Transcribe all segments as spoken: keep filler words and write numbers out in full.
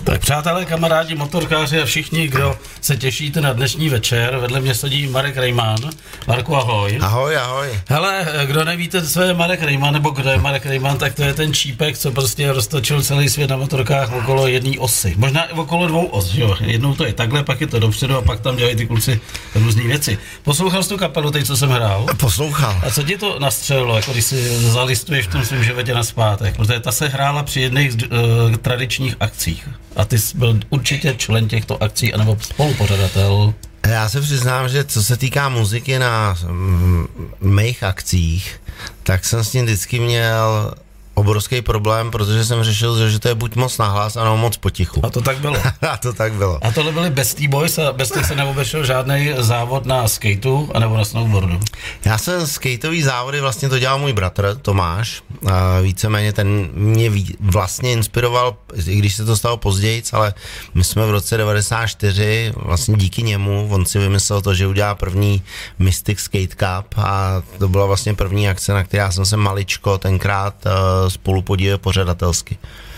Tak přátelé, kamarádi, motorkáři a všichni, kdo se těšíte na dnešní večer, vedle mě sedí Marek Rejmán. Marku, ahoj. Ahoj, ahoj. Hele, kdo nevíte, co je Marek Rejmán, nebo kdo je Marek Rejmán, tak to je ten čípek, co prostě roztočil celý svět na motorkách okolo jedné osy. Možná i okolo dvou os, že jo? Jednou to je takhle, pak je to dopředu a pak tam dělají ty kluci různý věci. Poslouchal jsi tu kapelu teď, co jsem hrál? Poslouchal. A co ti to nastřelilo, jako když si zalistuješ v tom svém životě nazpátek? Protože ta se hrála při jedných uh, tradičních akcích. A ty jsi byl určitě člen těchto akcí, anebo spolupořadatel. Já se přiznám, že co se týká muziky na mm, mých akcích, tak jsem s tím vždycky měl obrovský problém, protože jsem řešil, že to je buď moc nahlas, anebo moc potichu. A to tak bylo. A to tak bylo. A tohle byly Beastie Boys a bez těch se neobešel žádný závod na skateu anebo na snowboardu. Já jsem skateový závody, vlastně to dělal můj bratr Tomáš. A víceméně ten mě vlastně inspiroval, i když se to stalo později, ale my jsme v roce devadesát čtyři, vlastně díky němu, on si vymyslel to, že udělá první Mystic Skate Cup a to byla vlastně první akce, na které já jsem se maličko tenkrát uh, spolu podílel pořadatelsky.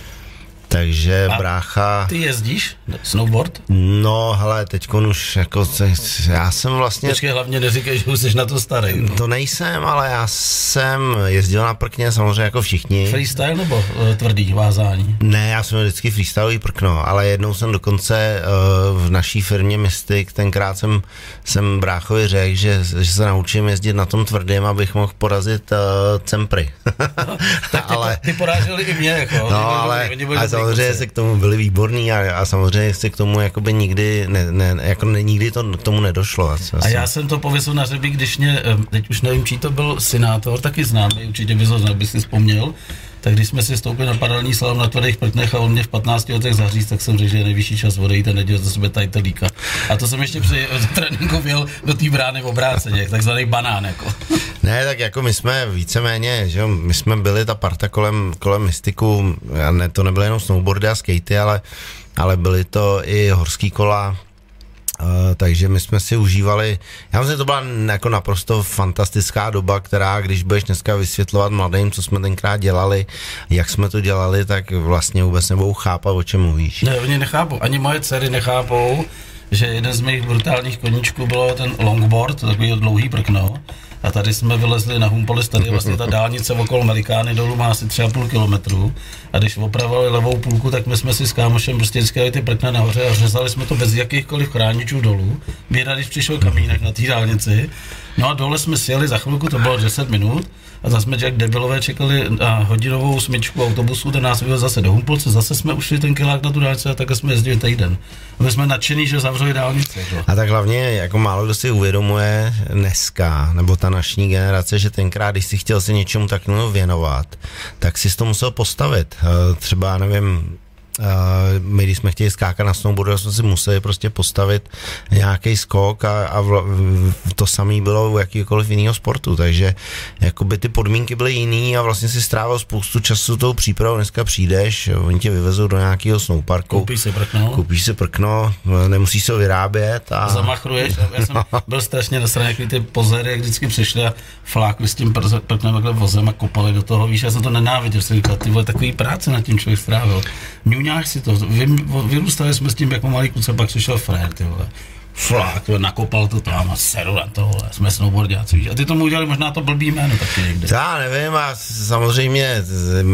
Takže a brácha... Ty jezdíš snowboard? No, hele, teďkon už jako, já jsem vlastně... Počkej, hlavně neříkej, že už jsi na to starý. No. To nejsem, ale já jsem jezdil na prkně, samozřejmě jako všichni. Freestyle nebo uh, tvrdý vázání? Ne, já jsem vždycky freestylový prkno, ale jednou jsem dokonce uh, v naší firmě Mystic, tenkrát jsem, jsem bráchovi řekl, že, že se naučím jezdit na tom tvrdým, abych mohl porazit uh, Cempry. No, tak ty, ale... ty poráželi i mě, jako. No, ale, ale samozřejmě se k tomu byli výborní a, a samozřejmě se k tomu jakoby nikdy, ne, ne, jako ne, nikdy to k tomu nedošlo. Asi. A já jsem to pověsil na řebík, když mě, teď už nevím, čí to byl Synátor, taky známý, určitě bys ho znal, bys si vzpomněl. Tak když jsme si stoupili na paralelní slalom na tvrdých prknech a on mě v patnácti letech zaříct, tak jsem řekl, že je nejvyšší čas odejít a nedělat za sebe tajtelíka. A to jsem ještě při tréninku věl do té brány v obráceně, takzvaný banán, jako. Ne, tak jako my jsme víceméně, že jo, my jsme byli ta parta kolem, kolem Mystiku, a ne, to nebyly jenom snowboardy a skatey, ale, ale byly to i horský kola. Uh, takže my jsme si užívali, já myslím, že to byla jako naprosto fantastická doba, která, když budeš dneska vysvětlovat mladým, co jsme tenkrát dělali, jak jsme to dělali, tak vlastně vůbec nebudou chápat, o čem mluvíš. Ne, oni nechápou, ani moje dcery nechápou, že jeden z mých brutálních koníčků bylo ten longboard, takový dlouhý prkno. A tady jsme vylezli na Humpolis, tady je vlastně ta dálnice okolo Melikány, dolů má asi tři a půl kilometru. A když opravovali levou půlku, tak my jsme si s kámošem prostě vždycky dali ty prkna nahoře a řezali jsme to bez jakýchkoliv chráničů dolů. Běda, když přišel kamínek na té dálnici. No a dole jsme sjeli za chvilku, to bylo deset minut. A tam jsme jak debilové čekali na hodinovou smyčku autobusu, ten nás vyvezl zase do Humpolce, zase jsme ušli ten kilák na tu dálnici a takhle jsme jezdili týden. A my jsme nadšený, že zavřeli dálnici. Že? A tak hlavně, jako málo kdo si uvědomuje dneska, nebo ta naší generace, že tenkrát, když si chtěl se něčemu takovému věnovat, tak si to musel postavit. Třeba, nevím, Uh, my, když jsme chtěli skákat na snowboardu, jsme si museli prostě postavit nějaký skok a, a vl, to samé bylo u jakýkoliv jiného sportu, takže jakoby ty podmínky byly jiný a vlastně si strávil spoustu času tou přípravou. Dneska přijdeš, oni tě vyvezou do nějakého snowparku, koupíš si prkno, koupíš si prkno, nemusíš se ho vyrábět a zamachruješ. Já jsem byl strašně nasraný, jak ty pozery, jak vždycky přišli a flákli s tím prknem takhle vozem a kopali do toho, víš, já jsem to nenáviděl, jsem říkal, ty vole, takový práce nad tím člověk strávil. Nějak si to, vy, vyrůstali jsme s tím jako malý kluci, pak přišel frér, ty vole, flák, nakopal to tam a seru na to, vole, jsme snowboardiáci, víš, a ty tomu udělali možná to blbý jméno taky někde. Já nevím, a samozřejmě,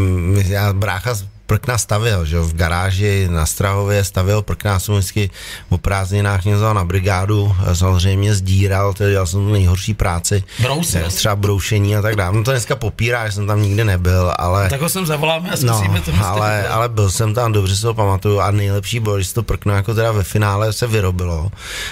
já brácha prkna stavil, že v garáži na Strahově stavil prkna, jsem vždycky o prázdninách mě vzal na brigádu, samozřejmě zdíral, to dělal jsem tu nejhorší práci. Brousil. Třeba broušení a tak dále. No to dneska popírá, že jsem tam nikdy nebyl, ale... Tak ho sem zavoláme a zkusíme no, to ale, ale byl jsem tam, dobře si to pamatuju a nejlepší bylo, když to prkno jako teda ve finále se vyrobilo.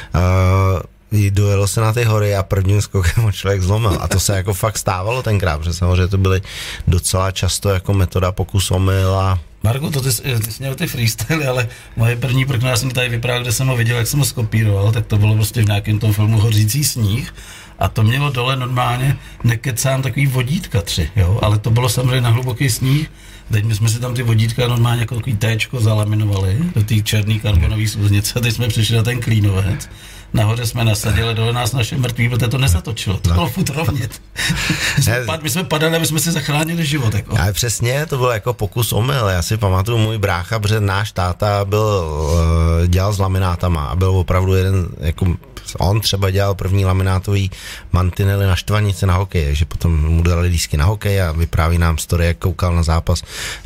Uh, dojelo se na ty hory a prvním skokem ho člověk zlomil. A to se jako fakt stávalo tenkrát, protože samozřejmě to byly docela často jako metoda pokus omyl a... Marku, to ty, ty jsi měl ty freestyle, ale moje první prkno, já jsem tady vyprávěl, kde jsem ho viděl, jak jsem ho skopíroval, tak to bylo prostě v nějakém tom filmu Hořící sníh. A to mělo dole normálně, nekecám, takový vodítka tři, jo, ale to bylo samozřejmě na hluboký sníh Teď my jsme si tam ty vodítka normálně jako takový téčko zalaminovali do té černý karbonové sluznice, teď jsme přišli na ten Klínovec. Nahoře jsme nasadili, dole nás naše mrtví, protože to nezatočilo, to no. bylo furt rovně. My jsme, pad, my jsme padali, aby jsme si zachránili život. Jako. Ale přesně, to byl jako pokus omyl. Já si pamatuju, můj brácha, protože náš táta byl, dělal s laminátama a byl opravdu jeden, jako on třeba dělal první laminátový mantinely na štvanici na hokej, takže potom mu dali lístky na hokej a vypráví nám story, jak koukal na zápas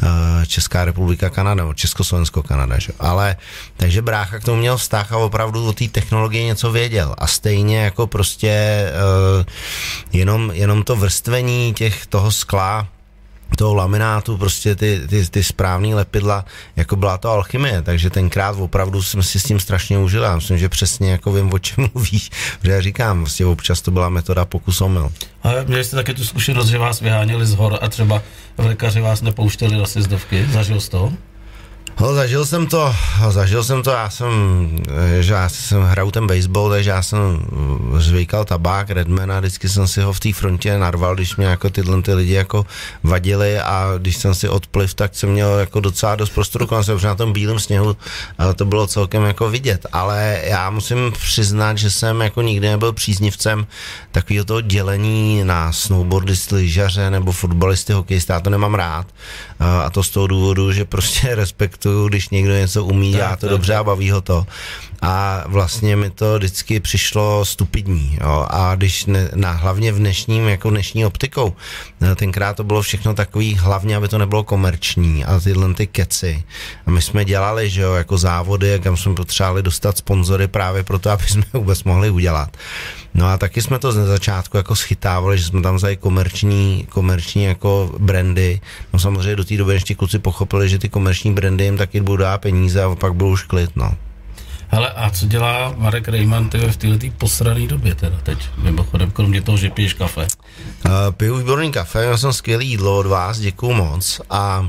Česká republika Kanada, Československo Kanada, že? Ale takže brácha k tomu měl vztah a opravdu o té technologii něco věděl a stejně jako prostě uh, jenom, jenom to vrstvení těch toho skla, toho laminátu, prostě ty, ty, ty správný lepidla, jako byla to alchymie, takže tenkrát opravdu jsme si s tím strašně užili. Já myslím, že přesně jako vím, o čem mluvíš, že já říkám, vlastně občas to byla metoda pokus omyl. A měli jste taky tu zkušenost, že vás vyháněli z hor a třeba lékaři vás nepouštěli do sjezdovky, zažil jsi to? No, zažil jsem to, zažil jsem to, já jsem, že já jsem hraju ten baseball, takže já jsem zvykal tabák Redmana, vždycky jsem si ho v té frontě narval, když mě jako tyhle ty lidi jako vadili a když jsem si odpliv, tak jsem měl jako docela dost prostoru, když jsem na tom bílém sněhu, to bylo celkem jako vidět, ale já musím přiznat, že jsem jako nikdy nebyl příznivcem takového toho dělení na snowboardisty, lyžaře nebo fotbalisty, hokejisty, já to nemám rád a to z toho důvodu, že prostě respektuju, když někdo něco umí, dělá to dobře a baví ho to. A vlastně mi to vždycky přišlo stupidní. Jo. A když ne, na, hlavně v dnešním, jako dnešní optikou, tenkrát to bylo všechno takový, hlavně, aby to nebylo komerční a tyhle ty keci. A my jsme dělali, že jo, jako závody, kam jsme potřebovali dostat sponzory právě proto, aby jsme vůbec mohli udělat. No a taky jsme to z začátku jako schytávali, že jsme tam vzali komerční, komerční jako brandy. No samozřejmě do té doby, než ti kluci pochopili, že ty komerční brandy jim taky budou dát peníze a pak byl už klid, no. Hele, a co dělá Marek Rejman v této posrané době teda teď? Mimochodem, kromě toho, že piješ kafe. Uh, piju výborný kafe, já jsem skvělý jídlo od vás, děkuju moc a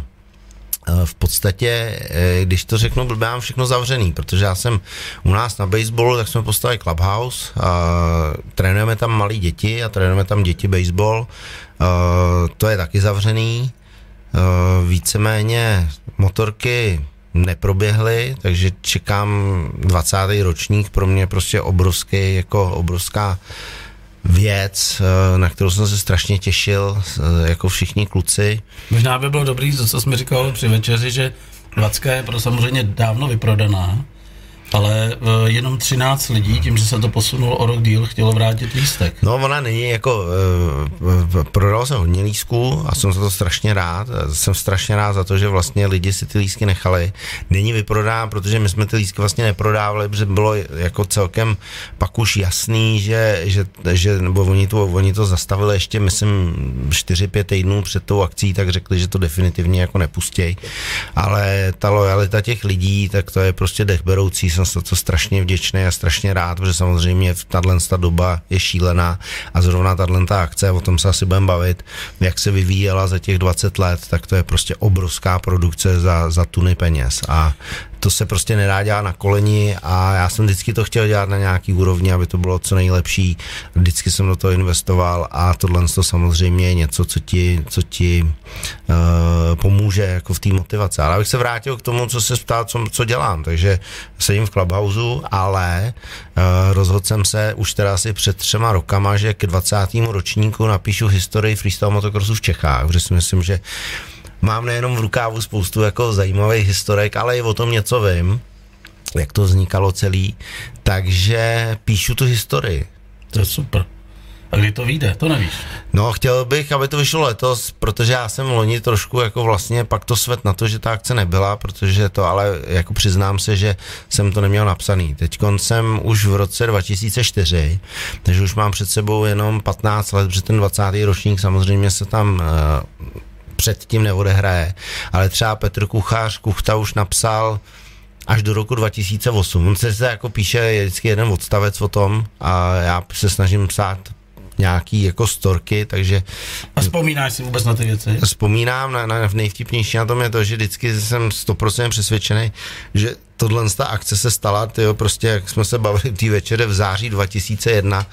v podstatě, když to řeknu, byl mám všechno zavřený, protože já jsem u nás na baseballu, tak jsme postavili clubhouse, a trénujeme tam malí děti a trénujeme tam děti baseball, a to je taky zavřený, a víceméně motorky neproběhly, takže čekám dvacátý ročník, pro mě prostě obrovský, jako obrovská věc, na kterou jsem se strašně těšil, jako všichni kluci. Možná by bylo dobrý, co jsme říkali při večeři, že dvacka je pro samozřejmě dávno vyprodaná, ale jenom třináct lidí, tím, že se to posunulo o rok díl, chtělo vrátit lístek. No, ona není jako, e, prodal se hodně lístků a jsem za to strašně rád. Jsem strašně rád za to, že vlastně lidi si ty lístky nechali. Není vyprodaná, protože my jsme ty lístky vlastně neprodávali, protože bylo jako celkem pak už jasný, že, že, že nebo oni to, oni to zastavili ještě, myslím, čtyři pět týdnů před tou akcí, tak řekli, že to definitivně jako nepustěj. Ale ta lojalita těch lidí, tak to je prostě dechberoucí. Jsem za to strašně vděčný a strašně rád, protože samozřejmě tato doba je šílená a zrovna tato akce, o tom se asi budeme bavit, jak se vyvíjela za těch dvacet let, tak to je prostě obrovská produkce za, za tuny peněz a to se prostě nedá dělat na koleni a já jsem vždycky to chtěl dělat na nějaký úrovni, aby to bylo co nejlepší. Vždycky jsem do toho investoval a tohle to samozřejmě je něco, co ti, co ti uh, pomůže jako v té motivaci. Ale abych se vrátil k tomu, co se ptal, co, co dělám. Takže sedím v Clubhouseu, ale uh, rozhodl jsem se už teda asi před třema rokama, že k dvacátému ročníku napíšu historii freestyle motocrossu v Čechách, protože si myslím, že mám nejenom v rukávu spoustu jako zajímavých historek, ale i o tom něco vím, jak to vznikalo celý, takže píšu tu historii. To je super. A kdy to vyjde, to nevíš? No, chtěl bych, aby to vyšlo letos, protože já jsem loni trošku jako vlastně pak to svet na to, že ta akce nebyla, protože to, ale jako přiznám se, že jsem to neměl napsaný. Teďkon jsem už v roce dva tisíce čtyři, takže už mám před sebou jenom patnáct let, protože ten dvacátý ročník samozřejmě se tam uh, předtím neodehraje, ale třeba Petr Kuchař, Kuchta už napsal až do roku dva tisíce osm. On se jako píše je vždycky jeden odstavec o tom a já se snažím psát nějaký jako storky, takže... A vzpomínáš si vůbec na ty věci? Vzpomínám, na, na nejvtipnější na tom je to, že vždycky jsem sto procent přesvědčený, že tohle ta akce se stala, tyjo, prostě jak jsme se bavili té večeře v září dva tisíce jedna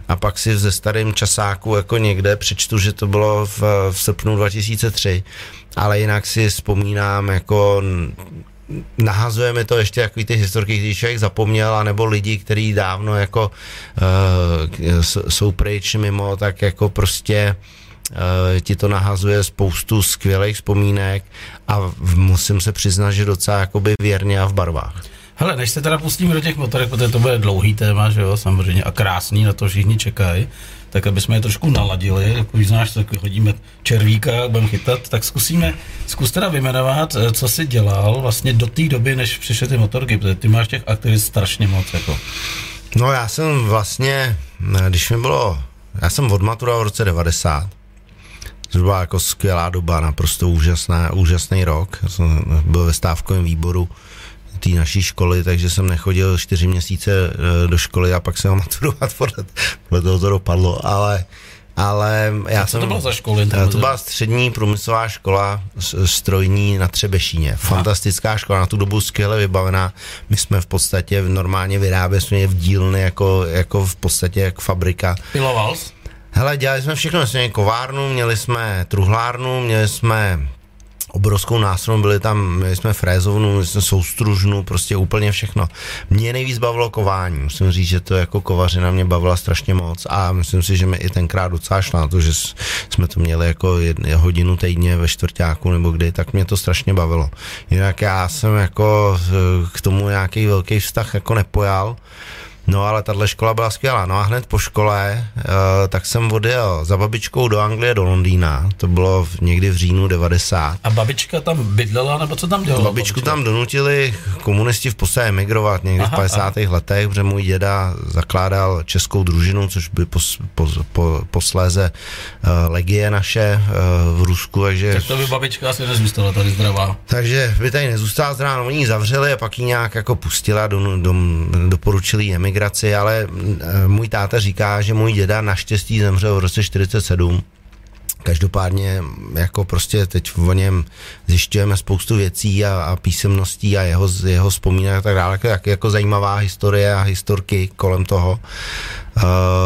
a pak si ze starým časáku jako někde přečtu, že to bylo v, v srpnu dva tisíce tři, ale jinak si vzpomínám jako nahazujeme to ještě takový ty historky, když člověk zapomněl, anebo lidi, kteří dávno jako uh, jsou pryč mimo, tak jako prostě uh, ti to nahazuje spoustu skvělých vzpomínek a v, musím se přiznat, že docela jakoby věrně a v barvách. Hele, než se teda pustíme do těch motorek, protože to bude dlouhý téma, že jo, samozřejmě, a krásný, na to všichni čekají, tak aby jsme je trošku naladili, jak už znáš, tak hodíme červíka, budeme chytat, tak zkusíme, zkus teda vyjmenovat, co jsi dělal vlastně do té doby, než přišly ty motorky, protože ty máš těch aktivit strašně moc, jako. No já jsem vlastně, když mi bylo, já jsem odmaturoval v roce devadesát, což byla jako skvělá doba, naprosto úžasná, úžasný rok, já jsem byl ve stávkovém výboru té naší školy, takže jsem nechodil čtyři měsíce do školy a pak jsem mám maturovat, podle, podle toho to dopadlo, ale, ale já a co jsem... to bylo za školy? To byla střední průmyslová škola strojní na Třebešíně. Fantastická Aha. škola, na tu dobu skvěle vybavená. My jsme v podstatě normálně vyráběli jsme v dílny jako, jako v podstatě jak fabrika. Piloval jsi? Hele, dělali jsme všechno, jsme měli kovárnu, měli jsme truhlárnu, měli jsme obrovskou nástrojnou, byli tam, měli jsme frézovnu, měli jsme soustružnu, prostě úplně všechno. Mě nejvíc bavilo kování, musím říct, že to jako kovařina mě bavila strašně moc a myslím si, že mi i tenkrát docela šlo na to, že jsme to měli jako jednu hodinu týdně ve čtvrťáku nebo kdy, tak mě to strašně bavilo. Jinak já jsem jako k tomu nějaký velký vztah jako nepojal. No ale tahle škola byla skvělá. No a hned po škole, uh, tak jsem odjel za babičkou do Anglie, do Londýna. To bylo v, někdy v říjnu devadesát. A babička tam bydlela, nebo co tam dělala? Babičku babička? tam donutili komunisti v podstatě emigrovat někdy aha, v padesátých aha. letech, protože můj děda zakládal českou družinu, což by pos, pos, po, posléze uh, legie naše uh, v Rusku. Takže, tak to by babička asi nezůstala tady zdravá. Takže by tady nezůstala zdravá, no oni ji zavřeli a pak ji nějak jako pustila, do, do, doporučili jí emigraci, ale můj táta říká, že můj děda naštěstí zemřel v roce čtyřicet sedm. Každopádně jako prostě teď o něm zjišťujeme spoustu věcí a, a písemností a jeho, jeho vzpomínek a tak dále, jako, jako zajímavá historie a historky kolem toho. Uh,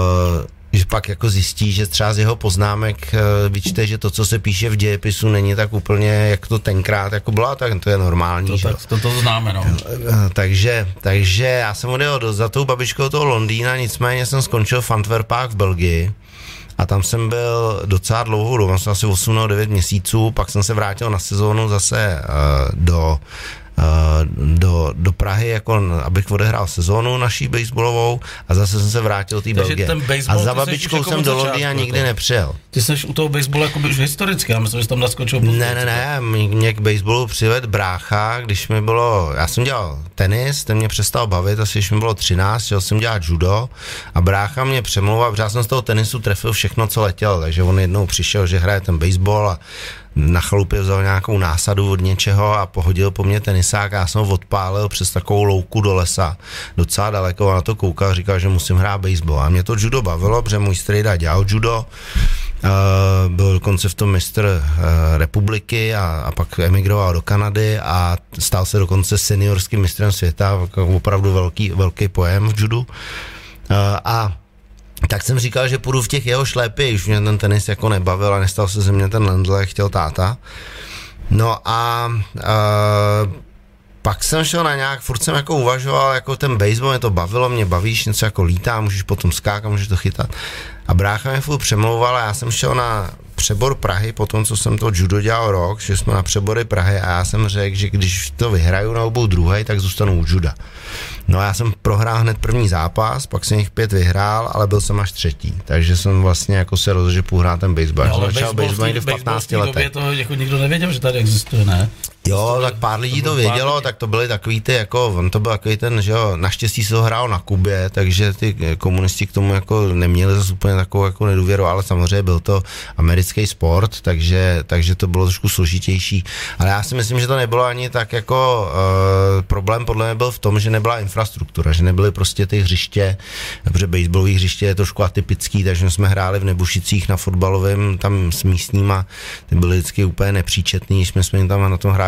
že pak jako zjistí, že třeba z jeho poznámek vyčte, že to, co se píše v dějepisu, není tak úplně, jak to tenkrát jako bylo, tak to je normální. To, že? Tak, to, to známe, no. Takže, takže já jsem odjel do, za tou babičkou toho Londýna, nicméně jsem skončil v Antwerpách v Belgii a tam jsem byl docela dlouhou dobu, jsem asi osm nebo devět měsíců, pak jsem se vrátil na sezónu zase uh, do Do, do Prahy, jako abych odehrál sezónu naší baseballovou a zase jsem se vrátil do té Belgie. A za babičkou jsem do Londýna nikdy nepřijel. Ty jsi u toho baseballu jako už historicky, já myslím, že jsi tam naskočil. Ne, ne, ne, mě k baseballu přived brácha, když mi bylo, já jsem dělal tenis, ten mě přestal bavit, asi když mi bylo třináct, chtěl jsem dělat judo a brácha mě přemlouval, protože já jsem z toho tenisu trefil všechno, co letěl, takže on jednou přišel, že hraje ten baseball a na chalupě vzal nějakou násadu od něčeho a pohodil po mně tenisák a já jsem ho odpálil přes takovou louku do lesa, docela daleko a na to koukal, říkal, že musím hrát baseball a mě to judo bavilo, protože můj strejda dělal judo, uh, byl dokonce v tom mistr uh, republiky a, a pak emigroval do Kanady a stal se dokonce seniorským mistrem světa, opravdu velký, velký pojem v judu uh, a tak jsem říkal, že půjdu v těch jeho šlépy, už mě ten tenis jako nebavil a nestal se ze mě ten Lendl, jak chtěl táta. No a uh, pak jsem šel na nějak, furt jsem jako uvažoval, jako ten baseball, mě to bavilo, mě bavíš, něco jako lítá, můžeš potom skákat, můžeš to chytat. A brácha mě furt přemlouval a já jsem šel na přebor Prahy, po tom, co jsem to judo dělal rok, že jsme na přebory Prahy a já jsem řekl, že když to vyhraju na obou druhej, tak zůstanu u juda. No a já jsem prohrál hned první zápas, pak jsem jich pět vyhrál, ale byl jsem až třetí, takže jsem vlastně jako se rozhodl, že půjdu hrát ten baseball. No, já jsem začal baseball někdy v patnácti letech. To jako nikdo nevěděl, že tady existuje, ne? Jo, tak pár lidí to vědělo, pár... tak to byly takový ty, jako, on to byl takový ten, že jo, naštěstí se to hrál na Kubě, takže ty komunisti k tomu jako neměli zase úplně takovou jako nedůvěru, ale samozřejmě byl to americký sport, takže, takže to bylo trošku složitější, ale já si myslím, že to nebylo ani tak jako, uh, problém podle mě byl v tom, že nebyla infrastruktura, že nebyly prostě ty hřiště, protože baseballový hřiště je trošku atypický, takže jsme hráli v Nebušicích na fotbalovém, tam s místníma, ty byly vždycky úplně nepříčetný, jsme jsme tam na tom hráli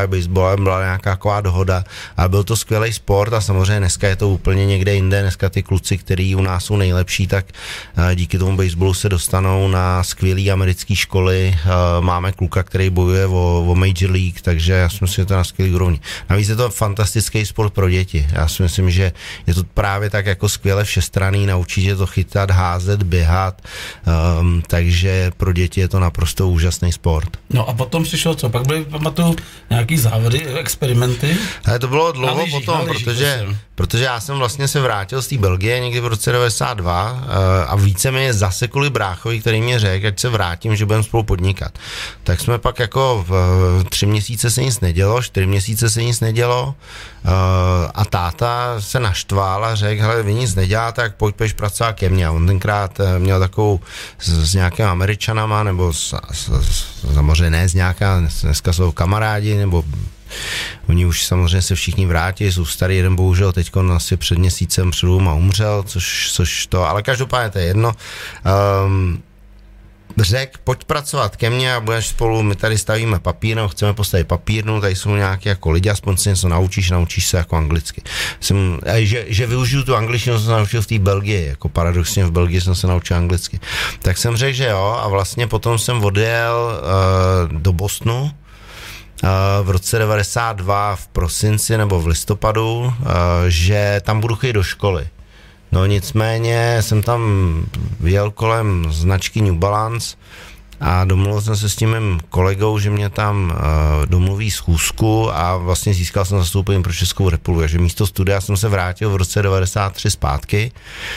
právě baseballem, byla nějaká taková dohoda, ale byl to skvělý sport a samozřejmě dneska je to úplně někde jinde, dneska ty kluci, který u nás jsou nejlepší, tak díky tomu baseballu se dostanou na skvělý americké školy, máme kluka, který bojuje o, o Major League, takže já si myslím, že to je na skvělý úrovni. Navíc je to fantastický sport pro děti, já si myslím, že je to právě tak jako skvěle všestranný, naučí je to chytat, házet, běhat, um, takže pro děti je to naprosto úžasný sport. No a potom přišlo co? Pak byly, pamatuju, nějaký závody, experimenty? Ale to bylo dlouho na lyžích, potom, na lyžích, protože, prosím. protože já jsem vlastně se vrátil z té Belgie někdy v roce devadesát dva uh, a více mě zasekuli bráchovi, který mě řekl, ať se vrátím, že budeme spolu podnikat. Tak jsme pak jako v, tři měsíce se nic nedělo, čtyři měsíce se nic nedělo uh, a táta se naštval a řekl, hele, vy nic neděláte, tak pojď peš pracovat ke mně. A on tenkrát měl takovou s, s nějakým Američanama, nebo s, s, s, samozřejmě ne s nějaká, dneska jsou kamarádi, nebo oni už samozřejmě se všichni vrátili, jsou starý, jeden bohužel teď asi před měsícem před dvouma umřel, což, což to, ale každopádně to je jedno. Um, Řek, pojď pracovat ke mně a budeš spolu, my tady stavíme papírnu, chceme postavit papírnu, tady jsou nějaké jako lidi, aspoň si něco naučíš, naučíš se jako anglicky. Jsem, že, že využiju tu angličtinu, jsem se naučil v té Belgii, jako paradoxně v Belgii jsem se naučil anglicky. Tak jsem řekl, že jo, a vlastně potom jsem odjel uh, do Bostonu, v roce devadesát dva v prosinci nebo v listopadu, že tam budu chodit do školy. No nicméně jsem tam jel kolem značky New Balance a domluvil jsem se s tím mým kolegou, že mě tam domluví schůzku a vlastně získal jsem zastoupení pro Českou republiku. Takže místo studia jsem se vrátil v roce devadesát tři zpátky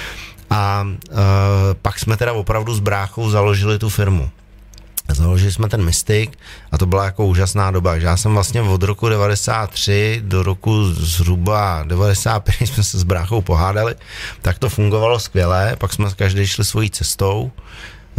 a pak jsme teda opravdu s bráchou založili tu firmu. Založili jsme ten Mystic a to byla jako úžasná doba. Já jsem vlastně od roku devadesát tři do roku zhruba devadesát pět jsme se s bráchou pohádali, tak to fungovalo skvěle, pak jsme každý šli svojí cestou uh,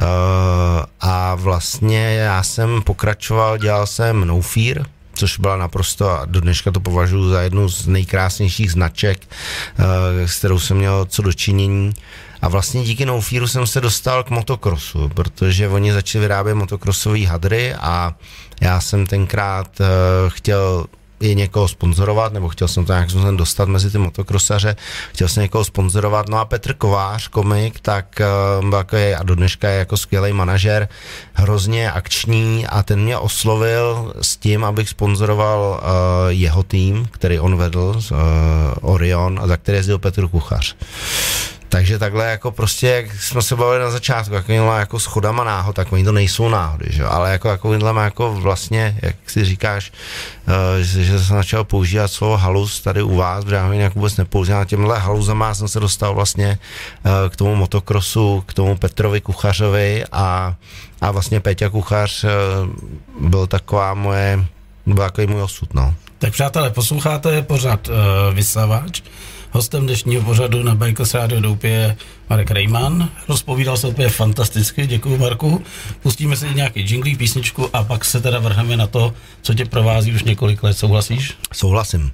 a vlastně já jsem pokračoval, dělal jsem No Fear, což byla naprosto, a do dneška to považuji za jednu z nejkrásnějších značek, uh, s kterou jsem měl co dočinění. A vlastně díky No Fearu jsem se dostal k motokrosu, protože oni začali vyrábět motokrosové hadry a já jsem tenkrát uh, chtěl je někoho sponzorovat, nebo chtěl jsem to nějak dostat mezi ty motokrosaře, chtěl jsem někoho sponzorovat, no a Petr Kovář, komik, tak uh, jako je, a do dneška je jako skvělý manažer, hrozně akční a ten mě oslovil s tím, abych sponzoroval uh, jeho tým, který on vedl, uh, Orion, a za který jezdil Petr Kuchař. Takže takhle jako prostě, jak jsme se bavili na začátku, takovýmhle jako schodama náhod, tak oni to nejsou náhody, že? Ale jako takovýmhle jako vlastně, jak si říkáš, uh, že, že jsem začal používat slovo haluz tady u vás, protože já jinak vůbec nepoužívám, těmhle haluzama jsem se dostal vlastně uh, k tomu motokrosu, k tomu Petrovi Kuchařovi a, a vlastně Péťa Kuchař uh, byl taková moje, byl takový můj osud, no. Tak přátelé, posloucháte pořád uh, Vysavač. Hostem dnešního pořadu na Bikers Radio Doupě je Marek Rejman. Rozpovídal se úplně fantasticky, děkuji Marku. Pustíme si nějaký jinglík, písničku a pak se teda vrhneme na to, co tě provází už několik let. Souhlasíš? Souhlasím.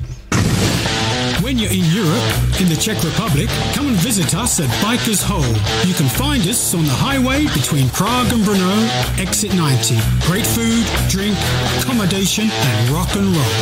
When you're in Europe, in the Czech Republic, come and visit us at Bikers Hole. You can find us on the highway between Prague and Brno, exit ninety. Great food, drink, accommodation and rock and roll.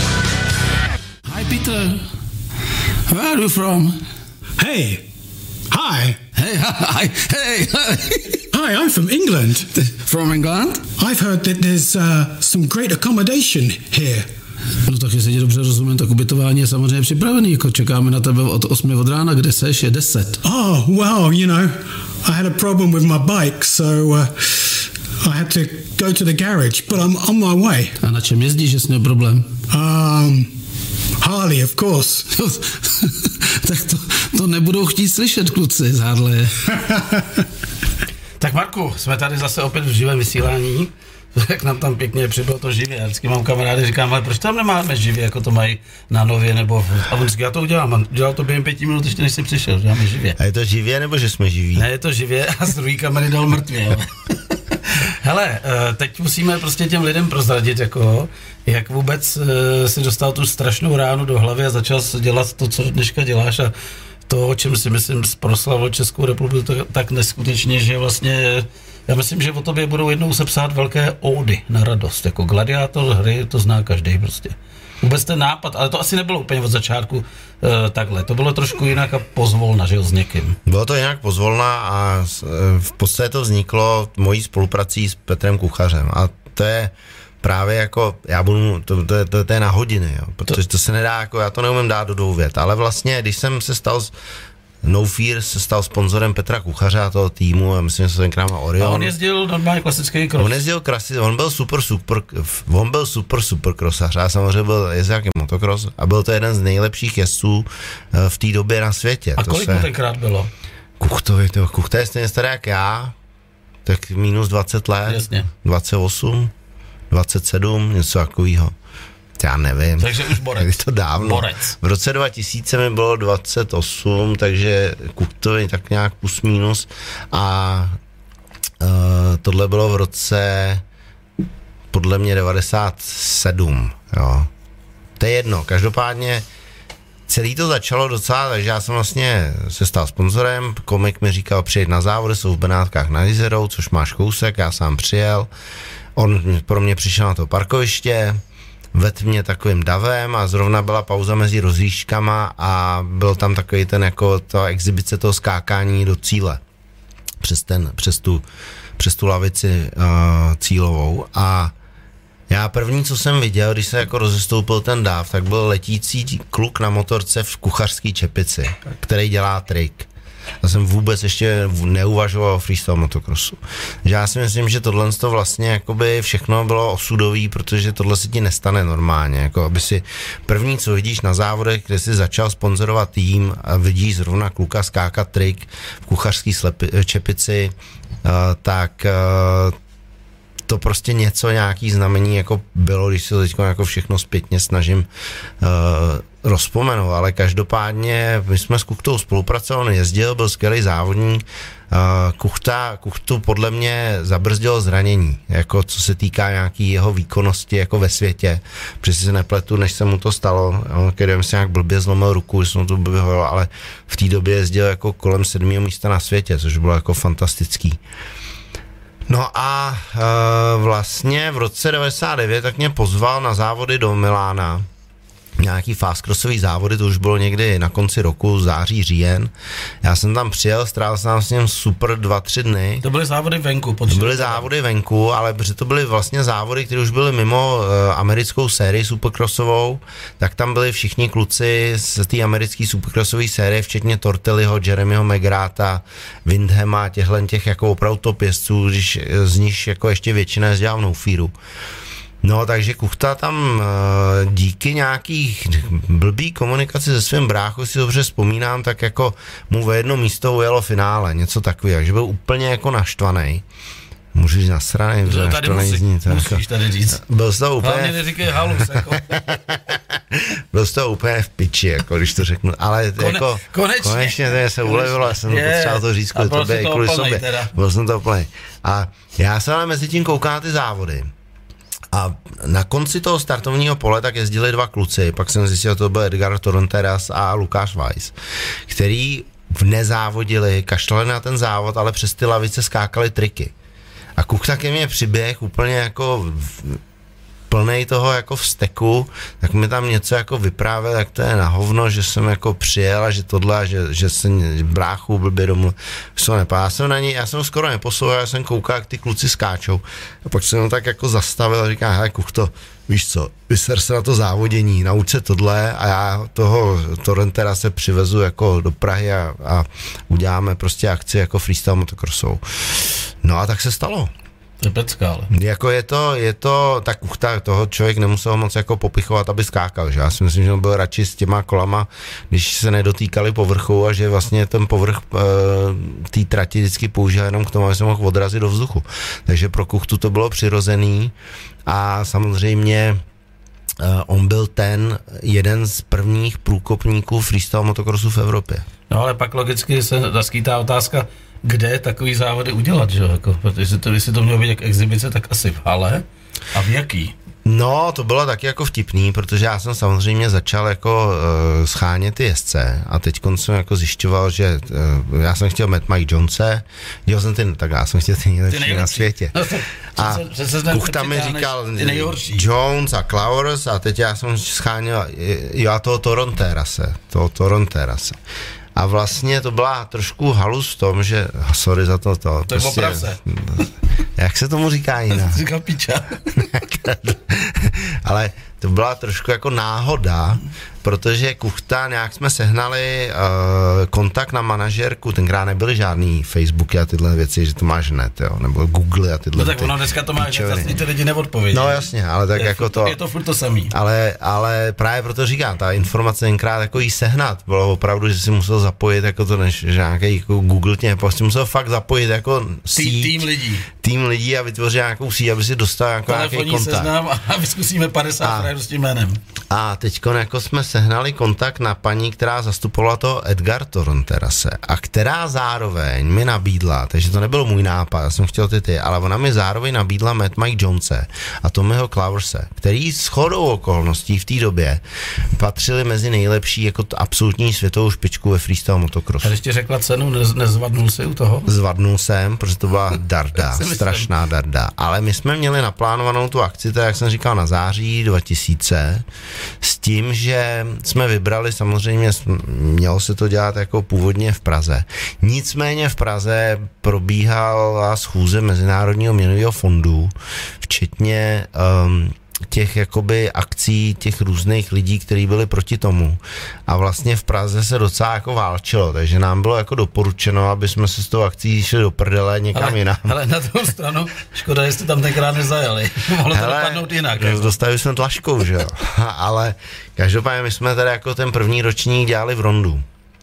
Hi Peter. Where are you from? Hey. Hi. Hey, hi. Hey. Hi, I'm from England. From England? I've heard that there's uh, some great accommodation here. No tak jestli tě dobře rozumím, tak ubytování je samozřejmě připravený, jako čekáme na tebe od osmi od rána, kde seš, je deset. Oh, well, you know, I had a problem with my bike, so uh, I had to go to the garage, but I'm on my way. A na čem jezdíš, že jsi měl problém? Um, Harley, of course. Tak to, to nebudou chtít slyšet, kluci z Harley. Tak Marku, jsme tady zase opět v živém vysílání. Jak nám tam pěkně přibylo to živě. Já vždycky mám kamarády, říkám, ale proč tam nemáme živě, jako to mají na Nově, nebo... A on říká, já to udělám, dělal to během pěti minut, ještě než jsem přišel, děláme živě. A je to živě, nebo že jsme živí? Ne, je to živě a z druhé kamery dal mrtvě. Hele, teď musíme prostě těm lidem prozradit, jako, jak vůbec si dostal tu strašnou ránu do hlavy a začal dělat to, co dneška děláš a to, o čem si myslím proslavil Českou republiku tak neskutečně, že vlastně Já myslím, že o tobě budou jednou se psát velké ódy na radost, jako gladiátor hry, to zná každý prostě. Vůbec ten nápad, ale to asi nebylo úplně od začátku uh, takhle, to bylo trošku jinak a pozvolna, že jo, s někým. Bylo to jinak pozvolna a v podstatě to vzniklo mojí spoluprací s Petrem Kuchařem a to je právě jako, já budu, to, to, to, to je na hodiny, jo, protože to se nedá, jako já to neumím dát do dvou vět, ale vlastně, když jsem se stal No Fear se stal sponzorem Petra Kuchaře a toho týmu a myslím, že se tenkrát má Orion. A on jezdil normálně klasický cross. On jezdil krasi, on byl super, super, on byl super, super crossař a samozřejmě byl jezdil motocross a byl to jeden z nejlepších jezdců v té době na světě. A to kolik se... mu tenkrát bylo? Kuchtovi, to, Kuchta je stejně starý jak já, tak minus dvacet let, Jasně. dvacet osm, dvacet sedm, něco takového. Já nevím. Takže už borec. Je to dávno. Borec. V roce dva tisíce mi bylo dvacet osm, takže Kuchtovi tak nějak plus minus a uh, tohle bylo v roce podle mě devadesát sedm, jo. To je jedno, každopádně celý to začalo docela, takže já jsem vlastně se stal sponzorem, komik mi říkal přijet na závody, jsou v Benátkách nad Jizerou, což máš kousek, já sám přijel, on pro mě přišel na to parkoviště, vedl mě takovým davem a zrovna byla pauza mezi rozjížďkama a byl tam takový ten jako ta exibice toho skákání do cíle přes ten, přes tu, přes tu lavici uh, cílovou a já první, co jsem viděl, když se jako rozestoupil ten dáv, tak byl letící kluk na motorce v kuchařský čepici, který dělá trik. Já jsem vůbec ještě neuvažoval o freestyle motocrossu. Že já si myslím, že tohle to vlastně jakoby všechno bylo osudový, protože tohle se ti nestane normálně. Jako aby si první, co vidíš na závodech, kde jsi začal sponzorovat tým a vidíš zrovna kluka skákat trik v kuchařský slepi, čepici, uh, tak uh, to prostě něco, nějaký znamení jako bylo, když se to teď jako všechno zpětně snažím uh, rozpomenout, ale každopádně my jsme s Kuchtou spolupracovali, jezdil, byl skvělý závodník, uh, Kuchta, Kuchtu podle mě zabrzdilo zranění, jako co se týká nějaký jeho výkonnosti jako ve světě, protože si se nepletu, než se mu to stalo, když se nějak blbě zlomil ruku, že jsem to blbě hojil, ale v té době jezdil jako kolem sedmého místa na světě, což bylo jako fantastický. No a e, vlastně v roce devadesát devět tak mě pozval na závody do Milána, nějaký fastcrossový závody, to už bylo někdy na konci roku, září, říjen. Já jsem tam přijel, strávil jsem s ním super dva, tři dny. To byly závody venku. To byly závody venku, ale protože to byly vlastně závody, které už byly mimo uh, americkou sérii supercrossovou, tak tam byli všichni kluci z té americké supercrossové série, včetně Tortelliho, Jeremyho Megrata, Windhama, těchhle těch jako opravdu top jezdců, když z nich jako ještě většina jezdila v No Fearu. No, takže Kuchta tam díky nějakých blbý komunikaci se svým bráchou, si dobře vzpomínám, tak jako mu ve jedno místo ujelo finále, něco takového, že byl úplně jako naštvaný. Můžeš nasranej, že tady musí, zní, tak musíš jako, tady říct. Byl z toho úplně... Hlavně neříkej halus, jako. Byl z toho úplně v piči, jako když to řeknu, ale Kone, jako konečně, konečně to se ulevilo, jsem je, potřeboval to říct kvůli tobě, to kvůli oplnej, sobě. teda. Byl jsem to oplnej. A já jsem ale mezi tím koukal na ty závody. A na konci toho startovního pole tak jezdili dva kluci, pak jsem zjistil, že to byl Edgar Toronteras a Lukáš Weiss, který nezávodili, kašlali na ten závod, ale přes ty lavice skákali triky. A Kuchta ke mně přiběh úplně jako plnej toho jako vzteku, tak mi tam něco jako vyprávěl, jak to je na hovno, že jsem jako přijel a že tohle, že, že jsem bráchu blbě domů, co nepá. Já jsem na ní, já jsem skoro neposlouchal, já jsem koukal, jak ty kluci skáčou. A pak jsem ho tak jako zastavil a říkám, hej Kuchto, víš co, vyser se na to závodění, nauč se tohle a já toho Torrentera se přivezu jako do Prahy a, a uděláme prostě akci jako freestyle motocrossou. No a tak se stalo. To je pecka, ale. Jako je to, je to, tak Kuchta, toho člověk nemusel moc jako popichovat, aby skákal, že? Já si myslím, že on byl radši s těma kolama, když se nedotýkali povrchu a že vlastně ten povrch e, té trati vždycky použil jenom k tomu, aby se mohl odrazit do vzduchu. Takže pro Kuchtu to bylo přirozený a samozřejmě e, on byl ten jeden z prvních průkopníků freestyle motocrossu v Evropě. No ale pak logicky se naskýtá otázka, kde takový závody udělat, že jo, jako, protože to, jestli to mělo být jak exibice, tak asi v hale, a v jaký? No, to bylo taky jako vtipný, protože já jsem samozřejmě začal jako uh, schánět ty jezdce a teď jsem jako zjišťoval, že uh, já jsem chtěl Matt Mike Jonese, dělal jsem ty, tak já jsem chtěl ty nejlepší, ty nejlepší. na světě. No, a Kuchta mi říkal Jones a Clowers a teď já jsem scháněl, jo a toho Toronterase, toho Toronterase. A vlastně to byla trošku halus v tom, že, sorry za to, to, to prostě, je popravce. Jak se tomu říká jinak? Říká piča. Ale to byla trošku jako náhoda, protože Kuchta, nějak jsme sehnali uh, kontakt na manažerku, tenkrát nebyly žádný Facebooky a tyhle věci, že to máš hned, jo, nebo Google a tyhle. No tak ono dneska to máš, že vlastně ty lidi neodpovědí. No jasně, ale tak je jako furt, to... Je to furt to samý. Ale, ale právě proto říkám, ta informace tenkrát jako jí sehnat, bylo opravdu, že si musel zapojit jako to, než že nějaký jako Google tě, prostě musel fakt zapojit jako síť, tým lidí. Tým lidí a vytvořit nějakou síť, aby si dostal jako nějaký kontakt. Seznam a vyzkusíme padesát frajerů s tím jménem. A teďko jako jsme sehnali kontakt na paní, která zastupovala to Edgar Toronterase a která zároveň mi nabídla, takže to nebyl můj nápad, já jsem chtěl ty ty, ale ona mi zároveň nabídla Matt Mike Jonese a Tommyho Clowerse, který shodou okolností v té době patřili mezi nejlepší jako absolutní světovou špičku ve freestyle motocrossu. A ještě řekla cenu, nez, nezvadnul jsi u toho? Zvadnul jsem, protože to byla darda, strašná darda, ale my jsme měli naplánovanou tu akci, tak jak jsem říkal, na září dva tisíce, s tím, že jsme vybrali, samozřejmě mělo se to dělat jako původně v Praze. Nicméně v Praze probíhala schůze Mezinárodního měnového fondu, včetně um, těch jakoby akcí těch různých lidí, kteří byli proti tomu. A vlastně v Praze se docela jako válčilo, takže nám bylo jako doporučeno, aby jsme se s tou akcí šli do prdele někam ale, jinam. Ale na druhou stranu, škoda, jestli tam tenkrát nezajeli. Mohlo to dopadnout jinak. Jako. Dostali jsme tlačkou, že jo. Ale každopádně my jsme tady jako ten první ročník dělali v Rondu.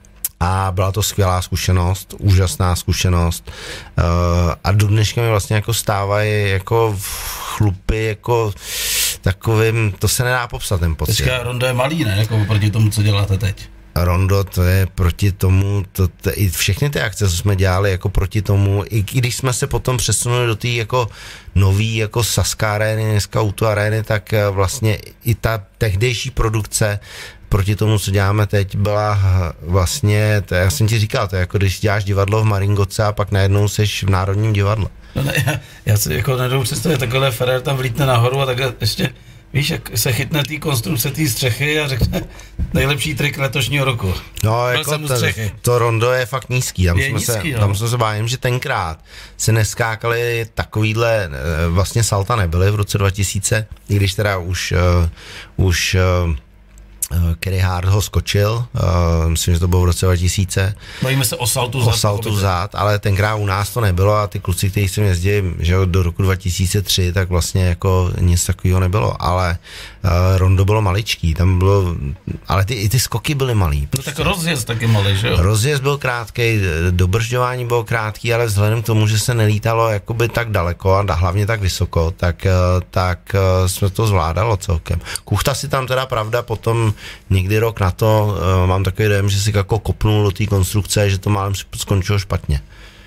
A byla to skvělá zkušenost, úžasná zkušenost uh, a do dneška mi vlastně jako stávají jako chlupy, jako takovým, to se nedá popsat ten pocit. Teďka Rondo je malý, ne? Jako proti tomu, co děláte teď. Rondo, to je proti tomu, to, to, i všechny ty akce, co jsme dělali, jako proti tomu, i, i když jsme se potom přesunuli do té jako nový, jako Saská arény, dneska Auto arény, tak vlastně i ta tehdejší produkce proti tomu, co děláme teď, byla vlastně, to já jsem ti říkal, to je jako když děláš divadlo v Maringoce a pak najednou seš v Národním divadle. No ne, já, já si jako nedobu představit, takhle Ferrer tam vlítne nahoru a takhle ještě, víš, jak se chytne té konstrukce té střechy a řekne nejlepší trik letošního roku. No, jako to, to Rondo je fakt nízký, tam, je jsme, nízký, se, tam jsme se bájím, že tenkrát se neskákali takovýhle, vlastně salta nebyly v roce dva tisíce, i když teda už, uh, už uh, Kerry Hart ho skočil, uh, myslím, že to bylo v roce dva tisíce. Bavíme se o saltu zad. O saltu zad, ale tenkrát u nás to nebylo a ty kluci, kteří jsem jezdil, že do roku dva tisíce tři, tak vlastně jako nic takového nebylo, ale uh, Rondo bylo maličký, tam bylo, ale ty, i ty skoky byly malý. No tak rozjezd taky malý, že jo? Rozjezd byl krátkej, dobržďování bylo krátký, ale vzhledem k tomu, že se nelítalo jakoby tak daleko a hlavně tak vysoko, tak, tak jsme to zvládalo celkem. Kuchta si tam teda pravda potom někdy rok na to, uh, mám takový dojem, že si jako kopnul do té konstrukce, že to málem skončilo špatně.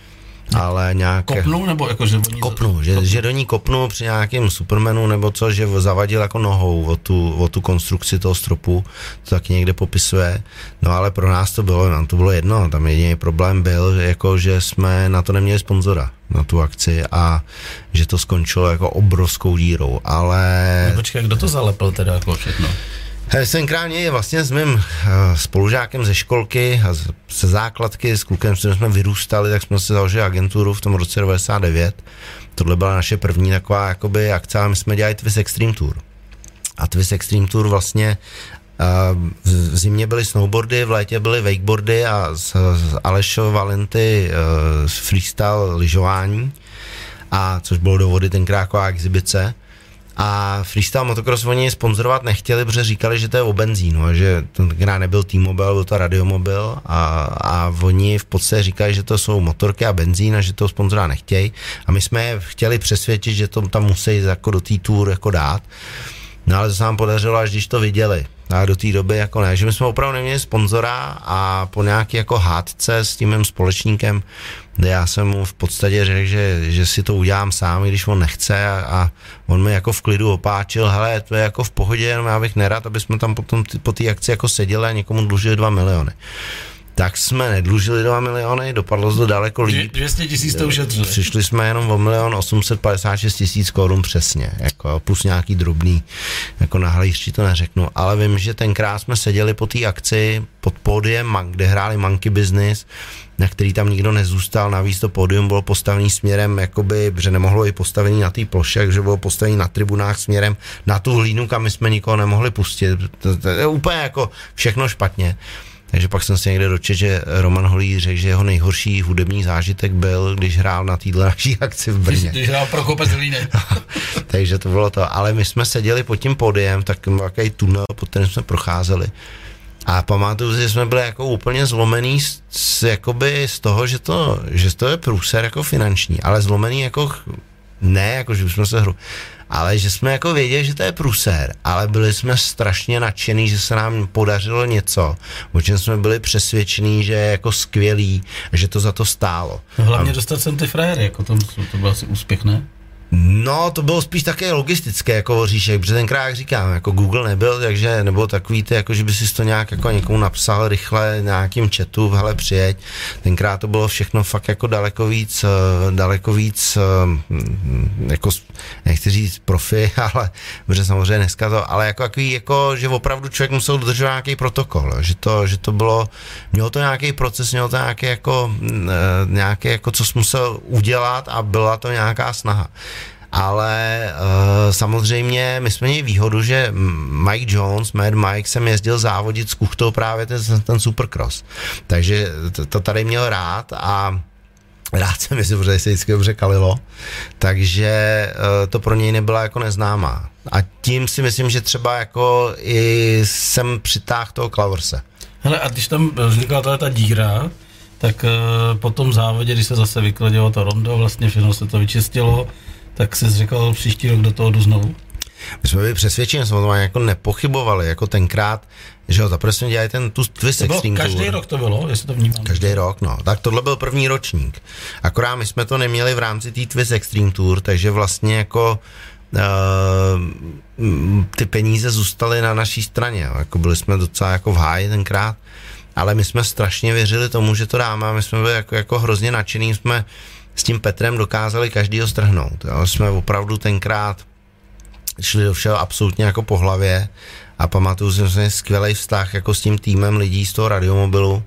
Ale nějak... Kopnul nebo jako, že... Kopnul, že, že do ní kopnul při nějakém Supermanu nebo co, že zavadil jako nohou o tu, o tu konstrukci toho stropu, to taky někde popisuje. No ale pro nás to bylo, nám to bylo jedno, tam jediný problém byl, jako, že jsme na to neměli sponzora, na tu akci a že to skončilo jako obrovskou dírou, ale... No, počkej, kdo to zalepil teda jako všechno? Tenkrát je vlastně s mým uh, spolužákem ze školky a ze základky, s klukem, s kterým jsme vyrůstali, tak jsme si založili agenturu v tom roce devadesát devět. Tohle byla naše první taková jakoby akce a my jsme dělali Twist Extreme Tour. A Twist Extreme Tour vlastně uh, v zimě byly snowboardy, v létě byly wakeboardy a z, z Alešo Valenty uh, freestyle lyžování, a což bylo do vody tenkrát jako exibice. A freestyle motocross oni sponzorovat nechtěli, protože říkali, že to je o benzínu a že tenkrát nebyl T-Mobile, byl to Radiomobil a, a oni v podstatě říkali, že to jsou motorky a benzín a že to sponzora nechtějí a my jsme je chtěli přesvědčit, že to tam musí jako do té tour jako dát. No ale to se nám podařilo, až když to viděli. A do té doby jako ne, že my jsme opravdu neměli sponzora a po nějaký jako hádce s tím mým společníkem, kde já jsem mu v podstatě řekl, že, že si to udělám sám, když on nechce a, a on mi jako v klidu opáčil, hele, to je jako v pohodě, jenom já bych nerad, aby jsme tam potom t- po té akci jako seděli a někomu dlužili dva miliony. Tak jsme nedlužili dva miliony, dopadlo to daleko líp. dvě stě tisíc to ušetřili. Přišli jsme jenom o milion osm set padesát šest tisíc korun přesně, jako plus nějaký drobný, jako na halířči to neřeknu, ale vím, že tenkrát jsme seděli po té akci pod pódiem, kde hráli Monkey Business, na který tam nikdo nezůstal, navíc to pódium bylo postavený směrem, jakoby, že nemohlo být postavený na té ploše, takže bylo postavený na tribunách směrem na tu hlínu, kam my jsme nikoho nemohli pustit, to, to je úplně jako všechno špatně. Takže pak jsem si někde dočetl, že Roman Holý řekl, že jeho nejhorší hudební zážitek byl, když hrál na této naší akci v Brně. Když hrál pro Kope Zlíny. Takže to bylo to. Ale my jsme seděli pod tím pódiem, tak takový tunel, pod kterým jsme procházeli. A pamatuju si, že jsme byli jako úplně zlomený z, z, jakoby z toho, že to, že to je průser jako finanční, ale zlomený jako ne, jako že už jsme se hru, ale že jsme jako věděli, že to je průser, ale byli jsme strašně nadšený, že se nám podařilo něco, o čem jsme byli přesvědčení, že je jako skvělý, že to za to stálo. No, hlavně a... dostat sem ty frajery, jako to, to byl asi úspěch, ne? No, to bylo spíš také logistické, jako voříšek, protože tenkrát, jak říkám, jako Google nebyl, takže nebylo takový ty, jako že by si to nějak jako někomu napsal rychle nějakým chatu, hele přijeď. Tenkrát to bylo všechno fakt jako daleko víc, daleko víc, jako, nechci říct profi, ale protože samozřejmě dneska to, ale jako takový, jako, že opravdu člověk musel dodržovat nějaký protokol, že to, že to bylo, mělo to nějaký proces, mělo to nějaký jako, nějaký jako, co jsi musel udělat a byla to nějaká snaha. Ale uh, samozřejmě my jsme měli výhodu, že Mike Jones, Mad Mike, jsem jezdil závodit s Kuchtou právě ten, ten Supercross. Takže to, to tady měl rád a rád jsem jezdil, protože se vždycky dobře kalilo. Takže uh, to pro něj nebyla jako neznámá. A tím si myslím, že třeba jako i jsem přitáhl toho Klaverse. Hele, a když tam vznikla tato ta díra, tak uh, po tom závodě, když se zase vykladilo to rondo, vlastně všechno se to vyčistilo, tak jsi řekl, příští rok do toho jdu znovu? My jsme byli přesvědčeni, jsme to jako nepochybovali, jako tenkrát, že jo, zaprvé jsme dělali ten tu Twist Extreme Tour. Každý rok to bylo, jestli to vnímám. Každý rok, no. Tak tohle byl první ročník. Akorát my jsme to neměli v rámci té Twist Extreme Tour, takže vlastně jako uh, ty peníze zůstaly na naší straně, jo. Jako byli jsme docela jako v háji tenkrát, ale my jsme strašně věřili tomu, že to dáme a my jsme byli jako, jako hrozně nadšený, jsme s tím Petrem dokázali každýho strhnout. Jo. Jsme opravdu tenkrát šli do všeho absolutně jako po hlavě a pamatuju si vlastně skvělý vztah jako s tím týmem lidí z toho radiomobilu,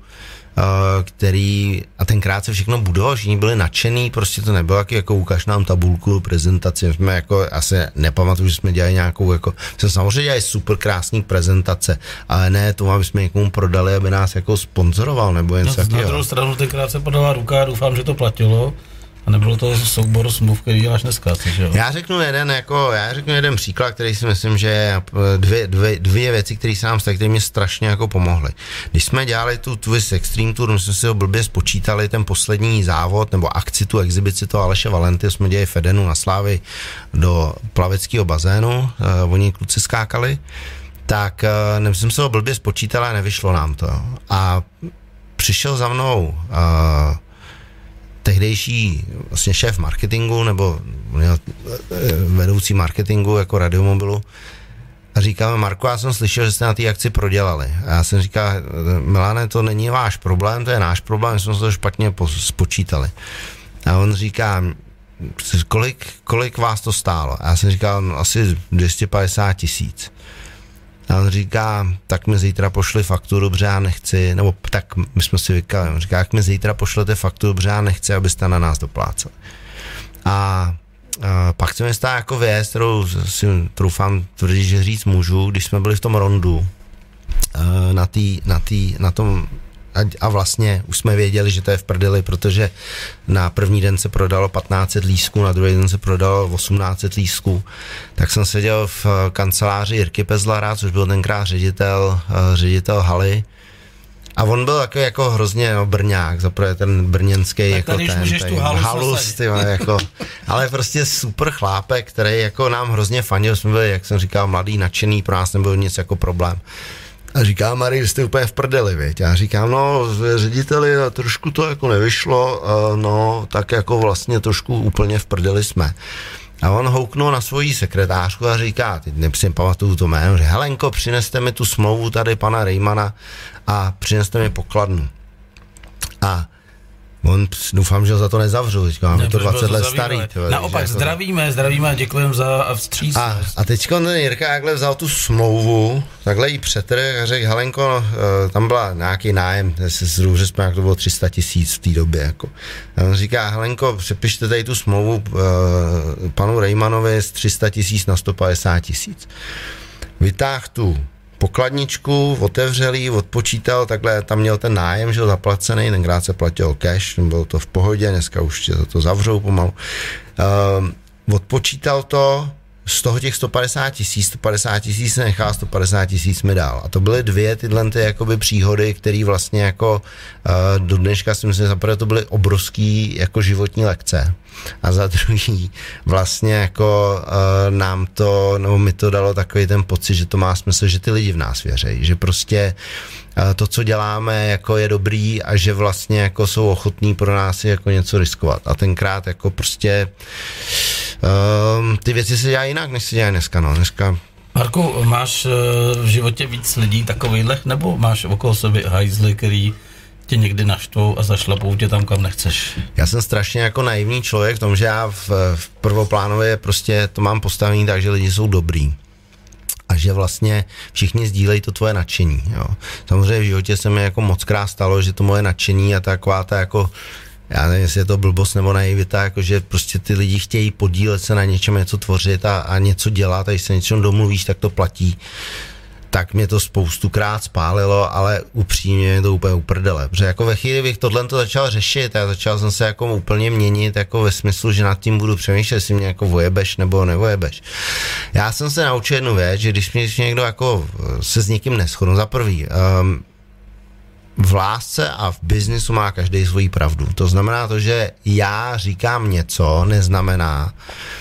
který, a tenkrát se všechno budovalo, všichni byli nadšený, prostě to nebylo taky jako ukaž nám tabulku, prezentaci, jsme jako, asi nepamatuju, že jsme dělali nějakou, jako, jsme samozřejmě dělali super krásný prezentace, ale ne to, aby jsme někomu prodali, aby nás jako sponzoroval, nebo jen no, taky. Na druhou stranu tenkrát se podala ruka a doufám, že to platilo. A nebylo to soubor smluv, který děláš dneska, že jo? Já řeknu jeden, jako, já řeknu jeden příklad, který si myslím, že dvě, dvě, dvě věci, které se nám staly, které mě strašně jako pomohly. Když jsme dělali tu Twist Extreme Tour, my jsme si ho blbě spočítali, ten poslední závod, nebo akci, tu exibici toho Aleše Valenty, jsme dělali Fedenu na Slávy do plaveckého bazénu, uh, oni kluci skákali, tak uh, jsem se ho blbě spočítal a nevyšlo nám to. A přišel za mnou uh, tehdejší vlastně šéf marketingu nebo vedoucí marketingu jako radiomobilu a říkáme, Marko, já jsem slyšel, že jste na té akci prodělali. A já jsem říkal, Milane, to není váš problém, to je náš problém, my jsme se to špatně spočítali. A on říká, kolik, kolik vás to stálo? A já jsem říkal, no, asi dvě stě padesát tisíc. A on říká, tak mi zítra pošli fakturu, dobře, já nechci, nebo tak my jsme si vykali, on říká, jak mi zítra pošlete fakturu, dobře, já nechci, abyste na nás dopláceli. A, a pak se mi stala jako věc, kterou si troufám tvrdit, že říct můžu, když jsme byli v tom rondu, na, tý, na, tý, na tom, a vlastně už jsme věděli, že to je v prdeli, protože na první den se prodalo patnáct set lístků, na druhý den se prodalo osmnáct set lístků, tak jsem seděl v kanceláři Jirky Pezlara, což byl tenkrát ředitel, ředitel haly A on byl jako, jako hrozně no, brňák, zaprvé ten brněnský jako ten, ten halus, halus tyjo, jako, ale prostě super chlápek, který jako nám hrozně fandil, jsme byli, jak jsem říkal, mladý, nadšený, pro nás nebyl nic jako problém. A říká Marie, jste úplně v prdeli, viď? Já říkám, no, řediteli, trošku to jako nevyšlo, no, tak jako vlastně trošku úplně v prdeli jsme. A on houknul na svoji sekretářku a říká, teď nepřím pamatuju to jméno, že Helenko, přineste mi tu smlouvu tady pana Rejmana a přineste mi pokladnu. A on, doufám, že ho za to nezavřu, teďka máme to dvacet let starý. Tyhle, naopak jako zdravíme, to... zdravíme a děkujeme za vstřícnost. A, a teďka ten Jirka takhle vzal tu smlouvu, takhle jí přetrh a řekl, Helenko, tam byla nějaký nájem, že jsme, jak to bylo tři sta tisíc v té době. Jako. A on říká, Helenko, přepište tady tu smlouvu uh, panu Rejmanovi z tři sta tisíc na sto padesát tisíc. Vytáh tu pokladničku, otevřel jí, odpočítal, takhle tam měl ten nájem, že ho zaplacený, tenkrát se platil cash, bylo to v pohodě, dneska už to, to zavřou pomalu. Uh, odpočítal to, z toho těch sto padesát tisíc, sto padesát tisíc se nechá, sto padesát tisíc mi dál. A to byly dvě tyhle ty jakoby příhody, které vlastně jako uh, do dneška si myslím, že zaprvé to byly obrovský jako životní lekce. A za druhý vlastně jako uh, nám to, nebo mi to dalo takový ten pocit, že to má smysl, že ty lidi v nás věří, že prostě uh, to, co děláme, jako je dobrý a že vlastně jako jsou ochotní pro nás jako něco riskovat. A tenkrát jako prostě uh, ty věci se dělají jinak, než se dělají dneska, no. Dneska Marku, máš v životě víc lidí takovýhlech, nebo máš okolo sebe hajzly, který tě někdy naštvou a zašlapou tě tam, kam nechceš? Já jsem strašně jako naivní člověk v tom, že já v, v prvoplánově prostě to mám postavený tak, že lidi jsou dobrý. A že vlastně všichni sdílejí to tvoje nadšení. Jo. Samozřejmě v životě se mi jako mockrát stalo, že to moje nadšení a taková ta jako, já nevím, jestli je to blbost nebo naivita, jako že prostě ty lidi chtějí podílet se na něčem, něco tvořit a, a něco dělat, a když se něčem domluvíš, tak to platí. Tak mě to spoustukrát spálilo, ale upřímně mě to úplně uprdele. Protože jako ve chvíli bych tohle to začal řešit a začal jsem se jako úplně měnit jako ve smyslu, že nad tím budu přemýšlet, jestli mě jako vojebeš nebo nevojebeš. Já jsem se naučil jednu věc, že když mě, když mě někdo jako se s někým neshodnu, za prvý, um, v lásce a v biznisu má každý svoji pravdu. To znamená to, že já říkám něco, neznamená,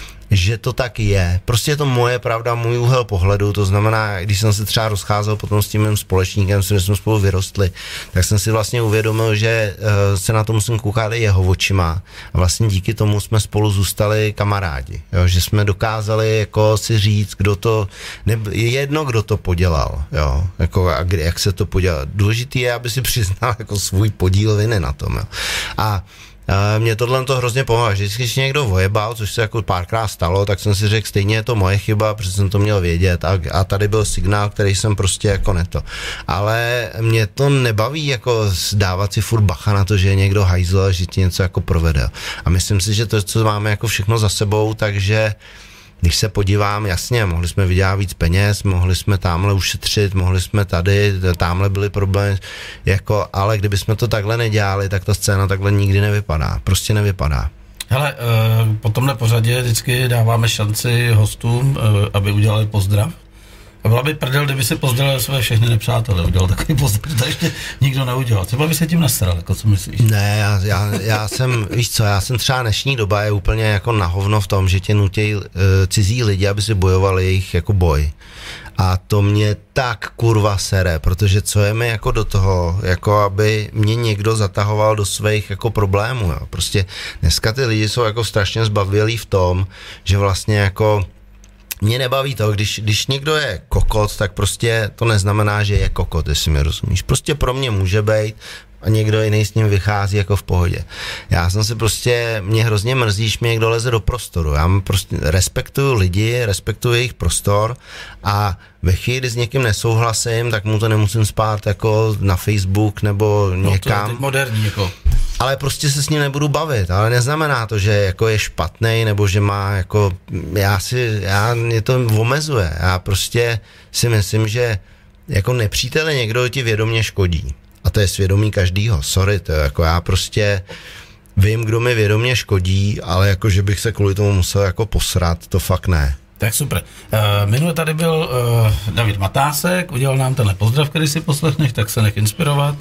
že to tak je. Prostě je to moje pravda, můj úhel pohledu, to znamená, když jsem se třeba rozcházel potom s tím mým společníkem, s kterým jsme spolu vyrostli, tak jsem si vlastně uvědomil, že uh, se na to musím koukat i jeho očima a vlastně díky tomu jsme spolu zůstali kamarádi, jo? Že jsme dokázali jako si říct, kdo to, ne, je jedno, kdo to podělal, jo? Jako, a kdy, jak se to podělal. Důležitý je, aby si přiznal jako svůj podíl viny na tom. Jo? A Uh, mě tohle to hrozně pomáhá, že když někdo vojebal, což se jako párkrát stalo, tak jsem si řekl, stejně je to moje chyba, protože jsem to měl vědět a, a tady byl signál, který jsem prostě jako neto. Ale mě to nebaví jako dávat si furt bacha na to, že je někdo hajzl, že ti něco jako provede. A myslím si, že to, co máme jako všechno za sebou, takže když se podívám, jasně, mohli jsme vydělat víc peněz, mohli jsme tamhle ušetřit, mohli jsme tady, tamhle byly problémy, jako, ale kdyby jsme to takhle nedělali, tak ta scéna takhle nikdy nevypadá, prostě nevypadá. Hele, po tomhle pořadě vždycky dáváme šanci hostům, aby udělali pozdrav. A byla by prdel, kdyby si pozdravil své všechny nepřátelé, udělal takový pozdrav, to ještě nikdo neudělal. Třeba by se tím nasral, jako co myslíš? Ne, já, já, já jsem, víš co, já jsem třeba dnešní doba je úplně jako na hovno v tom, že tě nutí uh, cizí lidi, aby si bojovali jejich jako boj. A to mě tak kurva sere, protože co je mi jako do toho, jako aby mě někdo zatahoval do svých jako problémů, jo. Prostě dneska ty lidi jsou jako strašně zbavělí v tom, že vlastně jako mě nebaví to, když, když někdo je kokot, tak prostě to neznamená, že je kokot, jestli mi rozumíš. Prostě pro mě může být a někdo jiný s ním vychází jako v pohodě. Já jsem se prostě, mě hrozně mrzí, že mi někdo leze do prostoru. Já prostě respektuju lidi, respektuju jejich prostor a ve chvíli, kdy s někým nesouhlasím, tak mu to nemusím spát jako na Facebook nebo někam. No to je moderní jako. Ale prostě se s ním nebudu bavit, ale neznamená to, že jako je špatnej, nebo že má jako, já si, já, mě to omezuje, já prostě si myslím, že jako nepřítel je někdo, kdo ti vědomě škodí. A to je svědomí každýho, sorry, to je jako já prostě vím, kdo mi vědomě škodí, ale jako, že bych se kvůli tomu musel jako posrat, to fakt ne. Tak super. Uh, minule tady byl uh, David Matásek, udělal nám tenhle pozdrav, který si poslechneš, tak se nech inspirovat.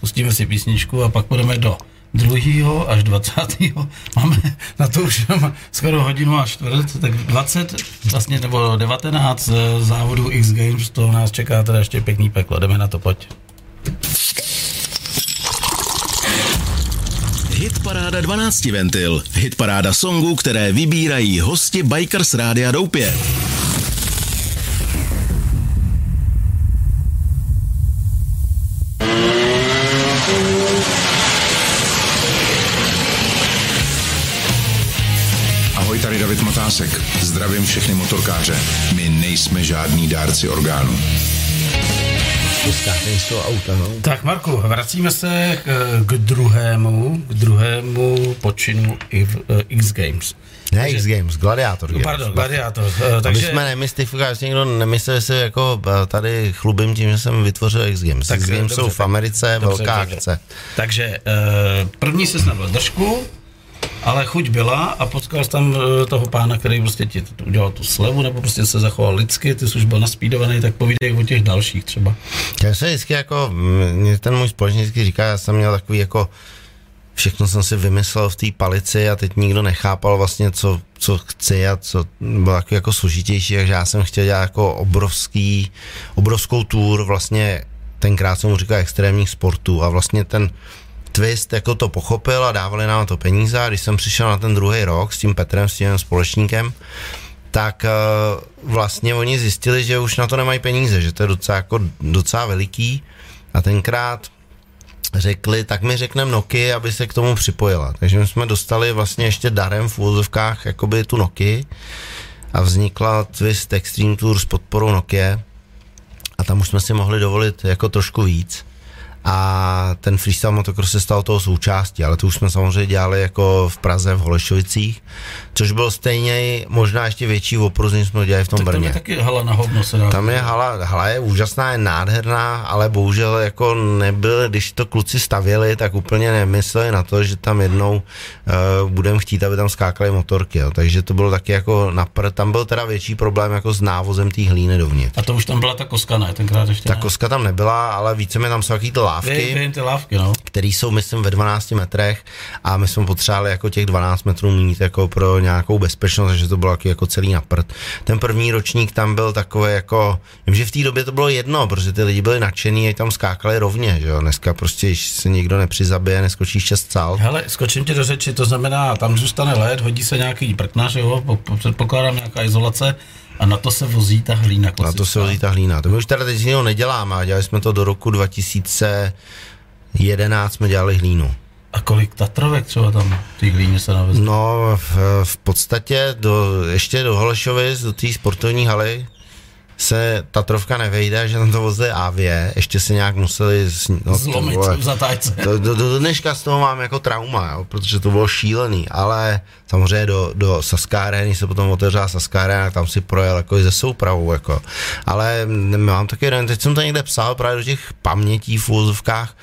pustíme si písničku a pak půjdeme do druhého až dvacátého Máme na to už skoro hodinu a čtvrt, tak dvacet vlastně nebo devatenáct závodů X Games, to nás čeká teda ještě pěkný peklo. Jdeme na to, pojď. Hitparáda dvanáct ventil. Hitparáda songů, které vybírají hosti Bikers Rádia Doupě. Ahoj, tady David Matásek. Zdravím všechny motorkáře. My nejsme žádní dárci orgánů. Auta, no. Tak Marku, vracíme se k, k druhému, k druhému počinu X Games. Ne takže, X Games, Gladiator Games. Pardon, Gladiator. Takže jsme nemystifikovali, že někdo nemyslel, že se jako tady chlubím tím, že jsem vytvořil X Games. Tak, X Games dobře, jsou v Americe, dobře, velká dobře. akce. Takže první si snadl držku, ale chuť byla a potkal jsi tam toho pána, který prostě ti udělal tu slevu, nebo prostě se zachoval lidsky, ty jsi už byl naspídovaný, tak povídej o těch dalších třeba. Já se vždycky jako, mě ten můj společník vždycky říká, já jsem měl takový jako, všechno jsem si vymyslel v té palici a teď nikdo nechápal vlastně, co, co chci a co bylo takový jako složitější, takže já jsem chtěl dělat jako obrovský, obrovskou tour, vlastně tenkrát jsem mu říkal extrémních sportů a vlastně ten Twist jako to pochopil a dávali nám to peníze a když jsem přišel na ten druhý rok s tím Petrem, s tím společníkem, tak uh, vlastně oni zjistili, že už na to nemají peníze, že to je docela, jako, docela veliký a tenkrát řekli, tak mi řekneme Nokia, aby se k tomu připojila. Takže my jsme dostali vlastně ještě darem v úvozovkách jakoby tu Nokia a vznikla Twist Extreme Tour s podporou Nokia a tam už jsme si mohli dovolit jako trošku víc. A ten freestyle motocross se stal toho součástí, ale to už jsme samozřejmě dělali jako v Praze, v Holešovicích, což byl stejně možná ještě větší opruz, než jsme dělali v tom tak Brně. Tam je taky hala na hovno se dá. Tam je hala, hala je úžasná, je nádherná, ale bohužel jako nebyl, když to kluci stavěli, tak úplně nemysleli na to, že tam jednou uh, budeme chtít, aby tam skákaly motorky, jo. Takže to bylo taky jako napr, tam byl teda větší problém jako s návozem té hlíny dovnitř. A to už tam byla ta koska, ne? Tenkrát ještě Ta ne. koska tam nebyla, ale více mi tam jsou takový to lávky, vím, ty lávky, no. který jsou, myslím, ve dvanácti metrech a my jsme potřebovali jako těch dvanáct metrů mít jako pro nějakou bezpečnost, takže to bylo jako celý na prd. Ten první ročník tam byl takový jako, vím, že v té době to bylo jedno, protože ty lidi byli nadšení, jak tam skákali rovně, že jo, dneska prostě, když se nikdo nepřizabije, neskočí šest cal. Hele, skočím ti do řeči, to znamená, tam zůstane led, hodí se nějaký prknař, jo, předpokládám nějaká izolace, a na to se vozí ta hlína. Klasická. Na to se vozí ta hlína. To my už teda teď z něho neděláme, a dělali jsme to do roku dva tisíce jedenáct, jsme dělali hlínu. A kolik Tatrovek třeba tam ty hlíně se navezly? No, v, v podstatě do, ještě do Holešovic, do té sportovní haly, se Tatrovka nevejde, že tam to vozili Avie, ještě se nějak museli no, zlomit v zatáčce. Do, do, do dneška z toho mám jako trauma, jo, protože to bylo šílený, ale samozřejmě do, do Saskáren, se potom otevřela Saskáren, tam si projel jako i ze soupravou, jako. Ale mám taky, teď jsem to někde psal právě do těch pamětí v úvozovkách.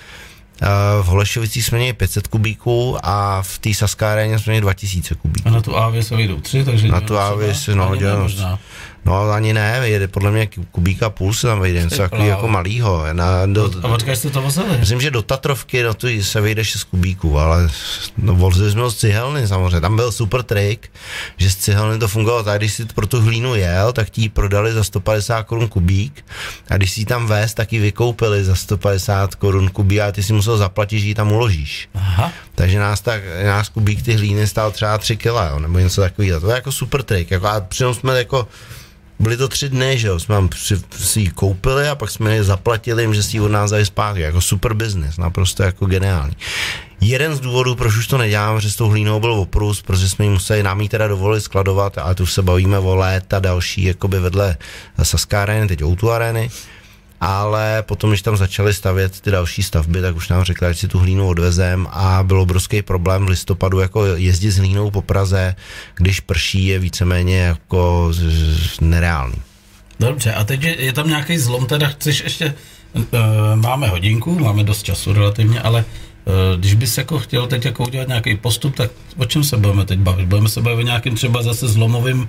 V Holešovicích jsme měli pět set kubíků a v té Saskáreně jsme měli dva tisíce kubíků. A na tu Avie se vyjdou tři, takže... Na tu Avie se, no, dělám, no ani ne, jede podle mě kubíka půl se tam vejde, něco takový jako malýho. Na, do, a odkud jste to vozili? Myslím, že do Tatrovky, no tu se vejde šest kubíků, ale no, vozili jsme z cihelny samozřejmě, tam byl super trik, že z cihelny to fungovalo tak, když si pro tu hlínu jel, tak ti ji prodali za sto padesát korun kubík a když si ji tam vez, tak ji vykoupili za sto padesát korun kubík a ty si musel zaplatit, že ji tam uložíš. Aha. Takže nás tak, nás kubík ty hlíny stál třeba tři kila, jo, nebo něco takového. To je jako super trik, jako a přitom jsme jako byly to tři dny, že jo, jsme si ji koupili a pak jsme ji zaplatili jim, že si ji od nás dali zpátky, jako super business, naprosto jako geniální. Jeden z důvodů, proč už to nedělám, že s tou hlínou byl oprus, protože jsme ji museli nám ji teda dovolit skladovat, a tu se bavíme o léta další, jakoby vedle Saskáren, teď O dva Areny, ale potom, když tam začali stavět ty další stavby, tak už nám řekli, že si tu hlínu odvezem a byl obrovský problém v listopadu jako jezdit s hlínou po Praze, když prší, je víceméně jako nereálný. Dobře, a teď je, je tam nějaký zlom, teda chceš ještě, uh, máme hodinku, máme dost času relativně, ale uh, když bys jako chtěl teď jako udělat nějaký postup, tak o čem se budeme teď bavit? Budeme se bavit nějakým třeba zase zlomovým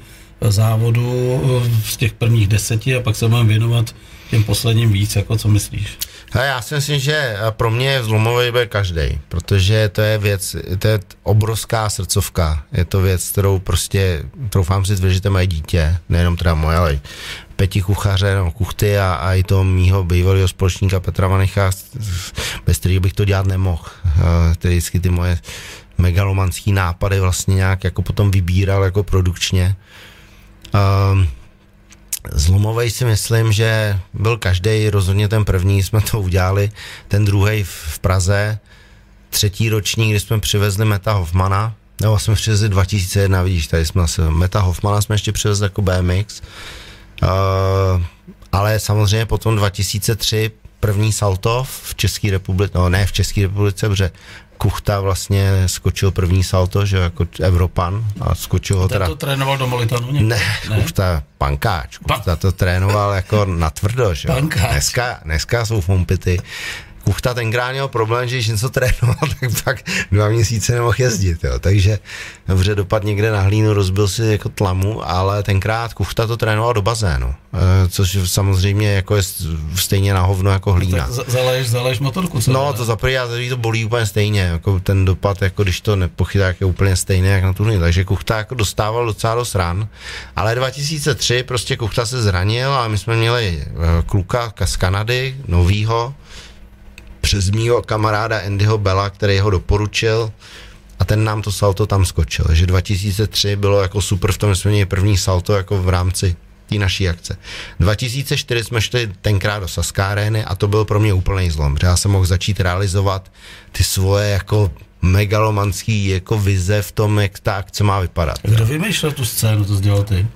závodu z těch prvních deseti a pak se budeme věnovat těm posledním víc, jako co myslíš? A já si myslím, že pro mě je zlomový bude každý, protože to je věc, to je obrovská srdcovka. Je to věc, kterou prostě, troufám si tvrdit, že to mají dítě, nejenom teda moje, ale Peti Kuchaře, no, Kuchty a, a i toho mýho bývalého společníka Petra Vanicha, bez kterých bych to dělat nemohl. Tedy vždycky ty moje megalomanský nápady vlastně nějak jako potom vybíral jako produkčně. Um, Zlomovej si myslím, že byl každý, rozhodně ten první jsme to udělali, ten druhý v Praze, třetí ročník, kdy jsme přivezli Meta Hoffmana, nebo jsme přivezli dva tisíce jedna, vidíš, tady jsme asi, Meta Hoffmana jsme ještě přivezli jako B M X, uh, ale samozřejmě potom dva tisíce tři první salto v České republice, no ne v České republice, protože Kuchta vlastně skočil první salto, že jako Evropan a skočil ho teda... to trénoval do Molitanu někdo? Ne, ne, Kuchta pankáč, Kuchta pa... to trénoval jako natvrdo, že jo. Dneska, dneska jsou fompity. Kuchta tenkrát měl problém, že když něco trénoval, tak pak dva měsíce nemohl jezdit, jo. Takže dobře dopad někde na hlínu, rozbil si jako tlamu, ale tenkrát Kuchta to trénoval do bazénu, což samozřejmě jako je stejně na hovno jako hlína. Tak zaleješ, zaleješ motorku. Co no, to za první a to bolí úplně stejně, jako ten dopad, jako když to nepochytá, jak je úplně stejný, jak na tu hlínu. Takže Kuchta jako dostával docela dost ran, ale dva tisíce tři prostě Kuchta se zranil a my jsme měli kluka z Kanady, novýho, přes mýho kamaráda Andyho Bella, který ho doporučil a ten nám to salto tam skočil. Takže dva tisíce tři bylo jako super v tom, že jsme měli první salto jako v rámci té naší akce. dva tisíce čtyři jsme šli tenkrát do Saskárény a to byl pro mě úplný zlom, že já jsem mohl začít realizovat ty svoje jako megalomanský jako vize v tom, jak ta akce má vypadat. Kdo vymýšlel tu scénu, to dělal ty?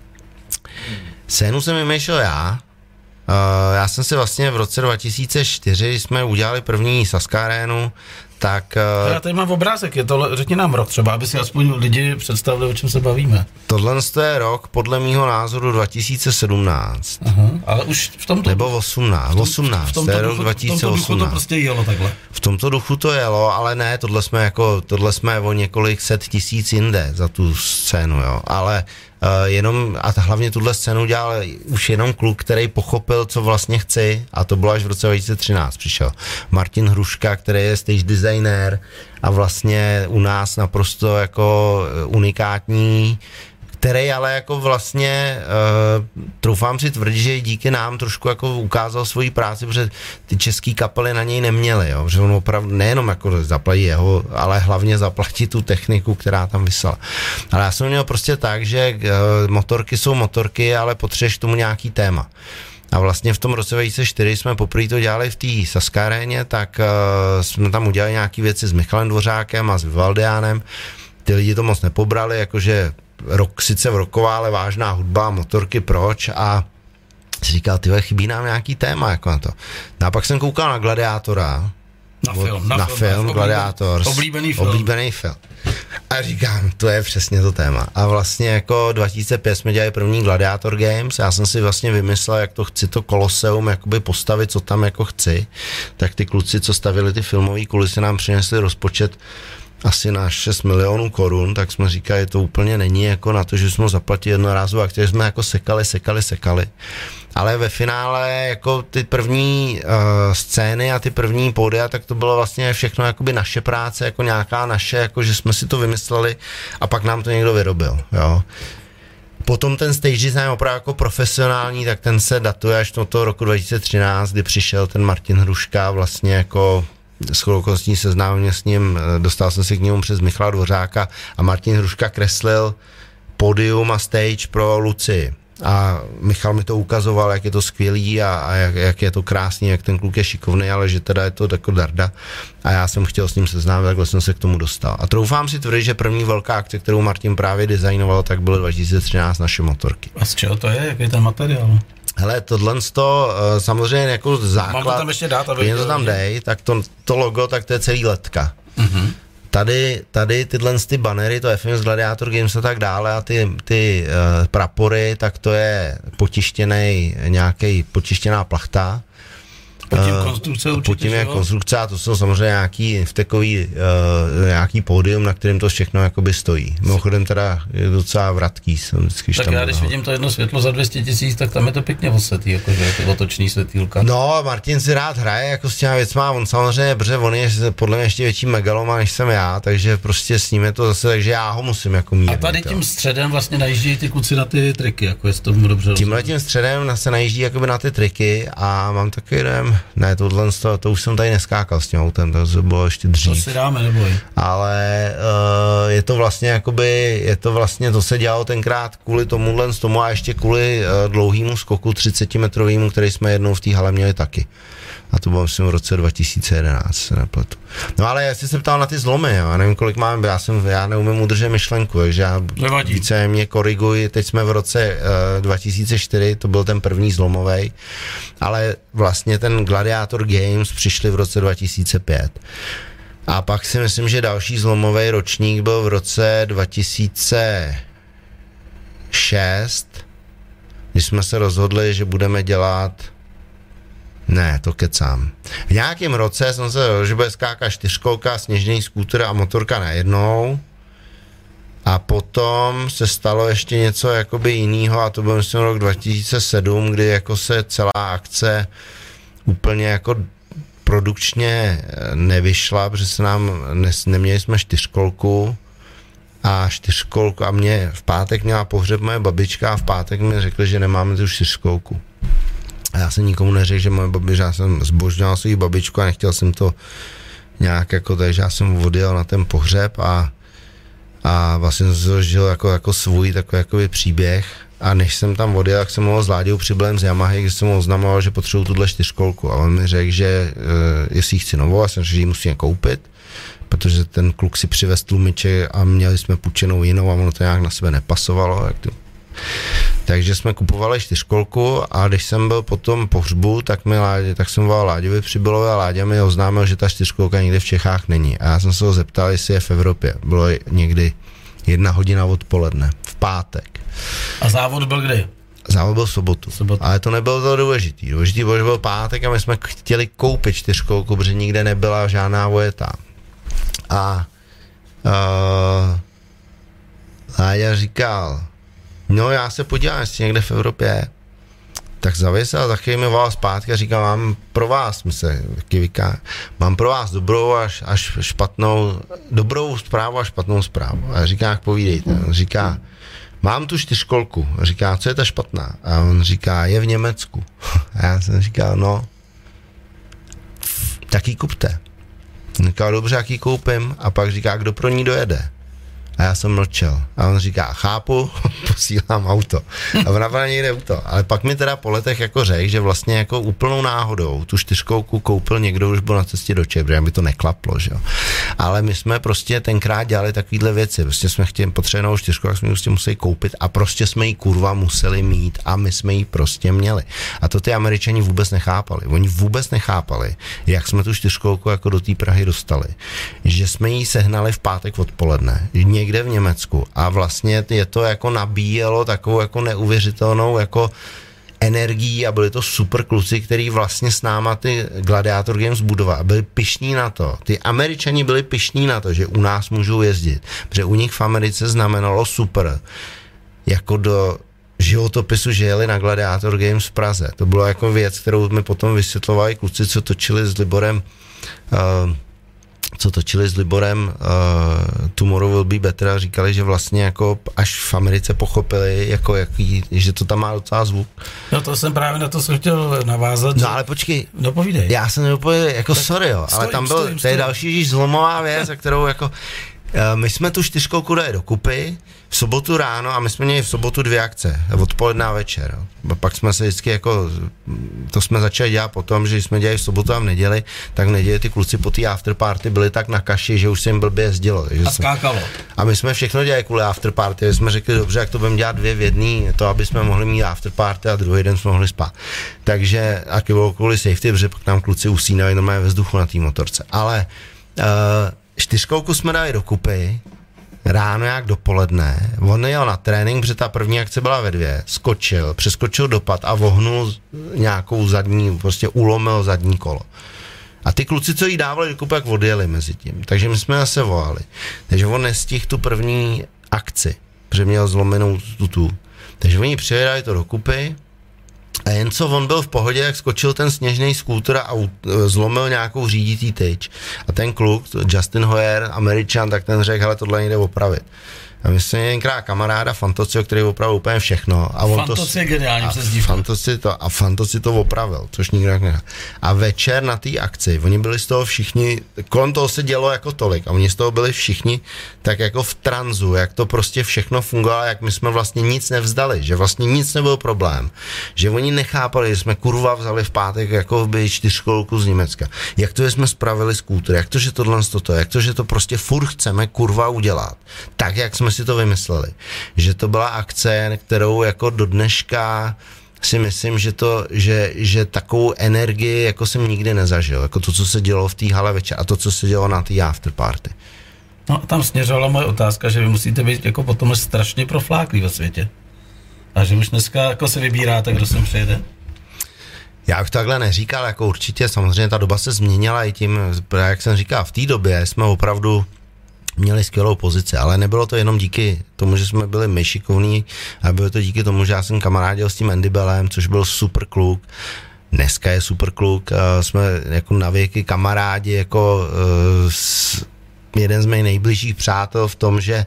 Scénu jsem vymýšlel já. Uh, já jsem si vlastně v roce dva tisíce čtyři, jsme udělali první Saskárénu, tak... Uh, já tady mám obrázek, je to, řekni nám rok třeba, aby si aspoň lidi představili, o čem se bavíme. Tohle je rok, podle mýho názoru, dva tisíce sedmnáct. Aha, ale už v tomto... Nebo osmnáct, v tom, osmnáct, v tomto to je rok dva tisíce osmnáct. V tomto duchu to prostě jelo takhle. V tomto duchu to jelo, ale ne, tohle jsme jako, tohle jsme o několik set tisíc jinde za tu scénu, jo, ale... Uh, jenom, a hlavně tuhle scénu dělal už jenom kluk, který pochopil, co vlastně chci, a to bylo až v roce dva tisíce třináct přišel. Martin Hruška, který je stage designer a vlastně u nás naprosto jako unikátní, který ale jako vlastně uh, troufám si tvrdit, že díky nám trošku jako ukázal svoji práci, protože ty český kapely na něj neměly, jo, že on opravdu nejenom jako zaplatí jeho, ale hlavně zaplatí tu techniku, která tam vysela. Ale já jsem měl prostě tak, že uh, motorky jsou motorky, ale potřebuješ k tomu nějaký téma. A vlastně v tom roce dva tisíce čtyři jsme poprvé to dělali v té Saskáréně, tak uh, jsme tam udělali nějaké věci s Michalem Dvořákem a s Vivaldiánem. Ty lidi to moc nepobrali, jakože rok, sice roková, ale vážná hudba, motorky, proč, a si říkal, tyhle, chybí nám nějaký téma, jako na to. No a pak jsem koukal na Gladiátora, na film, na, na film, film Gladiátor, oblíbený film. oblíbený film. A říkám, to je přesně to téma. A vlastně jako dva tisíce pět jsme dělali první Gladiátor Games, já jsem si vlastně vymyslel, jak to chci to koloseum jakoby postavit, co tam jako chci, tak ty kluci, co stavili ty filmové kulisy, nám přinesli rozpočet asi na šest milionů korun, tak jsme říkali, to úplně není jako na to, že jsme zaplatili jednorázovou akci, jsme jako sekali, sekali, sekali. Ale ve finále jako ty první uh, scény a ty první pódia, tak to bylo vlastně všechno jakoby naše práce, jako nějaká naše, jako že jsme si to vymysleli a pak nám to někdo vyrobil, jo. Potom ten stage design opravdu jako profesionální, tak ten se datuje až do toho roku dva tisíce třináct, kdy přišel ten Martin Hruška vlastně jako shodou okolností seznámil s ním, dostal jsem se k němu přes Michala Dvořáka a Martin Hruška kreslil pódium a stage pro Lucii. A Michal mi to ukazoval, jak je to skvělý a, a jak, jak je to krásný, jak ten kluk je šikovný, ale že teda je to jako darda. A já jsem chtěl s ním seznámit, takhle jsem se k tomu dostal. A troufám si tvrdit, že první velká akce, kterou Martin právě designoval, tak bylo dva tisíce třináct naše motorky. A z čeho to je? Jaký je ten materiál? Hele, tohle to samozřejmě jako základ, mám to tam ještě dát, aby to tam dej, tak to, to logo, tak to je celý letka. Mm-hmm. Tady, tady tyhle ty banery, to F M S Gladiator Games a tak dále a ty, ty uh, prapory, tak to je potištěnej, nějaký potištěná plachta. Pod tím konstrukce určitě, pod tím je konstrukce a to jsou samozřejmě nějaký vtekový, uh, nějaký pódium, na kterém to všechno jakoby stojí. Mimochodem teda je docela vratký. Jsem vždycky, tak tam já, když dal. vidím to jedno světlo za dvě stě tisíc, tak tam je to pěkně osvětlý, jakože ty otoční světýlka. No, Martin si rád hraje jako s těma věcma, on samozřejmě, protože on je podle mě ještě větší megaloma, než jsem já, takže prostě s ním je to zase, takže já ho musím jako mít. A tady tím středem vlastně najíždí ty kluci na ty triky, jako jestli to mu dobře rozumím. Tímhle tím středem se najíždí jakoby na ty triky a mám takový dojem, ne, tohle, to, to už jsem tady neskákal s tím autem, to bylo ještě dřív. To si dáme, neboj. Ale uh, je to vlastně jakoby, je to vlastně, to se dělalo tenkrát kvůli tomuhle z tomu a ještě kvůli uh, dlouhýmu skoku třicetimetrovýmu, který jsme jednou v té hale měli taky. A to bylo myslím v roce dva tisíce jedenáct, se nepletu. No ale já jsi se ptal na ty zlomy, jo. Já nevím, kolik mám, já, jsem, já neumím udržet myšlenku, takže já Nevadí. více mě koriguji. Teď jsme v roce uh, dva tisíce čtyři, to byl ten první zlomovej, ale vlastně ten Gladiator Games přišli v roce dva tisíce pět. A pak si myslím, že další zlomovej ročník byl v roce dva tisíce šest, když jsme se rozhodli, že budeme dělat. Ne, to kecám. V nějakém roce jsem se rozhodl, že bude skákat čtyřkolka, sněžný skútr a motorka najednou. A potom se stalo ještě něco jakoby jinýho a to byl myslím rok dva tisíce sedm, kdy jako se celá akce úplně jako produkčně nevyšla, protože se nám, ne, neměli jsme čtyřkolku a čtyřkolku a mě v pátek měla pohřeb moje babička a v pátek mi řekli, že nemáme tu čtyřkolku. A já jsem nikomu neřekl, že moje babička, já jsem zbožňoval svou babičku a nechtěl jsem to nějak jako, takže já jsem odjel na ten pohřeb a, a vlastně jsem žil jako, jako svůj takový jakoby příběh a než jsem tam odjel, tak jsem mohl s Láďou přiblem z Yamahy, když jsem mu oznamoval, že potřebuji tuhle čtyřkolku a on mi řekl, že uh, jestli ji chci novou, a jsem řekl, že ji musím koupit, protože ten kluk si přivez tlumiče a měli jsme půjčenou jinou a ono to nějak na sebe nepasovalo, jak to. Takže jsme kupovali čtyřkolku a když jsem byl po tom pohřbu, tak, mi Ládě, tak jsem volal Láďovi Přibylovi a Láďa mi oznámil, že ta čtyřkolka nikde v Čechách není. A já jsem se ho zeptal, jestli je v Evropě. Bylo někdy jedna hodina odpoledne, v pátek. A závod byl kdy? Závod byl v sobotu. sobotu. Ale to nebylo to důležitý. Důležitý bylo, že byl pátek a my jsme chtěli koupit čtyřkolku, protože nikde nebyla žádná vojetá. A uh, Láďa říkal, no já se podívám, jestli někde v Evropě je. Tak zavěsil a za chvíli mi volal zpátky a říkal, mám pro vás, mi se kyvíká, mám pro vás dobrou až, až špatnou, dobrou zprávu a špatnou zprávu. A říká, jak povídejte. On říká, mám tu čtyřkolku. A říká, co je ta špatná? A on říká, je v Německu. A já jsem říkal, no, tak ji kupte. On říkal, dobře, jak ji koupím? A pak říká, kdo pro ní dojede? A já jsem mlčel. A on říká, chápu, posílám auto. A ona byla někde auto. Ale pak mi teda po letech jako řekl, že vlastně jako úplnou náhodou tu čtyřkolku koupil někdo, už byl na cestě do Čech, protože by to neklaplo, že jo. Ale my jsme prostě tenkrát dělali takovýhle věci. Prostě jsme chtěli potřebnou čtyřkolku, tak jsme ji prostě museli koupit a prostě jsme ji kurva museli mít a my jsme ji prostě měli. A to ty Američani vůbec nechápali. Oni vůbec nechápali, jak jsme tu čtyřkolku jako do té Prahy dostali. Že jsme ji sehnali v pátek odpoledne. Někde v Německu a vlastně je to jako nabíjelo takovou jako neuvěřitelnou jako energií a byli to super kluci, který vlastně s náma ty Gladiator Games budovali a byli pyšní na to. Ty Američani byli pyšní na to, že u nás můžou jezdit, protože u nich v Americe znamenalo super jako do životopisu, že jeli na Gladiator Games v Praze. To bylo jako věc, kterou mi potom vysvětlovali kluci, co točili s Liborem uh, co točili s Liborem uh, Tomorrow Will Be Better a říkali, že vlastně jako až v Americe pochopili, jako jaký, že to tam má docela zvuk. No to jsem právě na to jsem chtěl navázat. No ale počkej, no povídej. Já jsem nepověděl, jako tak sorry jo, ale tam byl, stojím, to je další zlomová věc, kterou jako my jsme tu čtyřkolku dali dokupy v sobotu ráno a my jsme měli v sobotu dvě akce, odpoledne a večer. A pak jsme se vždycky jako, to jsme začali dělat potom, že jsme dělali v sobotu a v neděli, tak v neděli ty kluci po té afterparty byli tak na kaši, že už se jim blbě jezdilo. A skákalo. A my jsme všechno dělali kvůli afterparty, my jsme řekli, dobře, jak to budeme dělat dvě v jedný, to aby jsme mohli mít afterparty a druhý den jsme mohli spát. Takže a kvůli safety, protože pak nám kluci usínali normálně ve vzduchu na té motorce. Ale uh, čtyřkolku jsme dali dokupy, ráno jak dopoledne, on jel na trénink, protože ta první akce byla ve dvě, skočil, přeskočil dopad a vohnul nějakou zadní, prostě ulomil zadní kolo. A ty kluci, co jí dávali do kupu, jak odjeli mezi tím. Takže my jsme zase volali. Takže on nestihl tu první akci, protože měl zlomenou tutu. Takže oni přijedali to do kupy a jen co on byl v pohodě, jak skočil ten sněžný skútr a zlomil nějakou řídítý tyč. A ten kluk, Justin Hoyer, Američan, tak ten řekl, hele, tohle nejde opravit. A my jsme jenkrát kamaráda Fantocio, který opravil úplně všechno. A on Fantoci to, je geniální přezdívka. Fantoci to, a Fantoci to opravil, což nikdo jak nechá. A večer na té akci, oni byli z toho všichni, kolem toho se dělo jako tolik a oni z toho byli všichni tak jako v tranzu, jak to prostě všechno fungovalo, jak my jsme vlastně nic nevzdali, že vlastně nic nebyl problém. Že oni nechápali, že jsme kurva vzali v pátek jako by čtyřkolku z Německa. Jak to, že jsme spravili skútr, jak to, že tohle toto, jak to, že to prostě furt chceme kurva udělat. Tak, jak jsme si to vymysleli. Že to byla akce, kterou jako do dneška si myslím, že to, že, že takovou energii jako jsem nikdy nezažil. Jako to, co se dělo v té hale večer a to, co se dělo na té afterparty. No tam směřovala moje otázka, že vy musíte být jako potom strašně profláklí ve světě. A že už dneska jako se vybíráte, kdo sem přijede. Já bych to takhle neříkal, jako určitě, samozřejmě ta doba se změnila i tím, jak jsem říkal, v té době jsme opravdu měli skvělou pozici, ale nebylo to jenom díky tomu, že jsme byli my šikovní, ale bylo to díky tomu, že já jsem kamarádil s tím Andy Bellem, což byl super kluk. Dneska je super kluk, jsme jako na věky kamarádi, jako jeden z mých nejbližších přátel v tom, že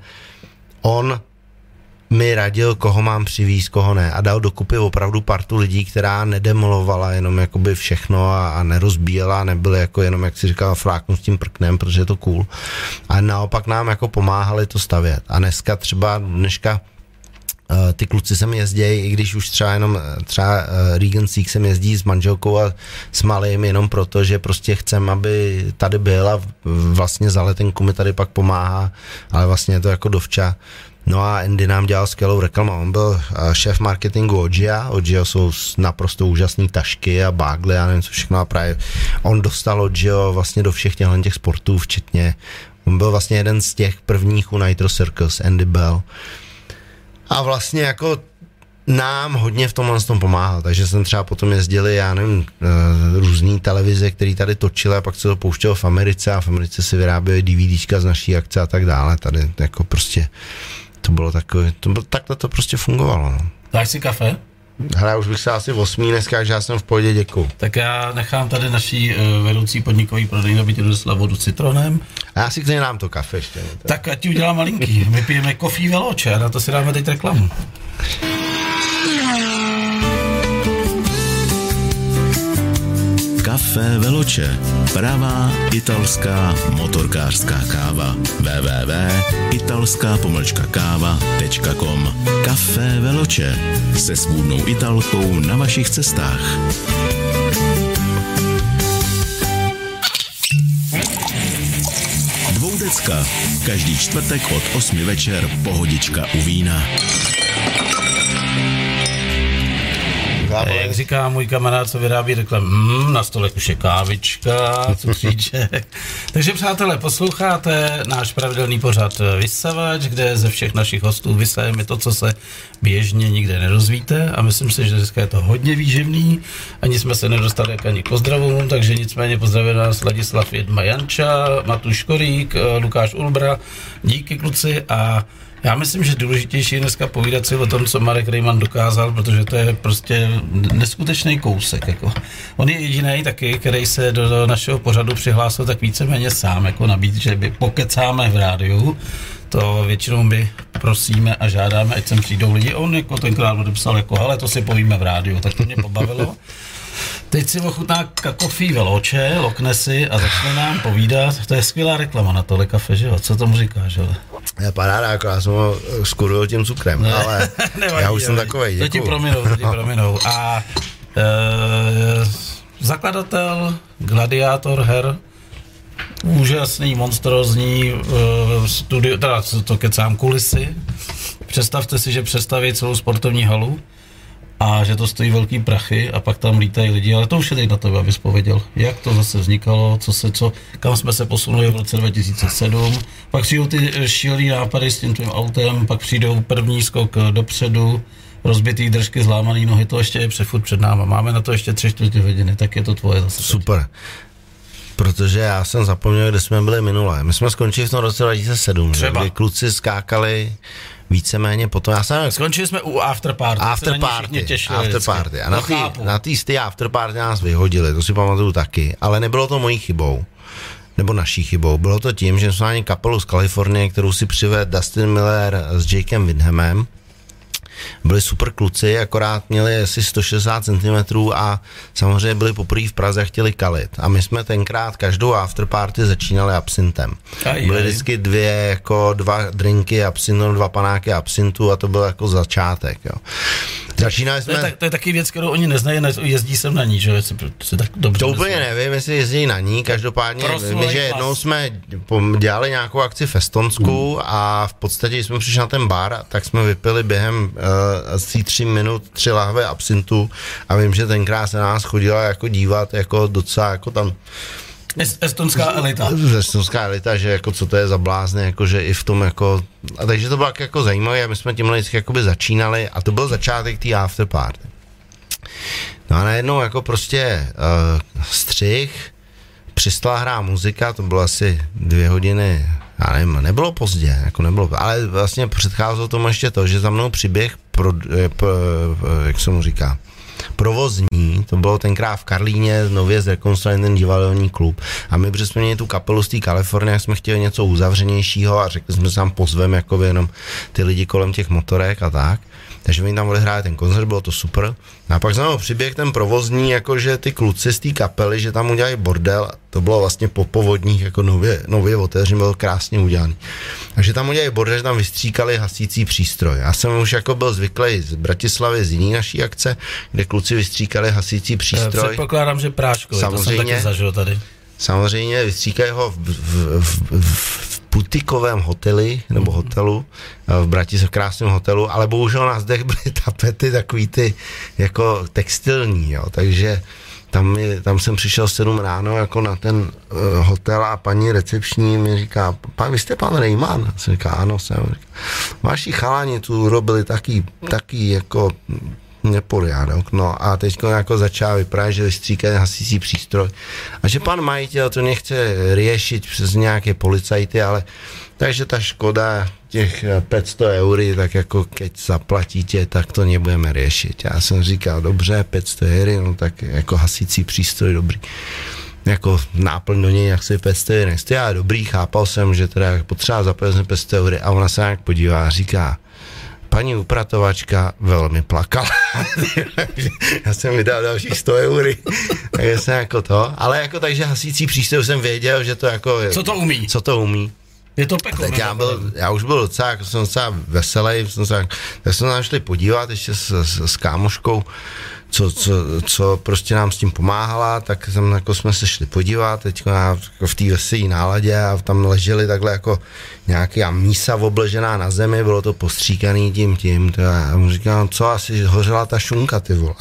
on mi radil, koho mám přivízt, koho ne a dal dokupy opravdu partu lidí, která nedemolovala jenom jakoby všechno a, a nerozbíjela, nebyly jako jenom, jak si říkal, fláknu s tím prknem, protože je to cool. A naopak nám jako pomáhali to stavět. A dneska třeba, dneška uh, ty kluci sem jezdějí, i když už třeba jenom třeba uh, Regan Seek sem jezdí s manželkou a s malým jenom proto, že prostě chcem, aby tady byl a vlastně za letenku mi tady pak pomáhá, ale vlastně je to jako dovča. No a Andy nám dělal skvělou reklamu. On byl šéf marketingu Oggia. Oggio jsou naprosto úžasné tašky a bágle a nevím co všechno. A právě on dostal Oggio vlastně do všech těchto těch sportů, včetně. On byl vlastně jeden z těch prvních u Nitro Circus, Andy Bell. A vlastně jako nám hodně v tomhle tom pomáhal, takže jsem třeba potom jezdili, já nevím, různý televize, které tady točily a pak se to pouštělo v Americe a v Americe si vyráběly DVDčka z naší akce a tak dále. Tady jako prostě to bylo takové, to bylo, takhle to prostě fungovalo. No. Dáš si kafe? Hele, už bych se asi osmý dneska, takže já jsem v pohodě, děkuju. Tak já nechám tady naší uh, vedoucí podnikový prodejny, aby ti donesla vodu citronem. A já si klidně dám to kafe ještě. Ne? Tak ať ti udělám malinký. My pijeme Coffee Veloce a na to si dáme teď reklamu. Café Veloce. Pravá italská motorkářská káva. w w w tečka italská pomlčka káva tečka com. Café Veloce. Se svůdnou Italkou na vašich cestách. Dvoudecka. Každý čtvrtek od osmi večer pohodička u vína. Jak říká můj kamarád, co vyrábí reklamu, hmm, na stole už je kávička, cukříček. Takže přátelé, posloucháte náš pravidelný pořad Vysavač, kde ze všech našich hostů vysajeme to, co se běžně nikde nerozvíte a myslím si, že dneska je to hodně výživný. Ani jsme se nedostali ani k pozdravům, takže nicméně pozdravuje nás Ladislav Jedma Janča, Matuš Korík, Lukáš Ulbra, díky kluci a já myslím, že důležitější je dneska povídat si o tom, co Marek Rejman dokázal, protože to je prostě neskutečný kousek. Jako. On je jediný taky, který se do, do našeho pořadu přihlásil tak víceméně sám, jako nabít, že by pokecáme v rádiu. To většinou my prosíme a žádáme, ať sem přijdou lidi. On jako tenkrát odepsal, jako, hele, to si povíme v rádiu, tak to mě pobavilo. Teď si ochutná Coffee Veloce, lokne si a začne nám povídat. To je skvělá reklama na tohle kafe, že jo? Co tomu říkáš, ale? Je paráda, jako já jsem ho skuril tím cukrem, ne, ale nevadí, já už jsem takovej, děkuju. To ti prominou, to ti prominou. A e, zakladatel, gladiátor her, úžasný, monstrózní e, studio, teda to kecám kulisy. Představte si, že představí celou sportovní halu a že to stojí velký prachy a pak tam lítají lidi, ale to už je teď na tebe, abys pověděl, jak to zase vznikalo, co se, co, kam jsme se posunuli v roce dva tisíce sedm, pak přijdou ty šílený nápady s tím tvým autem, pak přijdou první skok dopředu, rozbitý držky, zlámaný nohy, to ještě je přefurt před náma, máme na to ještě tři čtvrtě hodiny, tak je to tvoje zase. Super. Teď. Protože já jsem zapomněl, kde jsme byli minulé. My jsme skončili v tom roce dva tisíce sedm, kdy kluci skákali víceméně potom. Já jsem... Skončili jsme u afterparty. Afterparty, afterparty. A na té na té afterparty nás vyhodili, to si pamatuju taky, ale nebylo to mojí chybou. Nebo naší chybou. Bylo to tím, že jsme měli kapelu z Kalifornie, kterou si přivedl Dustin Miller s Jakem Windhamem. Byli super kluci, akorát měli asi sto šedesát centimetrů a samozřejmě byli poprvé v Praze a chtěli kalit. A my jsme tenkrát každou afterparty začínali absintem. Aj, Byly aj. vždycky dvě, jako dva drinky absintu, dva panáky absintu a to byl jako začátek. Jo. Začínali jsme... To je, to je taky věc, kterou oni neznají, jezdí sem na ní, že se, se tak dobře To úplně myslím. nevím, jestli jezdí na ní, každopádně my, že jednou jsme dělali nějakou akci v Estonsku hmm. a v podstatě, když jsme přišli na ten bar, tak jsme vypili během uh, asi tři minut tři lahve absintu a vím, že tenkrát se na nás chodila jako dívat, jako docela jako tam estonská elita. Estonská elita, že jako co to je za blázny, jako že i v tom jako, a takže to bylo jako zajímavé a my jsme tímhle vždycky jakoby začínali a to byl začátek té afterparty. No a najednou jako prostě uh, střih, přistala hrát muzika, to bylo asi dvě hodiny, já nevím, nebylo pozdě, jako nebylo, ale vlastně předcházelo tomu ještě to, že za mnou přiběh, pro, pro, jak se mu říká, provozní, to bylo tenkrát v Karlíně nově zrekonstruovaný ten divadelní klub a my, protože jsme měli tu kapelu z té Kalifornie, jsme chtěli něco uzavřenějšího a řekli jsme, že tam pozveme jako jenom ty lidi kolem těch motorek a tak. Takže my tam odehráli ten koncert, bylo to super. A pak znamená přiběh ten provozní, jakože ty kluci z té kapely, že tam udělají bordel, to bylo vlastně po povodních, jako nově, nově otevřený, bylo krásně udělaný. Takže tam udělají bordel, že tam vystříkali hasící přístroj. Já jsem už jako byl zvyklý z Bratislavy, z jiný naší akce, kde kluci vystříkali hasící přístroj. Předpokládám, že práškový, to jsem taky zažil tady. Samozřejmě vystříkají ho v, v, v, v putikovém hoteli, nebo hotelu, v Bratislavě, v krásném hotelu, ale bohužel na zdech byly tapety takový ty jako textilní, jo, takže tam, tam jsem přišel sedm ráno jako na ten uh, hotel a paní recepční mi říká, pan, vy jste pan Rejman? Jsem říká, ano, jsem. Říká, vaši chalani tu robili taky, taky jako neporiádok, no a teď jako začal vyprávět, že vystříkají hasící přístroj a že pan majitel to nechce řešit přes nějaké policajty, ale takže ta škoda těch pět set eur, tak jako keď zaplatíte, tak to nebudeme řešit. Já jsem říkal, dobře, pět set eur, no tak jako hasící přístroj, dobrý. Jako náplň do něj, jak se pět set eur nechce, já dobrý, chápal jsem, že teda potřeba zaplatit pět set eur a ona se nějak podívá a říká, paní upratovačka velmi plakala. Já jsem vydal dalších sto eur. Takže jsem jako to. Ale jako takže hasící přístroj jsem věděl, že to jako... Co to umí? Co to umí. Je to peklo. Tak já, byl, já už byl docela, jako jsem docela veselý. Jsem se, tak jsme nám šli podívat ještě s, s, s kámoškou, co, co, co prostě nám s tím pomáhala, tak tam jako jsme se šli podívat, teď jako v té veselé náladě a tam leželi takhle jako nějaká mísa obležená na zemi, bylo to postříkaný tím tím, to já mu říkám, co asi hořela ta šunka, ty vole.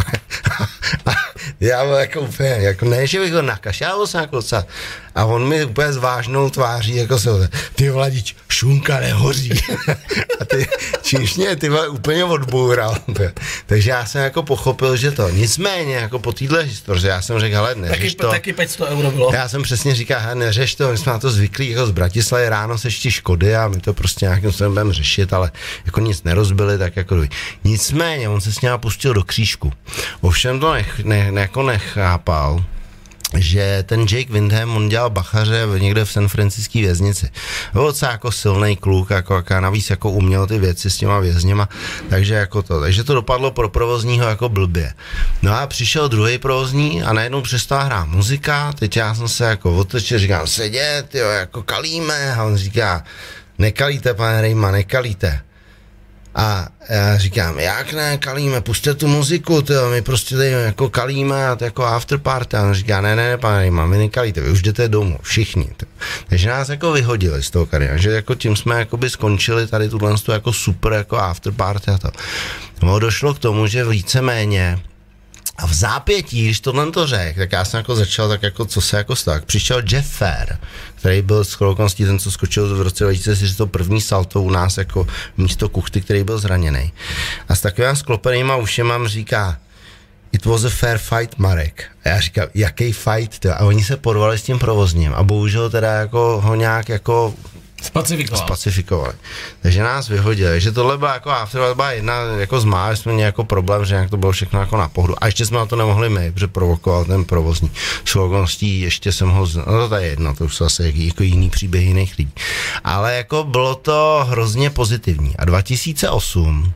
Já byl jako úplně, jako ne, že bych ho nakaš, já byl jsem jako docela, a on mi úplně s vážnou tváří, jako se, ty Vladič, šunka nehoří. A ty, čímž mě, ty vole, úplně odboural. Takže já jsem jako pochopil, že to, nicméně, jako po téhle historii, já jsem řekl, hele, neřeš taky, to. Taky pět set euro bylo. Já jsem přesně říkal, hele, neřeš to, my jsme na to zvyklí, jako z Bratislavy, ráno se ještě škody a my to prostě nějakým způsobem budeme řešit, ale jako nic nerozbili, tak jako doby. Nicméně, on se s ním pustil do křížku. Ovšem to nech, ne, ne, jako nechápal, že ten Jake Windham, on dělal bachaře někde v San Franciské věznici. Byl docela jako silný kluk, jako, jako navíc jako uměl ty věci s těma vězněma, takže jako to, takže to dopadlo pro provozního jako blbě. No a přišel druhý provozní a najednou přestala hrát muzika, teď já jsem se jako otočil, říkám, sedět, jo, jako kalíme, a on říká, nekalíte, pane Rejma, nekalíte. A já říkám, jak ne, kalíme, pusťte tu muziku, tyjo, my prostě tady jako kalíme a to jako afterparty. A on říká, ne, ne, ne, pane, my nekalíte, vy už jdete domů, všichni. Tyjo. Takže nás jako vyhodili z toho kariéra, že jako tím jsme jakoby skončili tady tuhle jako super jako afterparty a to. No, došlo k tomu, že víceméně a v zápětí, když tohle to řekl, tak já jsem jako začal tak jako, co se jako stalo. Přišel Jeff Fair, který byl s okolností ten, co skočil v roce dva tisíce čtyři, to první salto u nás jako místo Kuchty, který byl zraněný. A s takovým sklopenýma ušima říká, it was a fair fight, Marek. A já říkám, jaký fight? To? A oni se porvali s tím provozním a bohužel teda jako ho nějak jako Spacifikovali. Spacifikovali. Takže nás vyhodili. že tohle byla jako afterparty, byla jedna jako z mála, jsme měli jako problém, že nějak to bylo všechno jako na pohodu. A ještě jsme na to nemohli my, protože provokoval ten provozní. S okolností ještě jsem ho, no to je jedno, to už jsou asi jako jiný příběhy jiných lidí. Ale jako bylo to hrozně pozitivní. A dva tisíce osm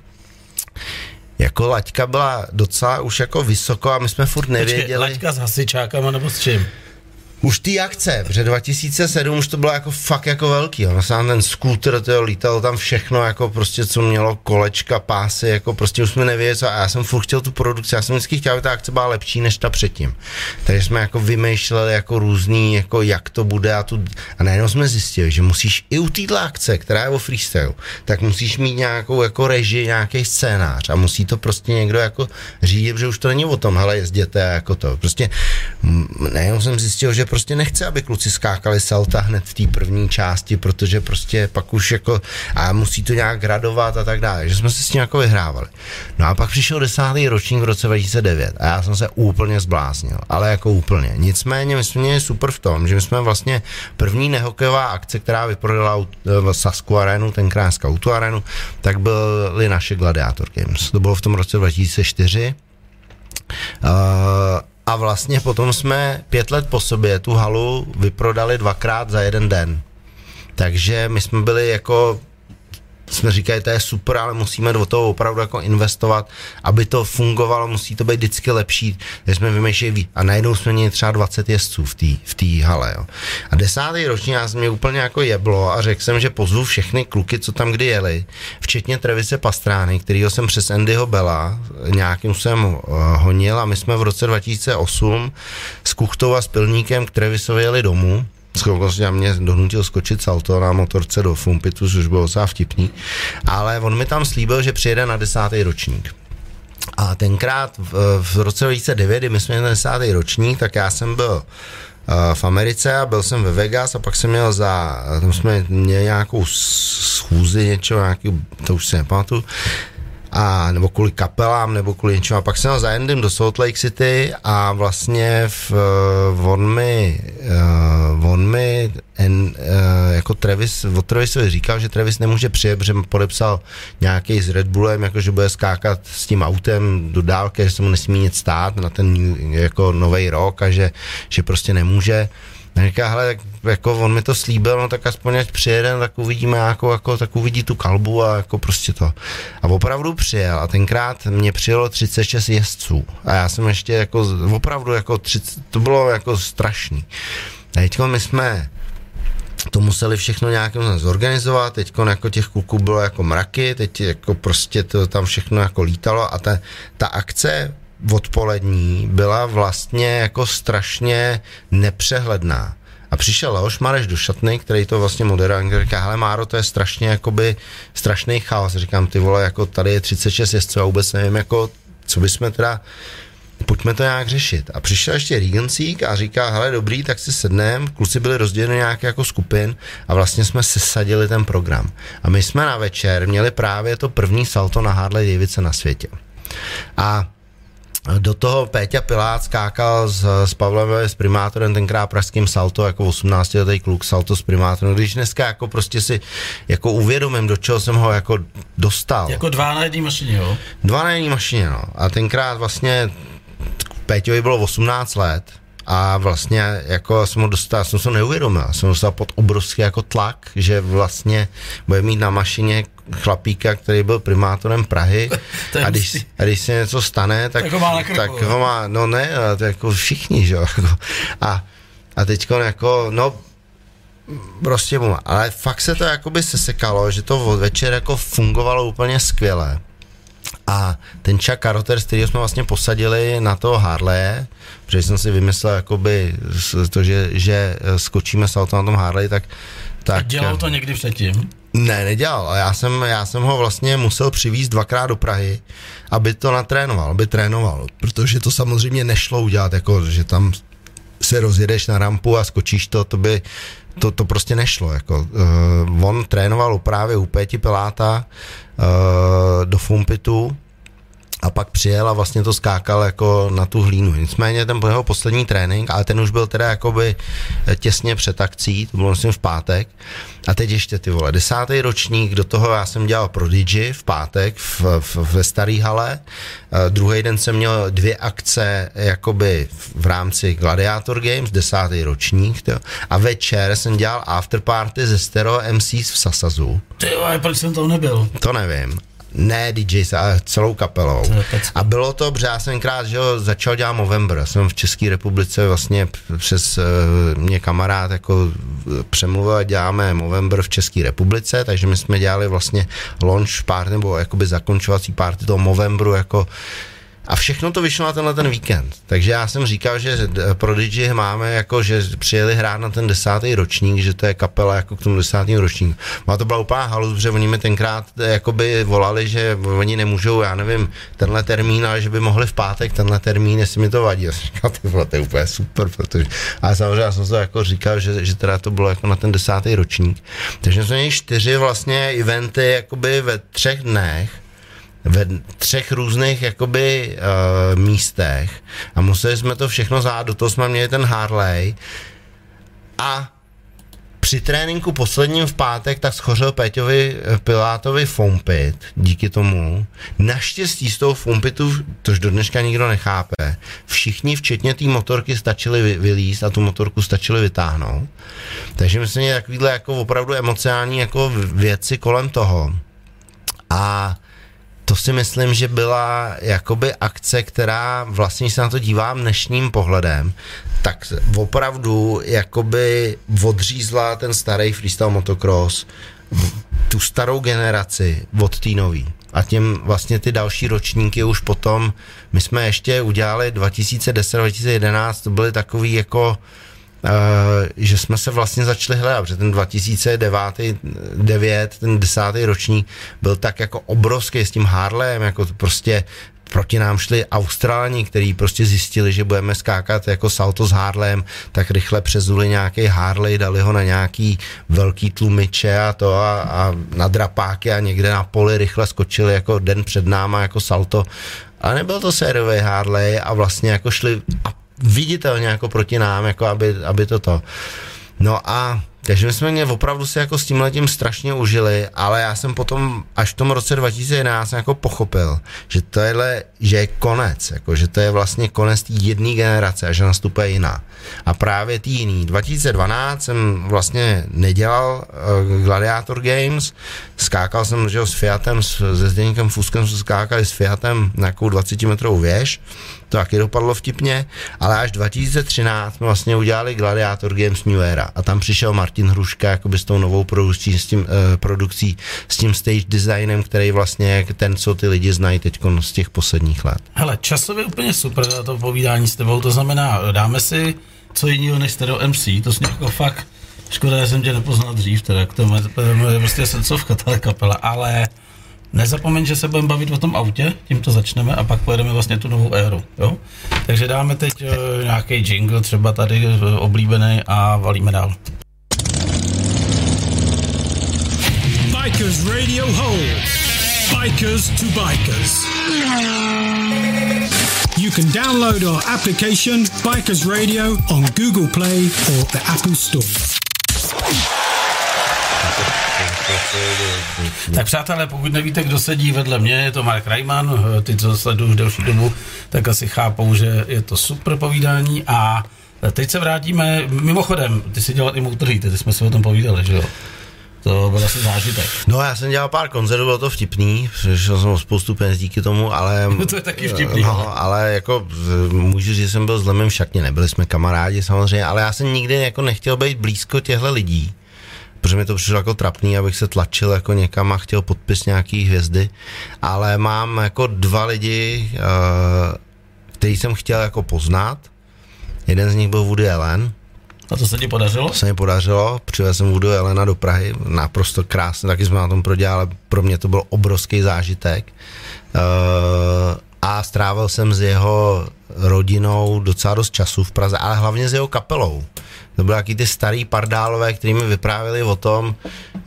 jako laťka byla docela už jako vysoko a my jsme furt nevěděli. Počkej, laťka s hasičákama nebo s čím? Už ty akce, protože dva tisíce sedm už to bylo jako fakt jako velký, jo. Sám ten skútr, to lítal tam všechno, jako prostě co mělo kolečka, pásy, jako prostě už jsme nevěděli co a já jsem furt chtěl tu produkci, já jsem vždycky chtěl, aby ta akce byla lepší než ta předtím. Takže jsme jako vymýšleli jako různý, jako jak to bude a tu, a najednou jsme zjistili, že musíš i u téhle akce, která je o freestyle, tak musíš mít nějakou jako režii, nějaký scénář a musí to prostě někdo jako řídit, že už to není o tom, hele jezděte jako to, prostě najednou jsem zjistil, že prostě nechce, aby kluci skákali salta hned v té první části, protože prostě pak už jako a musí to nějak gradovat a tak dále, že jsme se s tím jako vyhrávali. No a pak přišel desátý ročník v roce dva tisíce devět a já jsem se úplně zbláznil, ale jako úplně. Nicméně my jsme měli super v tom, že my jsme vlastně první nehokejová akce, která vyprodala v Sasku Arenu, tenkrát Scoutu Arenu, tak byly naše Gladiator Games. To bylo v tom roce dva tisíce čtyři. Uh, A vlastně potom jsme pět let po sobě tu halu vyprodali dvakrát za jeden den. Takže my jsme byli jako, jsme říkali, to je super, ale musíme do toho opravdu jako investovat, aby to fungovalo, musí to být vždycky lepší, takže jsme vymýšleli a najednou jsme měli třeba dvacet jezdců v té v té hale. Jo. A desátý ročník já jsem mě úplně jako jeblo a řekl jsem, že pozvu všechny kluky, co tam kdy jeli, včetně Trevise Pastrány, kterýho jsem přes Andyho Bella nějakým jsem uh, honil a my jsme v roce dva tisíce osm s Kuchtou a s Pilníkem k Trevisovi jeli domů. Vlastně mě donutil skočit salto na motorce do Fumpitu, což bylo docela vtipný, ale on mi tam slíbil, že přijede na desátý ročník. A tenkrát v, v roce dva tisíce devět, kdy my jsme měli desátý ročník, tak já jsem byl uh, v Americe a byl jsem ve Vegas a pak jsem měl za, tam jsme měli nějakou schůzi, něco, nějaký, to už si nepamatuju, a nebo kvůli kapelám, nebo kvůli něčemu. A pak jsem za Endym do Salt Lake City a vlastně v, on mi, uh, on mi en, uh, jako Travis, od Travisovi říkal, že Travis nemůže přijet, protože podepsal nějaký s Red Bullem, jako že bude skákat s tím autem do dálky, že se mu nesmí nic stát na ten jako novej rok a že, že prostě nemůže. A říká, hele, jako on mi to slíbil, no tak aspoň ať přijede, tak uvidíme, jako, jako, tak uvidí tu kalbu a jako prostě to. A opravdu přijel a tenkrát mě přijelo třicet šest jezdců a já jsem ještě jako opravdu jako třicet, to bylo jako strašný. A teďko my jsme to museli všechno nějakým zorganizovat, teďko jako těch kluků bylo jako mraky, teď jako prostě to tam všechno jako lítalo a ta, ta akce odpolední byla vlastně jako strašně nepřehledná. A přišel Leoš Mareš do šatny, který to vlastně moderoval, který říká, hele Máro, to je strašně jakoby strašný chaos. Říkám, ty vole, jako tady je třicet šest jezdců a vůbec nevím, jako, co bychom teda, pojďme to nějak řešit. A přišel ještě Regancík a říká, hele dobrý, tak si sednem, kluci byli rozděleni nějaké jako skupin a vlastně jsme sesadili ten program. A my jsme na večer měli právě to první salto na Harley Davidson na světě. A do toho Péťa Pilát skákal s, s Pavlem, s primátorem, tenkrát pražským salto, jako osmnáctiletý kluk salto s primátorem. Když dneska jako prostě si jako uvědomím, do čeho jsem ho jako dostal. Jako dva na jedné mašině, jo? Dva na jedné mašině, no. A tenkrát vlastně Péťovi bylo osmnáct let a vlastně jako jsem ho dostal, jsem se neuvědomil, jsem dostal pod obrovský jako tlak, že vlastně bude mít na mašině chlapíka, který byl primátorem Prahy a když, a když se něco stane, tak, tak ho má na krku, tak ho má, no ne, to jako všichni, že jo, a, a teďko jako, no prostě, ale fakt se to jakoby sesekalo, že to od večer jako fungovalo úplně skvěle. A ten Chuck Carothers, který jsme vlastně posadili na toho Harleje, protože jsem si vymyslel jakoby to, že, že skočíme s autem na tom Harley, tak... tak a dělal to někdy předtím? Ne, nedělal, ale já jsem, já jsem ho vlastně musel přivízt dvakrát do Prahy, aby to natrénoval, aby trénoval, protože to samozřejmě nešlo udělat, jako, že tam se rozjedeš na rampu a skočíš to, to by, to, to prostě nešlo, jako, uh, on trénoval právě u Péti Piláta uh, do Fumpitu a pak přijel a vlastně to skákal jako na tu hlínu. Nicméně ten byl jeho poslední trénink, ale ten už byl teda jakoby těsně před akcí, to bylo myslím v pátek. A teď ještě ty vole, desátý ročník, do toho já jsem dělal Prodigy v pátek v, v, ve starý hale. Uh, druhý den jsem měl dvě akce jakoby v rámci Gladiator Games, desátý ročník. Tjo. A večer jsem dělal afterparty ze Stereo M Cs v Sasazu. Ty jo, proč jsem tam nebyl? To nevím. Ne D Js, ale celou kapelou. A bylo to, protože já jsem krát, že jo, začal dělat Movember. Já jsem v České republice vlastně přes uh, mě kamarád jako přemluvil a děláme Movember v České republice, takže my jsme dělali vlastně launch party, nebo jakoby zakončovací party toho Movemberu jako. A všechno to vyšlo na tenhle ten víkend. Takže já jsem říkal, že Prodigy máme jako, že přijeli hrát na ten desátý ročník, že to je kapela jako k tomu desátému ročníku. A to byla úplná halus, protože oni mi tenkrát jakoby volali, že oni nemůžou, já nevím, tenhle termín, ale že by mohli v pátek tenhle termín, jestli mi to vadí. Já jsem říkal, ty vole, to je úplně super, protože... Ale samozřejmě já jsem to jako říkal, že, že teda to bylo jako na ten desátý ročník. Takže jsme měli čtyři vlastně eventy jakoby ve třech dnech, ve třech různých jakoby uh, místech a museli jsme to všechno zvát, do toho jsme měli ten Harley a při tréninku posledním v pátek tak schořel Péťovi Pilátovi foampit, díky tomu. Naštěstí z toho foampitu, tož do dneška nikdo nechápe, všichni včetně té motorky stačili vylízt a tu motorku stačili vytáhnout. Takže my jsme měli takovýhle jako opravdu emocionální jako věci kolem toho. A to si myslím, že byla jakoby akce, která vlastně, když se na to dívám dnešním pohledem, tak opravdu jakoby odřízla ten starý freestyle motocross, tu starou generaci od té nový. A tím vlastně ty další ročníky už potom, my jsme ještě udělali dva tisíce deset dva tisíce jedenáct, to byly takový jako Uh, že jsme se vlastně začali hledat, protože ten dva tisíce devět, ten desátý ročník byl tak jako obrovský s tím Harleyem, jako prostě proti nám šli Australani, kteří prostě zjistili, že budeme skákat jako salto s Harleyem, tak rychle přezuli nějaký Harley, dali ho na nějaký velký tlumiče a to a, a na drapáky a někde na poli rychle skočili jako den před náma jako salto, ale nebyl to sériový Harley a vlastně jako šli a viditelně jako proti nám, jako aby, aby toto. No a takže my jsme mě opravdu si jako s tímhletím strašně užili, ale já jsem potom až v tom roce dva tisíce jedenáct jako pochopil, že to je, že je konec, jako, že to je vlastně konec té jedné generace a že nastupuje jiná. A právě tý jiný. dva tisíce dvanáct jsem vlastně nedělal uh, Gladiator Games, skákal jsem že, s Fiatem, s, se Zdeňkem Fuskem jsme skákali s Fiatem na nějakou dvacetimetrovou věž, to taky dopadlo vtipně, ale až dva tisíce třináct jsme vlastně udělali Gladiator Games New Era a tam přišel Martin Hruška jakoby s tou novou produkcí, s tím, uh, produkcí, s tím stage designem, který vlastně je ten, co ty lidi znají teď z těch posledních let. Hele, časově úplně super to povídání s tebou, to znamená, dáme si co jiného než Stereo M C, to sně jako fakt škoda, že jsem tě nepoznal dřív, teda k tomu je prostě srdcovka ta kapela, ale nezapomeň, že se budeme bavit o tom autě, tímto začneme a pak pojedeme vlastně tu novou éru, jo? Takže dáme teď uh, nějaký jingle, třeba tady uh, oblíbený a valíme dál. Bikers Radio Hole. Bikers to Bikers. You can download our application Bikers Radio on Google Play or the Apple Store. Tak přátelé, pokud nevíte, kdo sedí vedle mě, je to Mark Reimann, ty, co sledují už delší dobu, tak asi chápou, že je to super povídání a teď se vrátíme, mimochodem, ty jsi dělal i Motorhead, ty jsme si o tom povídali, že jo? To byl asi zážitek. No já jsem dělal pár koncertů, bylo to vtipný, přišel jsem o spoustu peněz díky tomu, ale... To je taky vtipný. No, ale jako můžu říct, že jsem byl s Lemem v šatně, nebyli jsme kamarádi samozřejmě, ale já jsem nikdy jako nechtěl být blízko těchto lidí, protože mi to přišlo jako trapný, abych se tlačil jako někam a chtěl podpis nějaký hvězdy, ale mám jako dva lidi, který jsem chtěl jako poznat. Jeden z nich byl Woody Allen. A to se ti podařilo? To se mi podařilo, přivez jsem Woody Allena do Prahy, naprosto krásně, taky jsme na tom prodělali, pro mě to byl obrovský zážitek. Uh, a strávil jsem s jeho rodinou docela dost času v Praze, ale hlavně s jeho kapelou. To byly taky ty starý pardálové, kteří mi vyprávěli o tom,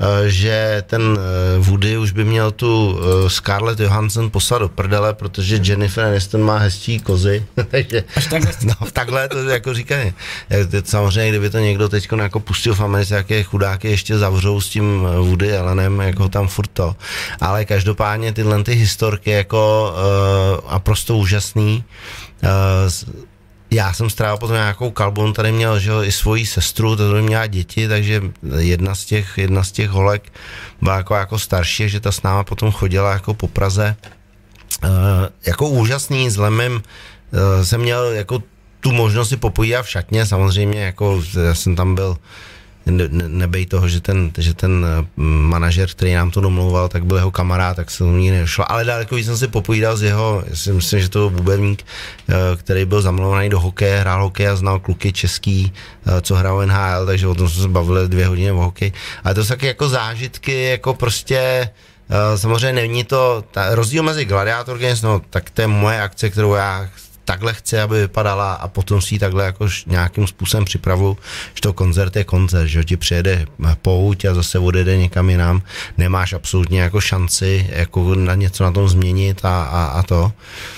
že ten Woody už by měl tu Scarlett Johansson poslat do prdele, protože Jennifer Aniston má hezčí kozy. Takže, takhle? No, takhle to jako říkají. Samozřejmě, kdyby to někdo teď jako pustil v Americe, jaké chudáky ještě zavřou s tím Woody Allenem, jako tam furt to. Ale každopádně tyhle ty historky jako uh, a prostě úžasný. Uh, Já jsem strávil potom nějakou kalbu, on tady měl, že jo, i svoji sestru, tady měla děti, takže jedna z těch, jedna z těch holek byla jako, jako starší, že ta s náma potom chodila jako po Praze. E, jako úžasný, s Lemem e, jsem měl jako tu možnost si popojídat v šatně, samozřejmě, jako já jsem tam byl, ne, nebej toho, že ten, že ten manažer, který nám to domlouval, tak byl jeho kamarád, tak se to nikdy nešlo, ale daleko víc jsem si popovídal s jeho, já si myslím, že to byl bubeník, který byl zamluvaný do hokeje, hrál hokej a znal kluky český, co hrál N H L, takže o tom jsme se bavili dvě hodiny o hokej, ale to jsou taky jako zážitky, jako prostě samozřejmě není to, ta, rozdíl mezi Gladiator Games, no tak to je moje akce, kterou já takhle chci, aby vypadala a potom si ji takhle jako nějakým způsobem připravu, že to koncert je koncert, že ti přijede pouť a zase odjede někam jinam, nemáš absolutně jako šanci jako na něco na tom změnit a, a, a to.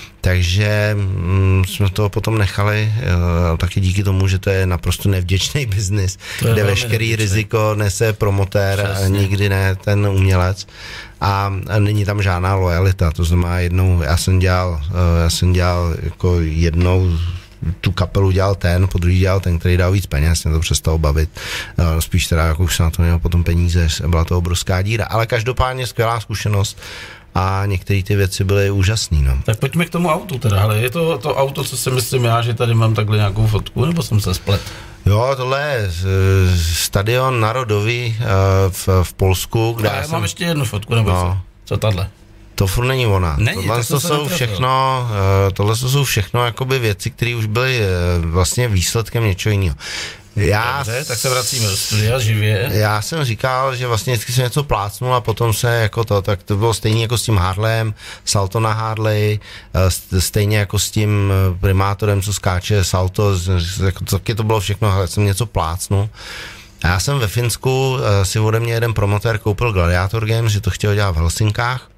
Takže mm, jsme to potom nechali uh, taky díky tomu, že to je naprosto nevděčný biznis, kde veškerý nevděčný. Riziko nese promotér, Přesně. nikdy ne ten umělec a, a není tam žádná lojalita, to znamená jednou, já jsem dělal, uh, já jsem dělal jako jednou tu kapelu dělal ten, po druhý dělal ten, který dal víc peněz, mě to přestalo bavit, uh, spíš teda jako už se na to měl potom peníze, byla to obrovská díra, ale každopádně skvělá zkušenost. A některé ty věci byly úžasný, no. Tak pojďme k tomu autu teda, ale je to to auto, co si myslím já, že tady mám takhle nějakou fotku, nebo jsem se splet? Jo, tohle je stadion Narodový v, v Polsku, kde já, já jsem... mám ještě jednu fotku, nebo no. co tahle? To furt není ona. Není, tohle to jsou všechno, tohle to jsou všechno jakoby věci, které už byly vlastně výsledkem něčeho jiného. Já, Dobře, tak se vracíme do studia živě. Já jsem říkal, že vlastně vždycky jsem něco plácnul a potom se jako to, tak to bylo stejně jako s tím Harlem, salto na Harley, stejně jako s tím primátorem, co skáče salto, jako taky to bylo všechno, ale jsem něco plácnul. A já jsem ve Finsku si ode mě jeden promotér koupil Gladiator Games, že to chtěl dělat v Helsinkách.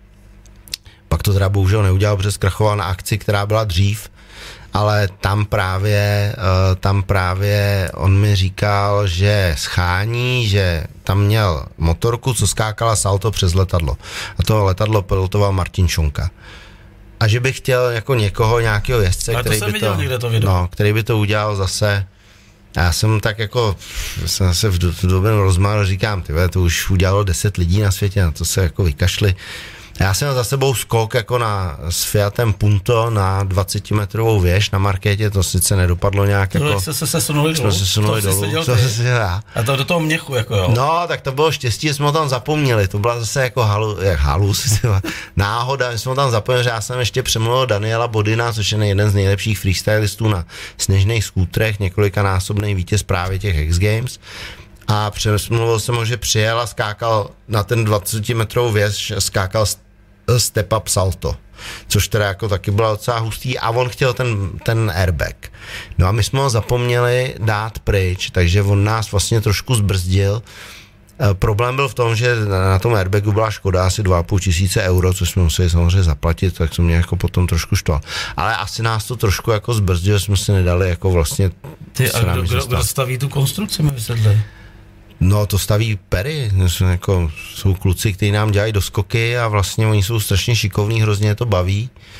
Pak to teda bohužel neudělal, protože zkrachoval na akci, která byla dřív. Ale tam právě, tam právě on mi říkal, že schání, že tam měl motorku, co skákala salto přes letadlo. A to letadlo pilotoval Martin Šonka. A že bych chtěl jako někoho, nějakého jezdce, který by to, to no, který by to udělal zase. Já jsem tak jako, jsem se v, v dobrém rozmaru říkám, tyhle, to už udělalo deset lidí na světě, na to se jako vykašli. Já jsem za sebou skok jako na, s Fiatem Punto na dvacetimetrovou věž na markétě, to sice nedopadlo nějak no, jako... Jsme se sesunuli dolů. Jsme se sesunuli dolů. To se a to do toho měchu jako jo. No, tak to bylo štěstí, že jsme ho tam zapomněli, to byla zase jako halu, jak halus, náhoda, my jsme ho tam zapomněli, že já jsem ještě přemluvil Daniela Bodina, což je jeden z nejlepších freestylistů na sněžných skútrech, několikanásobný vítěz právě těch X Games. A přemluvil jsem ho, že přijel a skákal na ten dvacetimetrovou věž, skákal step up salto, což teda jako taky bylo docela hustý a on chtěl ten, ten airbag. No a my jsme ho zapomněli dát pryč, takže on nás vlastně trošku zbrzdil. E, problém byl v tom, že na tom airbagu byla škoda asi dva a půl tisíce euro, což jsme museli samozřejmě zaplatit, tak jsem mě jako potom trošku štval. Ale asi nás to trošku jako zbrzdilo, jsme si nedali jako vlastně... Ty a kdo, kdo, kdo staví tu konstrukci, mi vysvětli? No to staví Perry, jsou, jako, jsou kluci, kteří nám dělají doskoky a vlastně oni jsou strašně šikovní, hrozně to baví.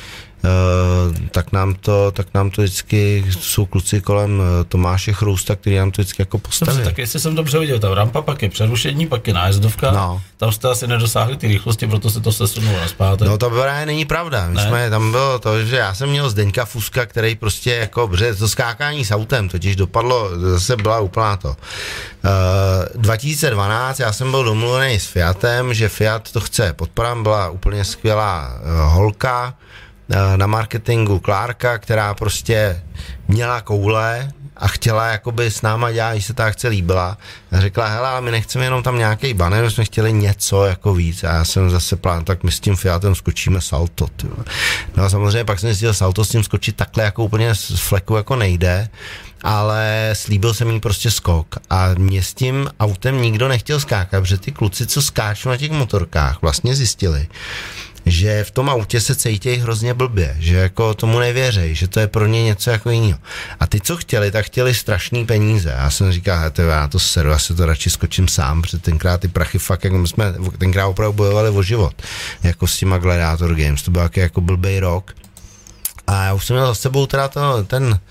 tak nám to, tak nám to vždycky, jsou kluci kolem Tomáše Chrousta, který nám to vždycky jako postaví. Tak jestli jsem dobře viděl, ta rampa, pak je přerušení, pak je nájezdovka, no. Tam jste asi nedosáhli ty rychlosti, proto se to sesunulo nazpátek. No to právě není pravda, my ne? jsme, tam bylo to, že já jsem měl Zdeňka Fuska, který prostě jako, protože to skákání s autem totiž dopadlo, zase byla úplná to. Uh, dva tisíce dvanáct já jsem byl domluvený s Fiatem, že Fiat to chce podporovat, byla úplně skvělá uh, holka uh, na marketingu Klárka, která prostě měla koule a chtěla jakoby s náma dělat, když se ta akce líbila. A řekla, hele, ale my nechceme jenom tam nějaký banner, my jsme chtěli něco jako víc. A já jsem zase plán, tak my s tím Fiatem skočíme salto. Tyjo. No a samozřejmě pak jsem chtěl salto s tím skočit takhle jako úplně z fleku jako nejde, ale slíbil jsem jí prostě skok. A mě s tím autem nikdo nechtěl skákat, protože ty kluci, co skáčou na těch motorkách, vlastně zjistili, že v tom autě se cítějí hrozně blbě, že jako tomu nevěří, že to je pro ně něco jako jiného. A ty, co chtěli, tak chtěli strašný peníze. Já jsem říkal, tebe, já to seru, já se to radši skočím sám, protože tenkrát ty prachy fakt, jako my jsme tenkrát opravdu bojovali o život, jako s těma Gladiator Games, to byl jaký jako blbej rok. A já už jsem měl za sebou teda to, ten, uh,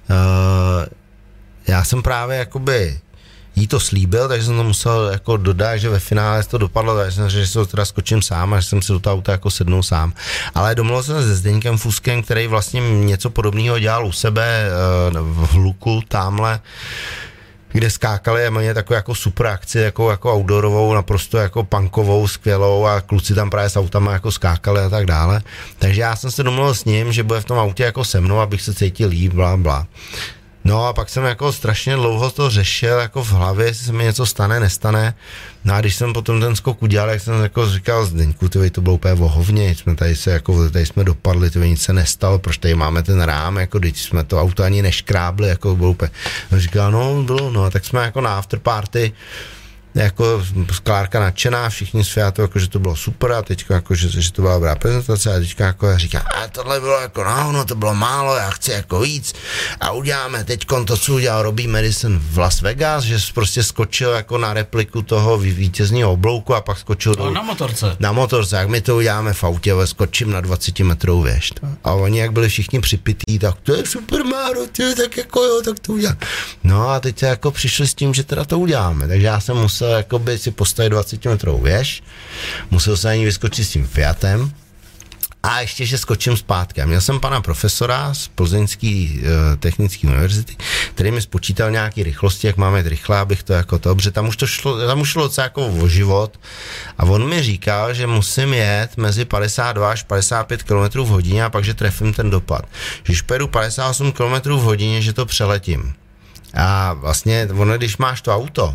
já jsem právě jakoby jí to slíbil, takže jsem to musel jako dodat, že ve finále to dopadlo, takže jsem řekl, že se to teda skočím sám a že jsem si do toho auta jako sednul sám. Ale domluvil jsem se Zdeňkem Fuskem, který vlastně něco podobného dělal u sebe v Hluku, tamhle, kde skákali a měli takovou jako super akci, jako, jako outdoorovou, naprosto jako punkovou, skvělou a kluci tam právě s autama jako skákali a tak dále. Takže já jsem se domluvil s ním, že bude v tom autě jako se mnou, abych se cítil líp, bla, bla. No a pak jsem jako strašně dlouho to řešil jako v hlavě, jestli se mi něco stane, nestane. No a když jsem potom ten skok udělal, jak jsem jako říkal Zdeňku, tyvej, to bylo úplně vohovně, jsme tady se jako, tady jsme dopadli, tyvej, nic se nestalo, proč tady máme ten rám, jako když jsme to auto ani neškrábli, jako bylo úplně. On říkal, no bylo, no a tak jsme jako na afterparty, jako Klárka nadšená, všichni z Fiatu, jako, že to bylo super a teďka jako, že, že to byla dobrá prezentace a teďka jako já říkám, a tohle bylo jako no, no to bylo málo, já chci jako víc a uděláme teďkon to, co udělal Robbie Madison v Las Vegas, že prostě skočil jako na repliku toho vítězního oblouku a pak skočil do, na motorce. Na motorce, jak my to uděláme v autě, skočím na dvacet metrů věž. A oni jak byli všichni připitý, tak to je super máro, ty, tak jako jo, tak to udělám. No a teď jako přišli s tím, že teda to uděláme, takže já jsem musel jakoby si postavit dvacet metrů věž, musel jsem ani vyskočit s tím Fiatem a ještě, že skočím zpátky. Měl jsem pana profesora z Plzeňské uh, technické univerzity, který mi spočítal nějaký rychlosti, jak máme jít rychle, abych to jako to, protože tam už to šlo, tam už šlo docela jako o život a on mi říkal, že musím jet mezi padesát dva až padesát pět kilometrů v hodině a pak, že trefím ten dopad. Když pojedu padesát osm kilometrů v hodině, že to přeletím. A vlastně ono, když máš to auto,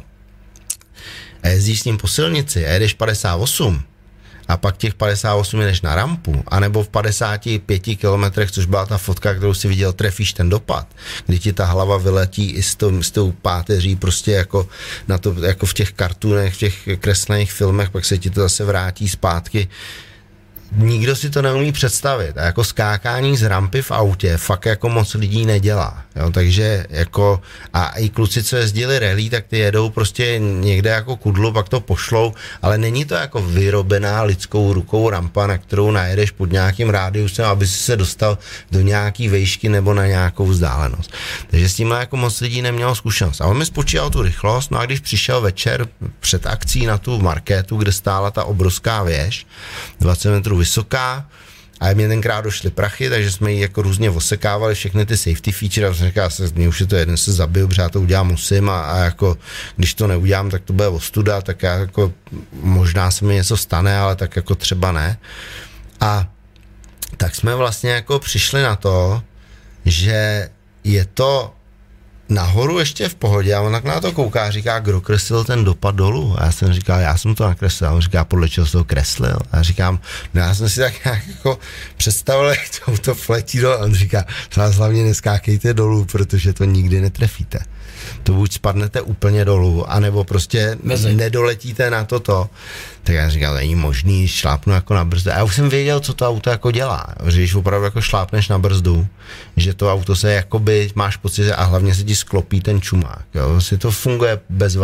a jezdíš s ním po silnici a jedeš padesát osm a pak těch padesát osm jdeš na rampu, anebo v padesáti pěti kilometrech, což byla ta fotka, kterou si viděl, trefíš ten dopad, kdy ti ta hlava vyletí i s, tom, s tou páteří prostě jako, na to, jako v těch kartunech, v těch kreslených filmech, pak se ti to zase vrátí zpátky. Nikdo si to neumí představit a jako skákání z rampy v autě fakt jako moc lidí nedělá, jo, takže jako a i kluci, co jezdili rally, tak ty jedou prostě někde jako kudlu, pak to pošlou, ale není to jako vyrobená lidskou rukou rampa, na kterou najedeš pod nějakým rádiusem, aby si se dostal do nějaký vejšky nebo na nějakou vzdálenost. Takže s tímhle jako moc lidí nemělo zkušenost. A on mi spočítal tu rychlost, no a když přišel večer před akcí na tu marketu, kde stála ta obrovská věž, dvacet metrů vysoká, a mě tenkrát došly prachy, takže jsme ji jako různě osekávali všechny ty safety feature a jsem říkal, mě už je to jeden se zabil, protože já to udělám musím a, a jako když to neudělám, tak to bude ostuda, tak já jako možná se mi něco stane, ale tak jako třeba ne. A tak jsme vlastně jako přišli na to, že je to nahoru ještě v pohodě a on tak na to kouká a říká, kdo kreslil ten dopad dolů? A já jsem říkal, já jsem to nakreslil. A on říká, podle čeho jsi to kreslil? A já říkám, no já jsem si tak nějak jako představil, jak to, to fletí dolů. A on říká, vás hlavně neskákejte dolů, protože to nikdy netrefíte. To buď spadnete úplně dolů, anebo prostě Mezi. nedoletíte na toto. Tak já říkal, není možný, šlápnu jako na brzdu. A já už jsem věděl, co to auto jako dělá. Že když opravdu jako šlápneš na brzdu, že to auto se jakoby máš pocit, a hlavně se ti sklopí ten čumák. Jo? Vlastně to funguje bezvadně.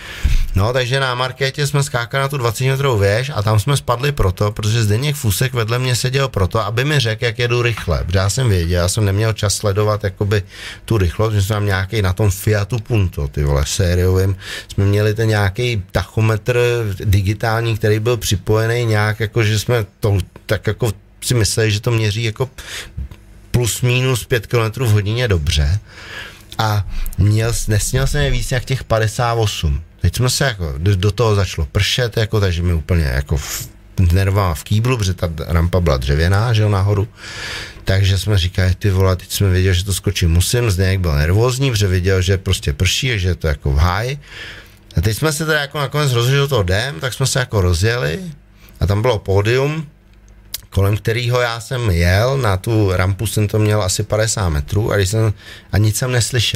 No, takže na markétě jsme skákali na tu dvacetimetrovou věž a tam jsme spadli proto, protože Zdeněk Fusek vedle mě seděl proto, aby mi řekl, jak jedu rychle. Protože já jsem věděl, já jsem neměl čas sledovat jakoby tu rychlost, že jsme tam nějaký na tom Fiatu Punto, ty vole, sériovým, jsme měli ten nějaký tachometr digitální, který byl připojený nějak, jako že jsme to tak jako si mysleli, že to měří jako plus minus pět kilometrů v hodině dobře. A měl, nesměl jsem je víc jak těch padesát osm. Teď jsme se jako, do toho začalo pršet, jako, takže mi úplně jako v, nervama v kýblu, protože ta rampa byla dřevěná, že jo, nahoru. Takže jsme říkali, ty vole, teď jsme věděli, že to skočit musím, Zdeněk byl nervózní, protože věděl, že prostě prší, že je to jako v háji. A teď jsme se teda jako nakonec rozhodli, do toho jdem, tak jsme se jako rozjeli a tam bylo pódium, kolem kterého já jsem jel, na tu rampu jsem to měl asi padesát metrů a, když jsem, a nic jsem neslyšel.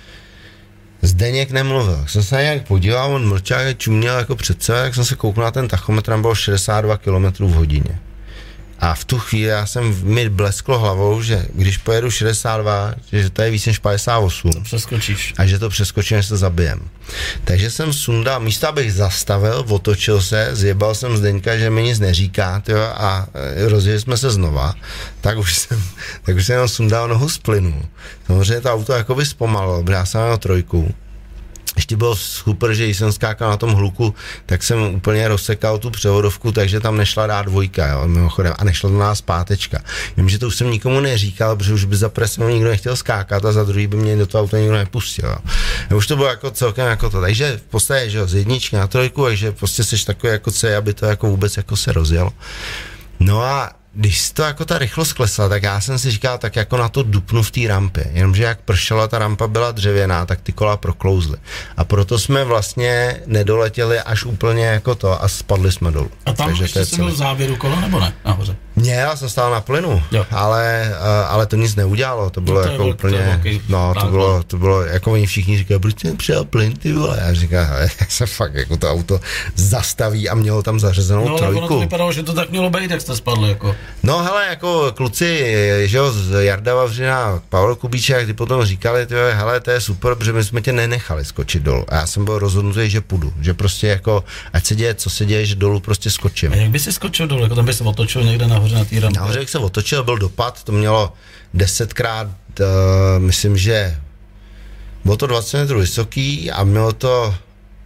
Zdeněk nemluvil. Jsem se nějak podíval, on mlčel, čuměl jako před sebe, tak jsem se kouknul na ten tachometr, tam bylo šedesát dva kilometrů v hodině. A v tu chvíli já jsem mi blesklo hlavou, že když pojedu šedesát dva, že to je víc než padesát osm. To přeskočíš. A že to přeskočím, že se zabijem. Takže jsem sundal, místo abych zastavil, otočil se, zjebal jsem Zdeňka, že mi nic neříká, tyjo, a rozjeli jsme se znova, tak už jsem, tak už jsem jenom sundal nohu z plynu. Samozřejmě to auto jakoby zpomalilo, protože já jsem měl trojku. Ještě bylo super, že když jsem skákal na tom hluku, tak jsem úplně rozsekal tu převodovku, takže tam nešla dát dvojka, jo, mimochodem, a nešla do nás pátečka. Vím, že to už jsem nikomu neříkal, protože už by za presem nikdo nechtěl skákat a za druhý by mě do toho auta nikdo nepustil. Jo. A už to bylo jako celkem jako to. Takže v podstatě, že jo, z jedničky na trojku, takže prostě seš takový jako C, aby to jako vůbec jako se rozjelo. No a když to jako ta rychlost klesla, tak já jsem si říkal, tak jako na to dupnu v té rampě. Jenomže jak pršela, ta rampa byla dřevěná, tak ty kola proklouzly. A proto jsme vlastně nedoletěli až úplně jako to a spadli jsme dolů. A tam takže ještě jsi byl v závěru kola, nebo ne? Nahoře. Ne, já jsem stál na plynu, ale, ale to nic neudělalo, to bylo no to jako velký, úplně, to no to bylo, to bylo, jako oni všichni říkají, proč jsi přijel plyn, ty vole, já říkám, jak se fakt jako to auto zastaví a mělo tam zařazenou no, trojku. No, ono to vypadalo, že to tak mělo být, jak jste spadli, jako. No hele, jako kluci, že jo, z Jarda Vavřina, Pavel Kubíček, kdy potom říkali, tyhle, hele, to je super, protože my jsme tě nenechali skočit dolů. A já jsem byl rozhodnutý, že půjdu, že prostě jako, ať se děje, co se děje, že dolů prostě skočím. A jak by si skočil dolů, jako tam by se otočil někde nahoře na té rampě? Nahoře, jak se otočil, byl dopad, to mělo desetkrát, uh, myslím, že bylo to dvacet metrů vysoký a mělo to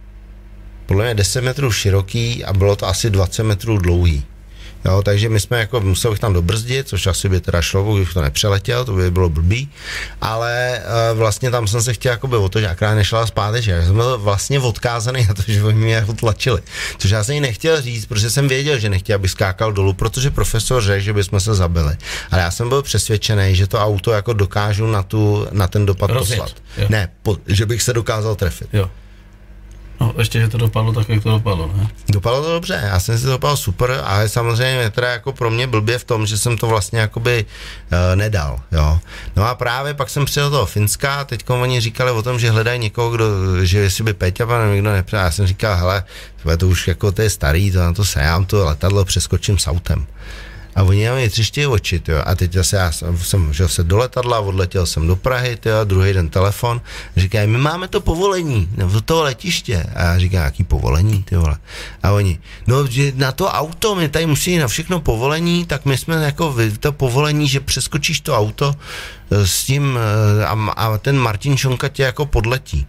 podle mě deset metrů široký a bylo to asi dvacet metrů dlouhý. Jo, takže my jsme jako, musel bych tam dobrzdit, což asi by teda šlo, kdybych to nepřeletěl, to by bylo blbý, ale e, vlastně tam jsem se chtěl jakoby otočit, akorát nešla zpátečně, já jsem byl vlastně odkázaný na to, že oni mě jako tlačili, což já jsem jí nechtěl říct, protože jsem věděl, že nechtěl, abych skákal dolů, protože profesor řekl, že bychom se zabili, ale já jsem byl přesvědčený, že to auto jako dokážu na, tu, na ten dopad rozjet, poslat, jo. Ne, po, že bych se dokázal trefit. Jo. No, ještě, že to dopadlo tak, jak to dopadlo, ne? Dopadlo to dobře, já jsem si to dopadl super, ale samozřejmě teda jako pro mě blbě v tom, že jsem to vlastně jakoby uh, nedal, jo. No a právě pak jsem přijel do toho Finska, teďko oni říkali o tom, že hledají někoho, kdo, že jestli by Peťa, pan někdo nepřijel, já jsem říkal, hele, to už jako to je starý, to na to se, já to letadlo přeskočím s autem. A oni mi třištějí oči, tyjo. A teď zase já jsem, jsem žil se do letadla, odletěl jsem do Prahy, tyjo, druhý den telefon, říkají, my máme to povolení, do toho letiště. A já říkám, jaký povolení, ty vole. A oni, no, že na to auto, my tady musí na všechno povolení, tak my jsme jako to povolení, že přeskočíš to auto s tím a, a ten Martin Šonka tě jako podletí.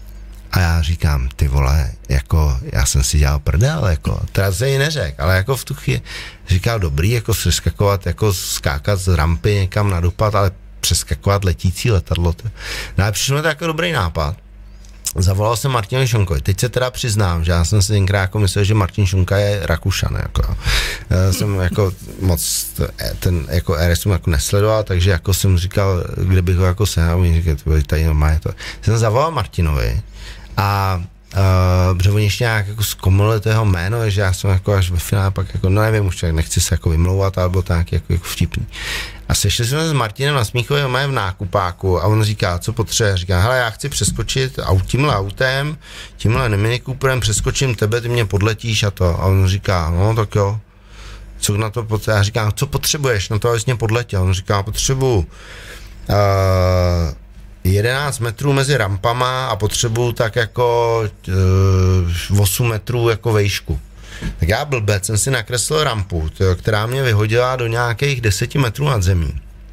A já říkám, ty vole, jako, já jsem si dělal prdel, jako, teda se jí neřek, ale jako v tu chvíli říkal, dobrý, jako přeskakovat, jako skákat z rampy někam na dopad, ale přeskakovat letící letadlo. No ale přišlo mi to jako dobrý nápad. Zavolal jsem Martinovi Šonkovi. Teď se teda přiznám, že já jsem si tenkrát jako myslel, že Martin Šonka je Rakušan, jako. Já jsem jako moc ten jako R S jako nesledoval, takže jako jsem říkal, kde bych ho jako sehnal, mi říkal, tady normálně to. Jsem zavolal Martinovi a Uh, protože oni ještě nějak jako zkomolili to jeho jméno, že já jsem jako až ve finále pak jako, no nevím, už nechci se jako vymlouvat, ale bylo to nějaký jako, jako vtipný. A sešli jsme s Martinem na Smíchově v nákupáku a on říká, co potřebuje, říká, hele, já chci přeskočit aut, tímhle autem, tímhle Mini Cooperem přeskočím tebe, ty mě podletíš a to. A on říká, no tak jo, co na to potřebuje, já říkám, co potřebuješ, no to abys mě podletěl. On říká, potřebuju uh, jedenáct metrů mezi rampama a potřebuju tak jako uh, osm metrů jako vejšku. Tak já blbec jsem si nakreslil rampu, tyjo, která mě vyhodila do nějakých deseti metrů nad zemí.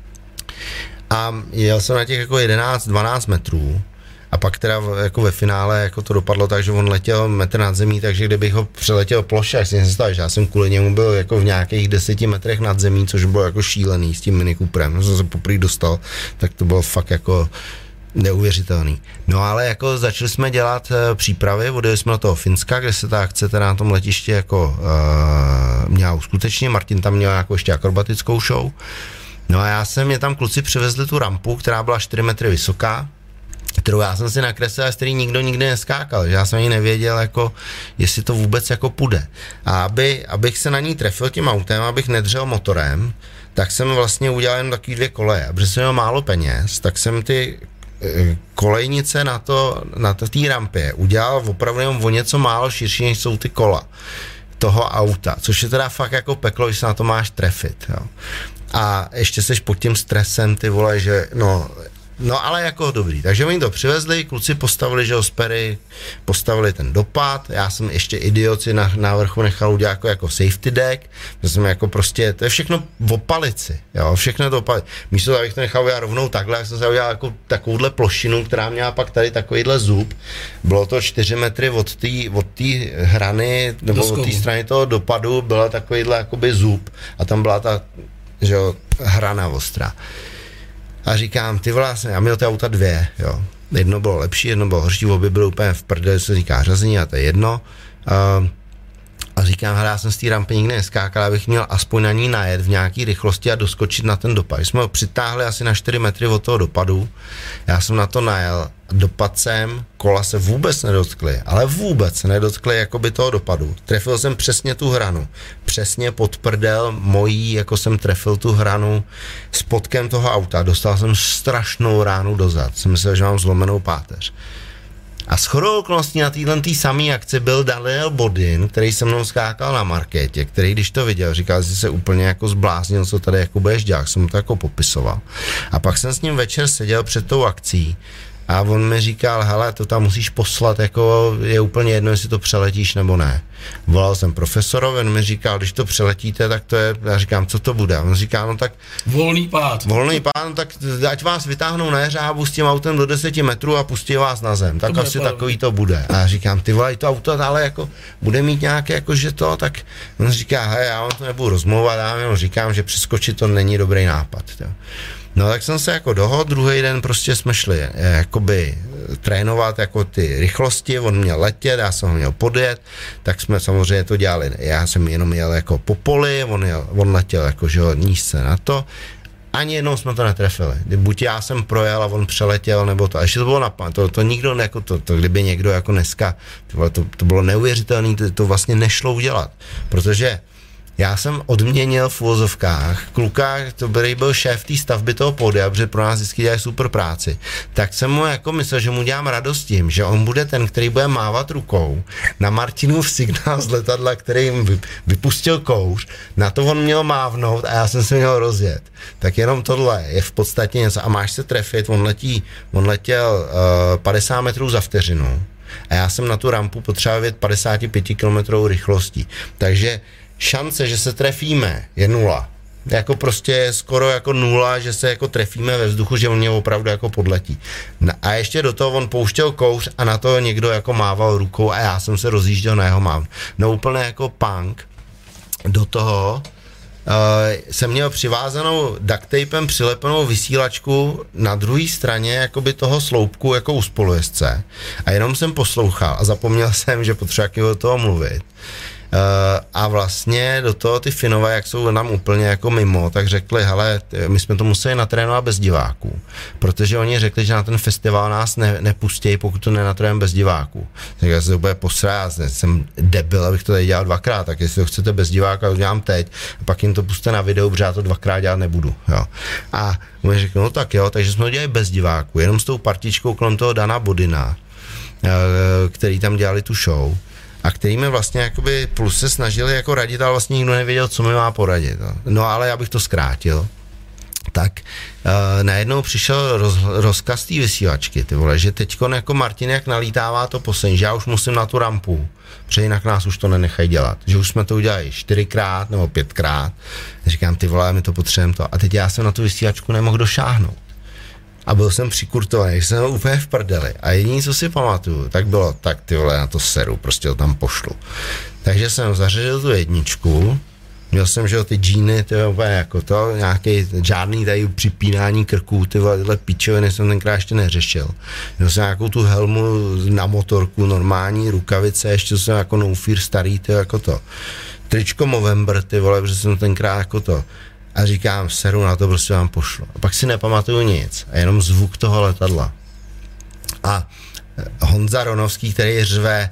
A jel jsem na těch jako jedenáct dvanáct metrů a pak teda jako ve finále jako to dopadlo tak, že on letěl metr nad zemí, takže kdybych ho přeletěl ploše, jak si nestal, že já jsem kvůli němu byl jako v nějakých deseti metrech nad zemí, což bylo jako šílený s tím Mini Cooperem. Když jsem se poprvé dostal, tak to bylo fakt jako neuvěřitelný. No ale jako začali jsme dělat e, přípravy, odjeli jsme do toho Finska, kde se ta akce teda na tom letišti jako e, měla uskutečnit. Martin tam měl jako ještě akrobatickou show. No a já jsem, mě tam kluci přivezli tu rampu, která byla čtyři metry vysoká, kterou já jsem si nakreslil, z který nikdo nikdy neskákal, že já jsem ani nevěděl, jako, jestli to vůbec jako půjde. A aby, abych se na ní trefil tím autem, abych nedřel motorem, tak jsem vlastně udělal jen takový dvě koleje. A protože jsem měl málo peněz, tak jsem ty kolejnice na to, na té rampě udělal opravdu jenom o něco málo širší, než jsou ty kola toho auta, což je teda fakt jako peklo, když se na to máš trefit, jo. A ještě seš pod tím stresem, ty vole, že no, no ale jako dobrý. Takže oni to přivezli, kluci postavili, že ospery, postavili ten dopad, já jsem ještě idioci na, na vrchu nechal udělat jako, jako safety deck, to jsem jako prostě, to je všechno v opalici, jo, všechno to opalici. Místo toho, abych to nechal udělat rovnou takhle, jak jsem se udělal jako takovouhle plošinu, která měla pak tady takovýhle zub, bylo to čtyři metry od té od té hrany, nebo od té strany toho dopadu, byla takovýhle jakoby zub a tam byla ta, že jo, hrana ostrá. A říkám, ty vlastně, já měl ty auta dvě, jo. Jedno bylo lepší, jedno bylo horší, obě byly úplně v prdeli, co se říká řazení, a to je jedno. Uh, a říkám, hele, já jsem z té rampy nikdy neskákal, abych měl aspoň na ní najet v nějaký rychlosti a doskočit na ten dopad. Jsme ho přitáhli asi na čtyři metry od toho dopadu, já jsem na to najel, dopad jsem, kola se vůbec nedotkly, ale vůbec se nedotkly jakoby toho dopadu. Trefil jsem přesně tu hranu, přesně pod prdel mojí, jako jsem trefil tu hranu spodkem toho auta, dostal jsem strašnou ránu dozad, jsem myslel, že mám zlomenou páteř. A shodou okolností na téhle tý samý akci byl Daniel Bodin, který se mnou skákal na markétě, který když to viděl, říkal, že se úplně jako zbláznil, co tady jako budeš dělat, jsem mu to jako popisoval. A pak jsem s ním večer seděl před tou akcí a on mi říkal, hele, to tam musíš poslat, jako je úplně jedno, jestli to přeletíš nebo ne. Volal jsem profesorovi, on mi říkal, když to přeletíte, tak to je, já říkám, co to bude? On říká, no tak... Volný pád. Volný pád, no tak ať vás vytáhnou na jeřábu s tím autem do deseti metrů a pustí vás na zem, tak to asi takový to bude. A já říkám, ty vole, to auto ale jako bude mít nějaké, jako že to, tak on říká, hej, já vám to nebudu rozmlouvat, já jenom říkám, že přeskočit to není dobrý nápad. Jo. No tak jsem se jako dohodl, druhý den prostě jsme šli eh, jakoby trénovat jako ty rychlosti, on měl letět, já jsem ho měl podjet, tak jsme samozřejmě to dělali, já jsem jenom jel jako po poli, on, jel, on letěl jako, že jo, nízce na to, ani jednou jsme to netrefili, buď já jsem projel a on přeletěl, nebo to, a ještě to bylo napad, to, to nikdo, jako to, to, kdyby někdo jako dneska, to, to bylo neuvěřitelné, to, to vlastně nešlo udělat, protože já jsem odměnil v uvozovkách kluka, to byl, byl šéf té stavby toho pódia, protože pro nás vždycky dělají super práci, tak jsem mu jako myslel, že mu dělám radost tím, že on bude ten, který bude mávat rukou na Martinův signál z letadla, který jim vypustil kouř, na to on měl mávnout a já jsem se měl rozjet. Tak jenom tohle je v podstatě něco a máš se trefit, on letí, on letěl uh, padesát metrů za vteřinu a já jsem na tu rampu potřeboval jet padesát pět kilometrů rychlostí, takže šance, že se trefíme, je nula. Jako prostě je skoro jako nula, že se jako trefíme ve vzduchu, že on mě opravdu jako podletí. A ještě do toho on pouštěl kouř a na to někdo jako mával rukou a já jsem se rozjížděl na jeho mávnu. No úplně jako punk. Do toho uh, jsem měl přivázanou duct tapem přilepenou vysílačku na druhé straně jakoby toho sloupku jako u spolujezdce. A jenom jsem poslouchal a zapomněl jsem, že potřeba o toho mluvit. Uh, a vlastně do toho ty Finové, jak jsou nám úplně jako mimo, tak řekli, hele, my jsme to museli natrénovat bez diváků, protože oni řekli, že na ten festival nás ne, nepustějí, pokud to nenatrénujeme bez diváků. Tak já se to bude posrát, jsem debil, abych to tady dělal dvakrát, tak jestli to chcete bez diváka, to dělám teď, a pak jim to puste na video, protože já to dvakrát dělat nebudu. Jo. A oni řekli, no tak jo, takže jsme to dělali bez diváků, jenom s tou partičkou kolem toho Dana Bodina, uh, který tam dělali tu show. A který mi vlastně jakoby plus se snažili jako radit, ale vlastně nikdo nevěděl, co mi má poradit. No ale já bych to zkrátil. tak uh, najednou přišel roz, rozkaz té vysílačky, ty vole, že teďko jako Martin jak nalítává to poslední, že já už musím na tu rampu, protože jinak nás už to nenechají dělat, že už jsme to udělali čtyřikrát nebo pětkrát, říkám, ty vole, my to potřebujeme to, a teď já jsem na tu vysílačku nemohl došáhnout. A byl jsem přikurtovaný, že jsem úplně v prdeli. A jediné, co si pamatuju, tak bylo, tak ty vole, na to seru, prostě to tam pošlu. Takže jsem zařadil tu jedničku, měl jsem, že jo, ty džíny, ty úplně jako to, nějaký žádný tady připínání krků, ty vole, tyhle pičoviny jsem tenkrát ještě neřešil. Měl jsem nějakou tu helmu na motorku, normální rukavice, ještě jsem jako no fear starý, ty jako to. Tričko Movember, ty vole, protože jsem tenkrát jako to. A říkám, seru na to, prostě vám pošlu. A pak si nepamatuju nic, a jenom zvuk toho letadla. A Honza Ronovský, který řve,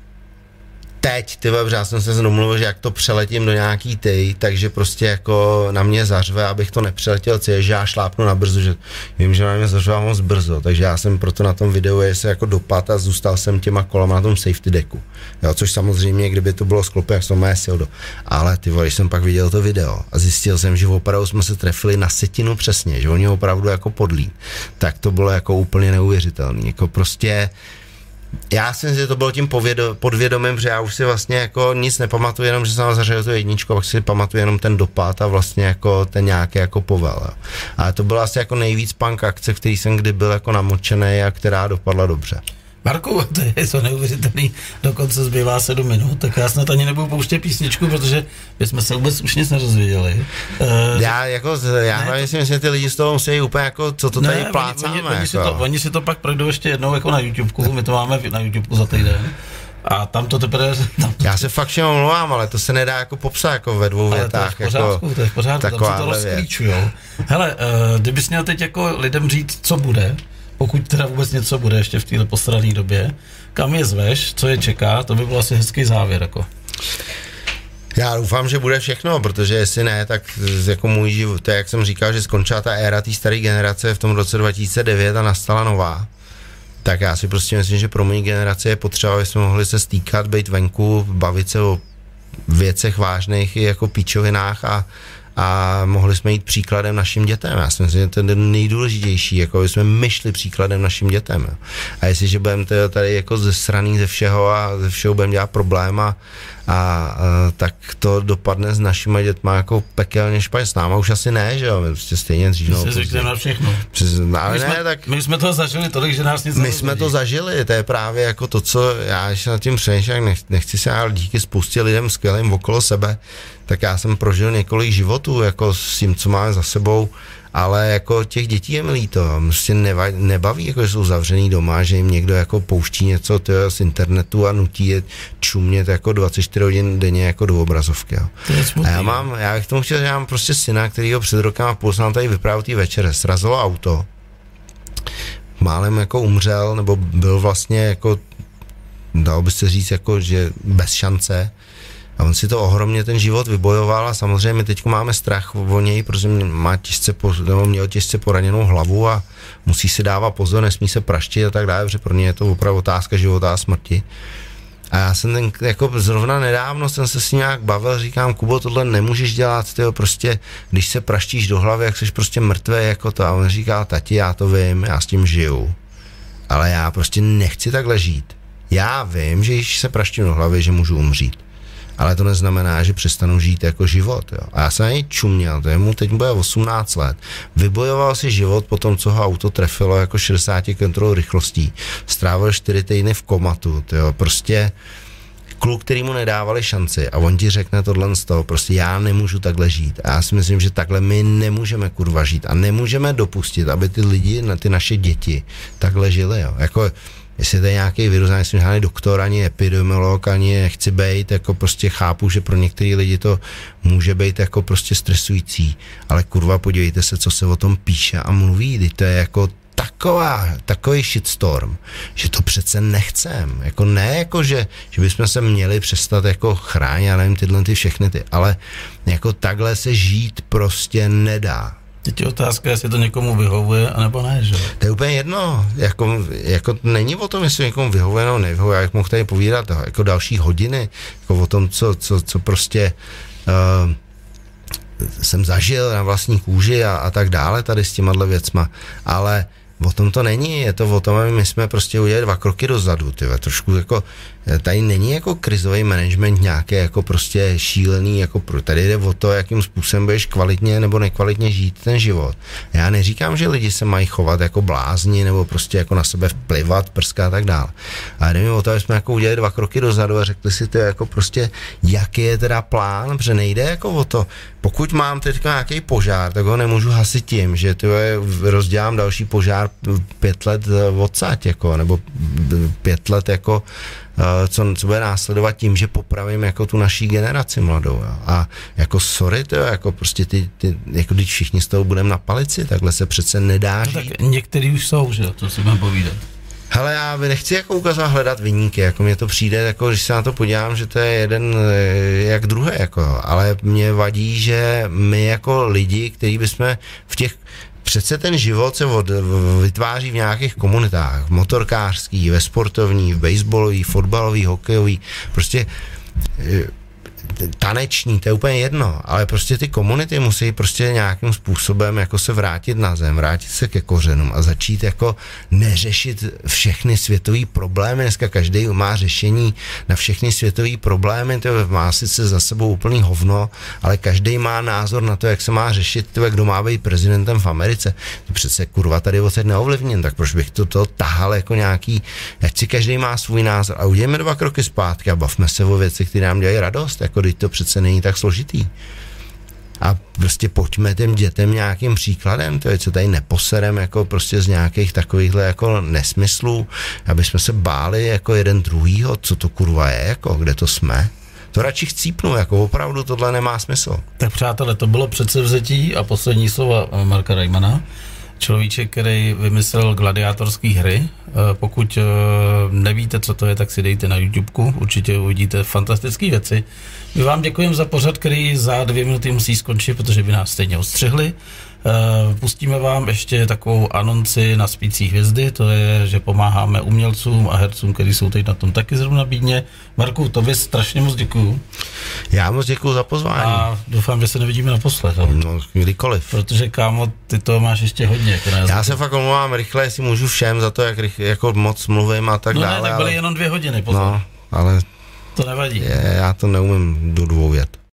teď, ty vole, já jsem se domluvil, že jak to přeletím do nějaký ty, takže prostě jako na mě zařve, abych to nepřeletěl celý, že já šlápnu na brzo, že vím, že na mě zařve moc brzo, takže já jsem proto na tom videu se jako dopad a zůstal jsem těma kolama na tom safety decku, jo, což samozřejmě, kdyby to bylo sklopé, jak jsem mé sildo, ale ty vole, když jsem pak viděl to video a zjistil jsem, že opravdu jsme se trefili na setinu přesně, že oni opravdu jako podlí, tak to bylo jako úplně neuvěřitelný, jako prostě. Já si myslím, že to bylo tím povědo, podvědomím, že já už si vlastně jako nic nepamatuju, jenom že jsem zařadil tu jedničku, pak si pamatuju jenom ten dopad a vlastně jako ten nějaký jako povel. Jo. Ale to byla asi jako nejvíc punk akce, v který jsem kdy byl jako namočený a která dopadla dobře. Marku, to je to neuvěřitelný, dokonce zbývá sedm minut, tak já snad ani nebudu pouštět písničku, protože bychom se vůbec už nic nerozvěděli. Uh, já jako, já hlavně to... si myslím, že ty lidi z toho musí úplně jako, co to tady ne, plácáme. Oni, oni, jako. si to, oni si to pak projdou ještě jednou jako na YouTubeku, my to máme na YouTubeku za týden. A tam to teprve... Tam to... Já se fakt všem omlouvám, ale to se nedá jako popsat jako ve dvou větách. To je v pořádku, jako, to je v pořádku, tam se to rozklíčujou. Hele, uh, kdybys měl teď jako lidem říct, co bude, pokud teda vůbec něco bude ještě v této poslední době, kam je zveš, co je čeká, to by byl asi hezký závěr. Jako. Já doufám, že bude všechno, protože jestli ne, tak jako můj život, to je, jak jsem říkal, že skončila ta éra té staré generace v tom roce dva tisíce devět a nastala nová. Tak já si prostě myslím, že pro moji generaci je potřeba, aby jsme mohli se stýkat, být venku, bavit se o věcech vážných i jako píčovinách a a mohli jsme jít příkladem našim dětem. Já si myslím, že to je nejdůležitější, jako jsme my šli příkladem našim dětem. Jo. A jestliže budeme tady jako zesraný ze všeho a ze všeho budeme dělat problém a, a, a tak to dopadne s našima dětma jako pekelně špatně. S náma už asi ne, že jo, my prostě stejně dřív. My se zvykneme na všechno. Přes, ale my, ne, jsme, tak, my jsme to zažili tolik, že nás nic My nerozhodí. jsme to zažili, to je právě jako to, co já ještě nad tím přemýšlím, nech, nechci se, ale díky spoustě lidem skvělým okolo sebe, tak já jsem prožil několik životů, jako s tím, co máme za sebou, ale jako těch dětí je mi líto, prostě neva, nebaví, jako že jsou zavřený doma, že jim někdo jako pouští něco tyjo, z internetu a nutí je čumět jako dvacet čtyři hodin denně jako do obrazovky. Jo. A já mám, já bych tomu chtěl, že já mám prostě syna, kterýho před rokem a půl jsem tady vyprávěl té večere, srazilo auto, málem jako umřel, nebo byl vlastně jako, dalo by se říct, jako, že bez šance. A on si to ohromně ten život vybojoval a samozřejmě my teď máme strach o něj, protože má těžce, nebo měl těžce poraněnou hlavu a musí si dávat pozor, nesmí se praštit a tak dále, protože pro ně je to opravdu otázka života a smrti. A já jsem ten, jako zrovna nedávno jsem se s ním nějak bavil, říkám, Kubo, tohle nemůžeš dělat, tyjo, prostě, když se praštíš do hlavy, jak jsi prostě mrtvý jako to. A on říká, tati, já to vím, já s tím žiju, ale já prostě nechci takhle žít. Já vím, že když se praštím do hlavy, že můžu umřít. Ale to neznamená, že přestanu žít jako život. Jo. A já jsem na něj čuměl, to je mu teď bude osmnáct let. Vybojoval si život po tom, co ho auto trefilo jako šedesát kilometrů rychlostí. Strávil čtyři týdny v komatu. Jo. Prostě kluk, který mu nedávali šanci a on ti řekne tohle z toho, prostě já nemůžu takhle žít. A já si myslím, že takhle my nemůžeme kurva žít a nemůžeme dopustit, aby ty lidi, ty naše děti takhle žili. Jo. Jako jestli to je nějaký virus, nejsem žádný doktor, ani epidemiolog, ani nechci být, jako prostě chápu, že pro některý lidi to může být jako prostě stresující, ale kurva podívejte se, co se o tom píše a mluví, kdy to je jako taková, takový shitstorm, že to přece nechcem, jako ne jako, že, že bychom se měli přestat jako chránit, já nevím, tyhle ty všechny ty, ale jako takhle se žít prostě nedá. Teď je otázka, jestli to někomu vyhovuje, anebo ne, že? To je úplně jedno, jako, jako není o tom, jestli někomu vyhovuje nebo nevyhovuje, jak mohl tady povídat jako další hodiny, jako o tom, co, co, co prostě uh, jsem zažil na vlastní kůži a, a tak dále tady s těma věcma, ale o tom to není, je to o tom, aby my jsme prostě udělali dva kroky dozadu, tyhle, trošku jako, tady není jako krizový management nějaké jako prostě šílený, jako tady jde o to, jakým způsobem budeš kvalitně nebo nekvalitně žít ten život. Já neříkám, že lidi se mají chovat jako blázni nebo prostě jako na sebe vplivat, prskat a tak dále. Ale jde mi o to, aby jsme jako udělali dva kroky dozadu a řekli si to jako prostě, jaký je teda plán, protože nejde jako o to, pokud mám teď nějaký požár, tak ho nemůžu hasit tím, že to rozdělám další požár pět let odsaď, jako, nebo pět let jako Co, co bude následovat tím, že popravím jako tu naší generaci mladou. Jo. A jako sorry, to jako prostě ty, ty jako když všichni z toho budeme na palici, takhle se přece nedá žít. No tak některý už jsou, že to si mám povídat. Hele, já nechci jako ukazovat hledat viníky, jako mně to přijde, jako když se na to podívám, že to je jeden jak druhý, jako, ale mě vadí, že my jako lidi, kteří bychom v těch přece ten život se od, vytváří v nějakých komunitách, v motorkářský, ve sportovní, v baseballový, fotbalový, hokejový, prostě taneční, to je úplně jedno, ale prostě ty komunity musí prostě nějakým způsobem jako se vrátit na zem, vrátit se ke kořenům a začít jako neřešit všechny světové problémy. Dneska každý má řešení na všechny světové problémy, to má sice za sebou úplný hovno, ale každý má názor na to, jak se má řešit, to, kdo má být prezidentem v Americe. To přece kurva tady odsaď neovlivněn, tak proč bych to, to tahal jako nějaký, ať si každý má svůj názor a udějeme dva kroky zpátky a bavme se o věci, které nám dělají radost, jako teď to přece není tak složitý. A prostě pojďme těm dětem nějakým příkladem, to je, co tady neposerem jako prostě z nějakých takovýchhle jako nesmyslů, aby jsme se báli jako jeden druhýho, co to kurva je, jako kde to jsme. To radši chcípnu, jako opravdu tohle nemá smysl. Tak přátelé, to bylo předsevzetí a poslední slova Marka Rajmana. Človíček, který vymyslel gladiátorské hry. Pokud nevíte, co to je, tak si dejte na YouTubeku, určitě uvidíte fantastické věci. My vám děkujeme za pořad, který za dvě minuty musí skončit, protože by nás stejně ostřihli. Pustíme vám ještě takovou anonci na Spící hvězdy, to je, že pomáháme umělcům a hercům, kteří jsou teď na tom taky zrovna bídně. Marku, tobě strašně moc děkuju. Já moc děkuju za pozvání. A doufám, že se nevidíme naposled. No, kdykoliv. Protože, kámo, ty to máš ještě hodně. Jako já se fakt omlouvám rychle, jestli můžu všem za to, jak rychle, jako moc mluvím a tak no dále. No ne, tak byly ale... jenom dvě hodiny, pozor. No, ale to nevadí. Je, já to neumím do dvou vět.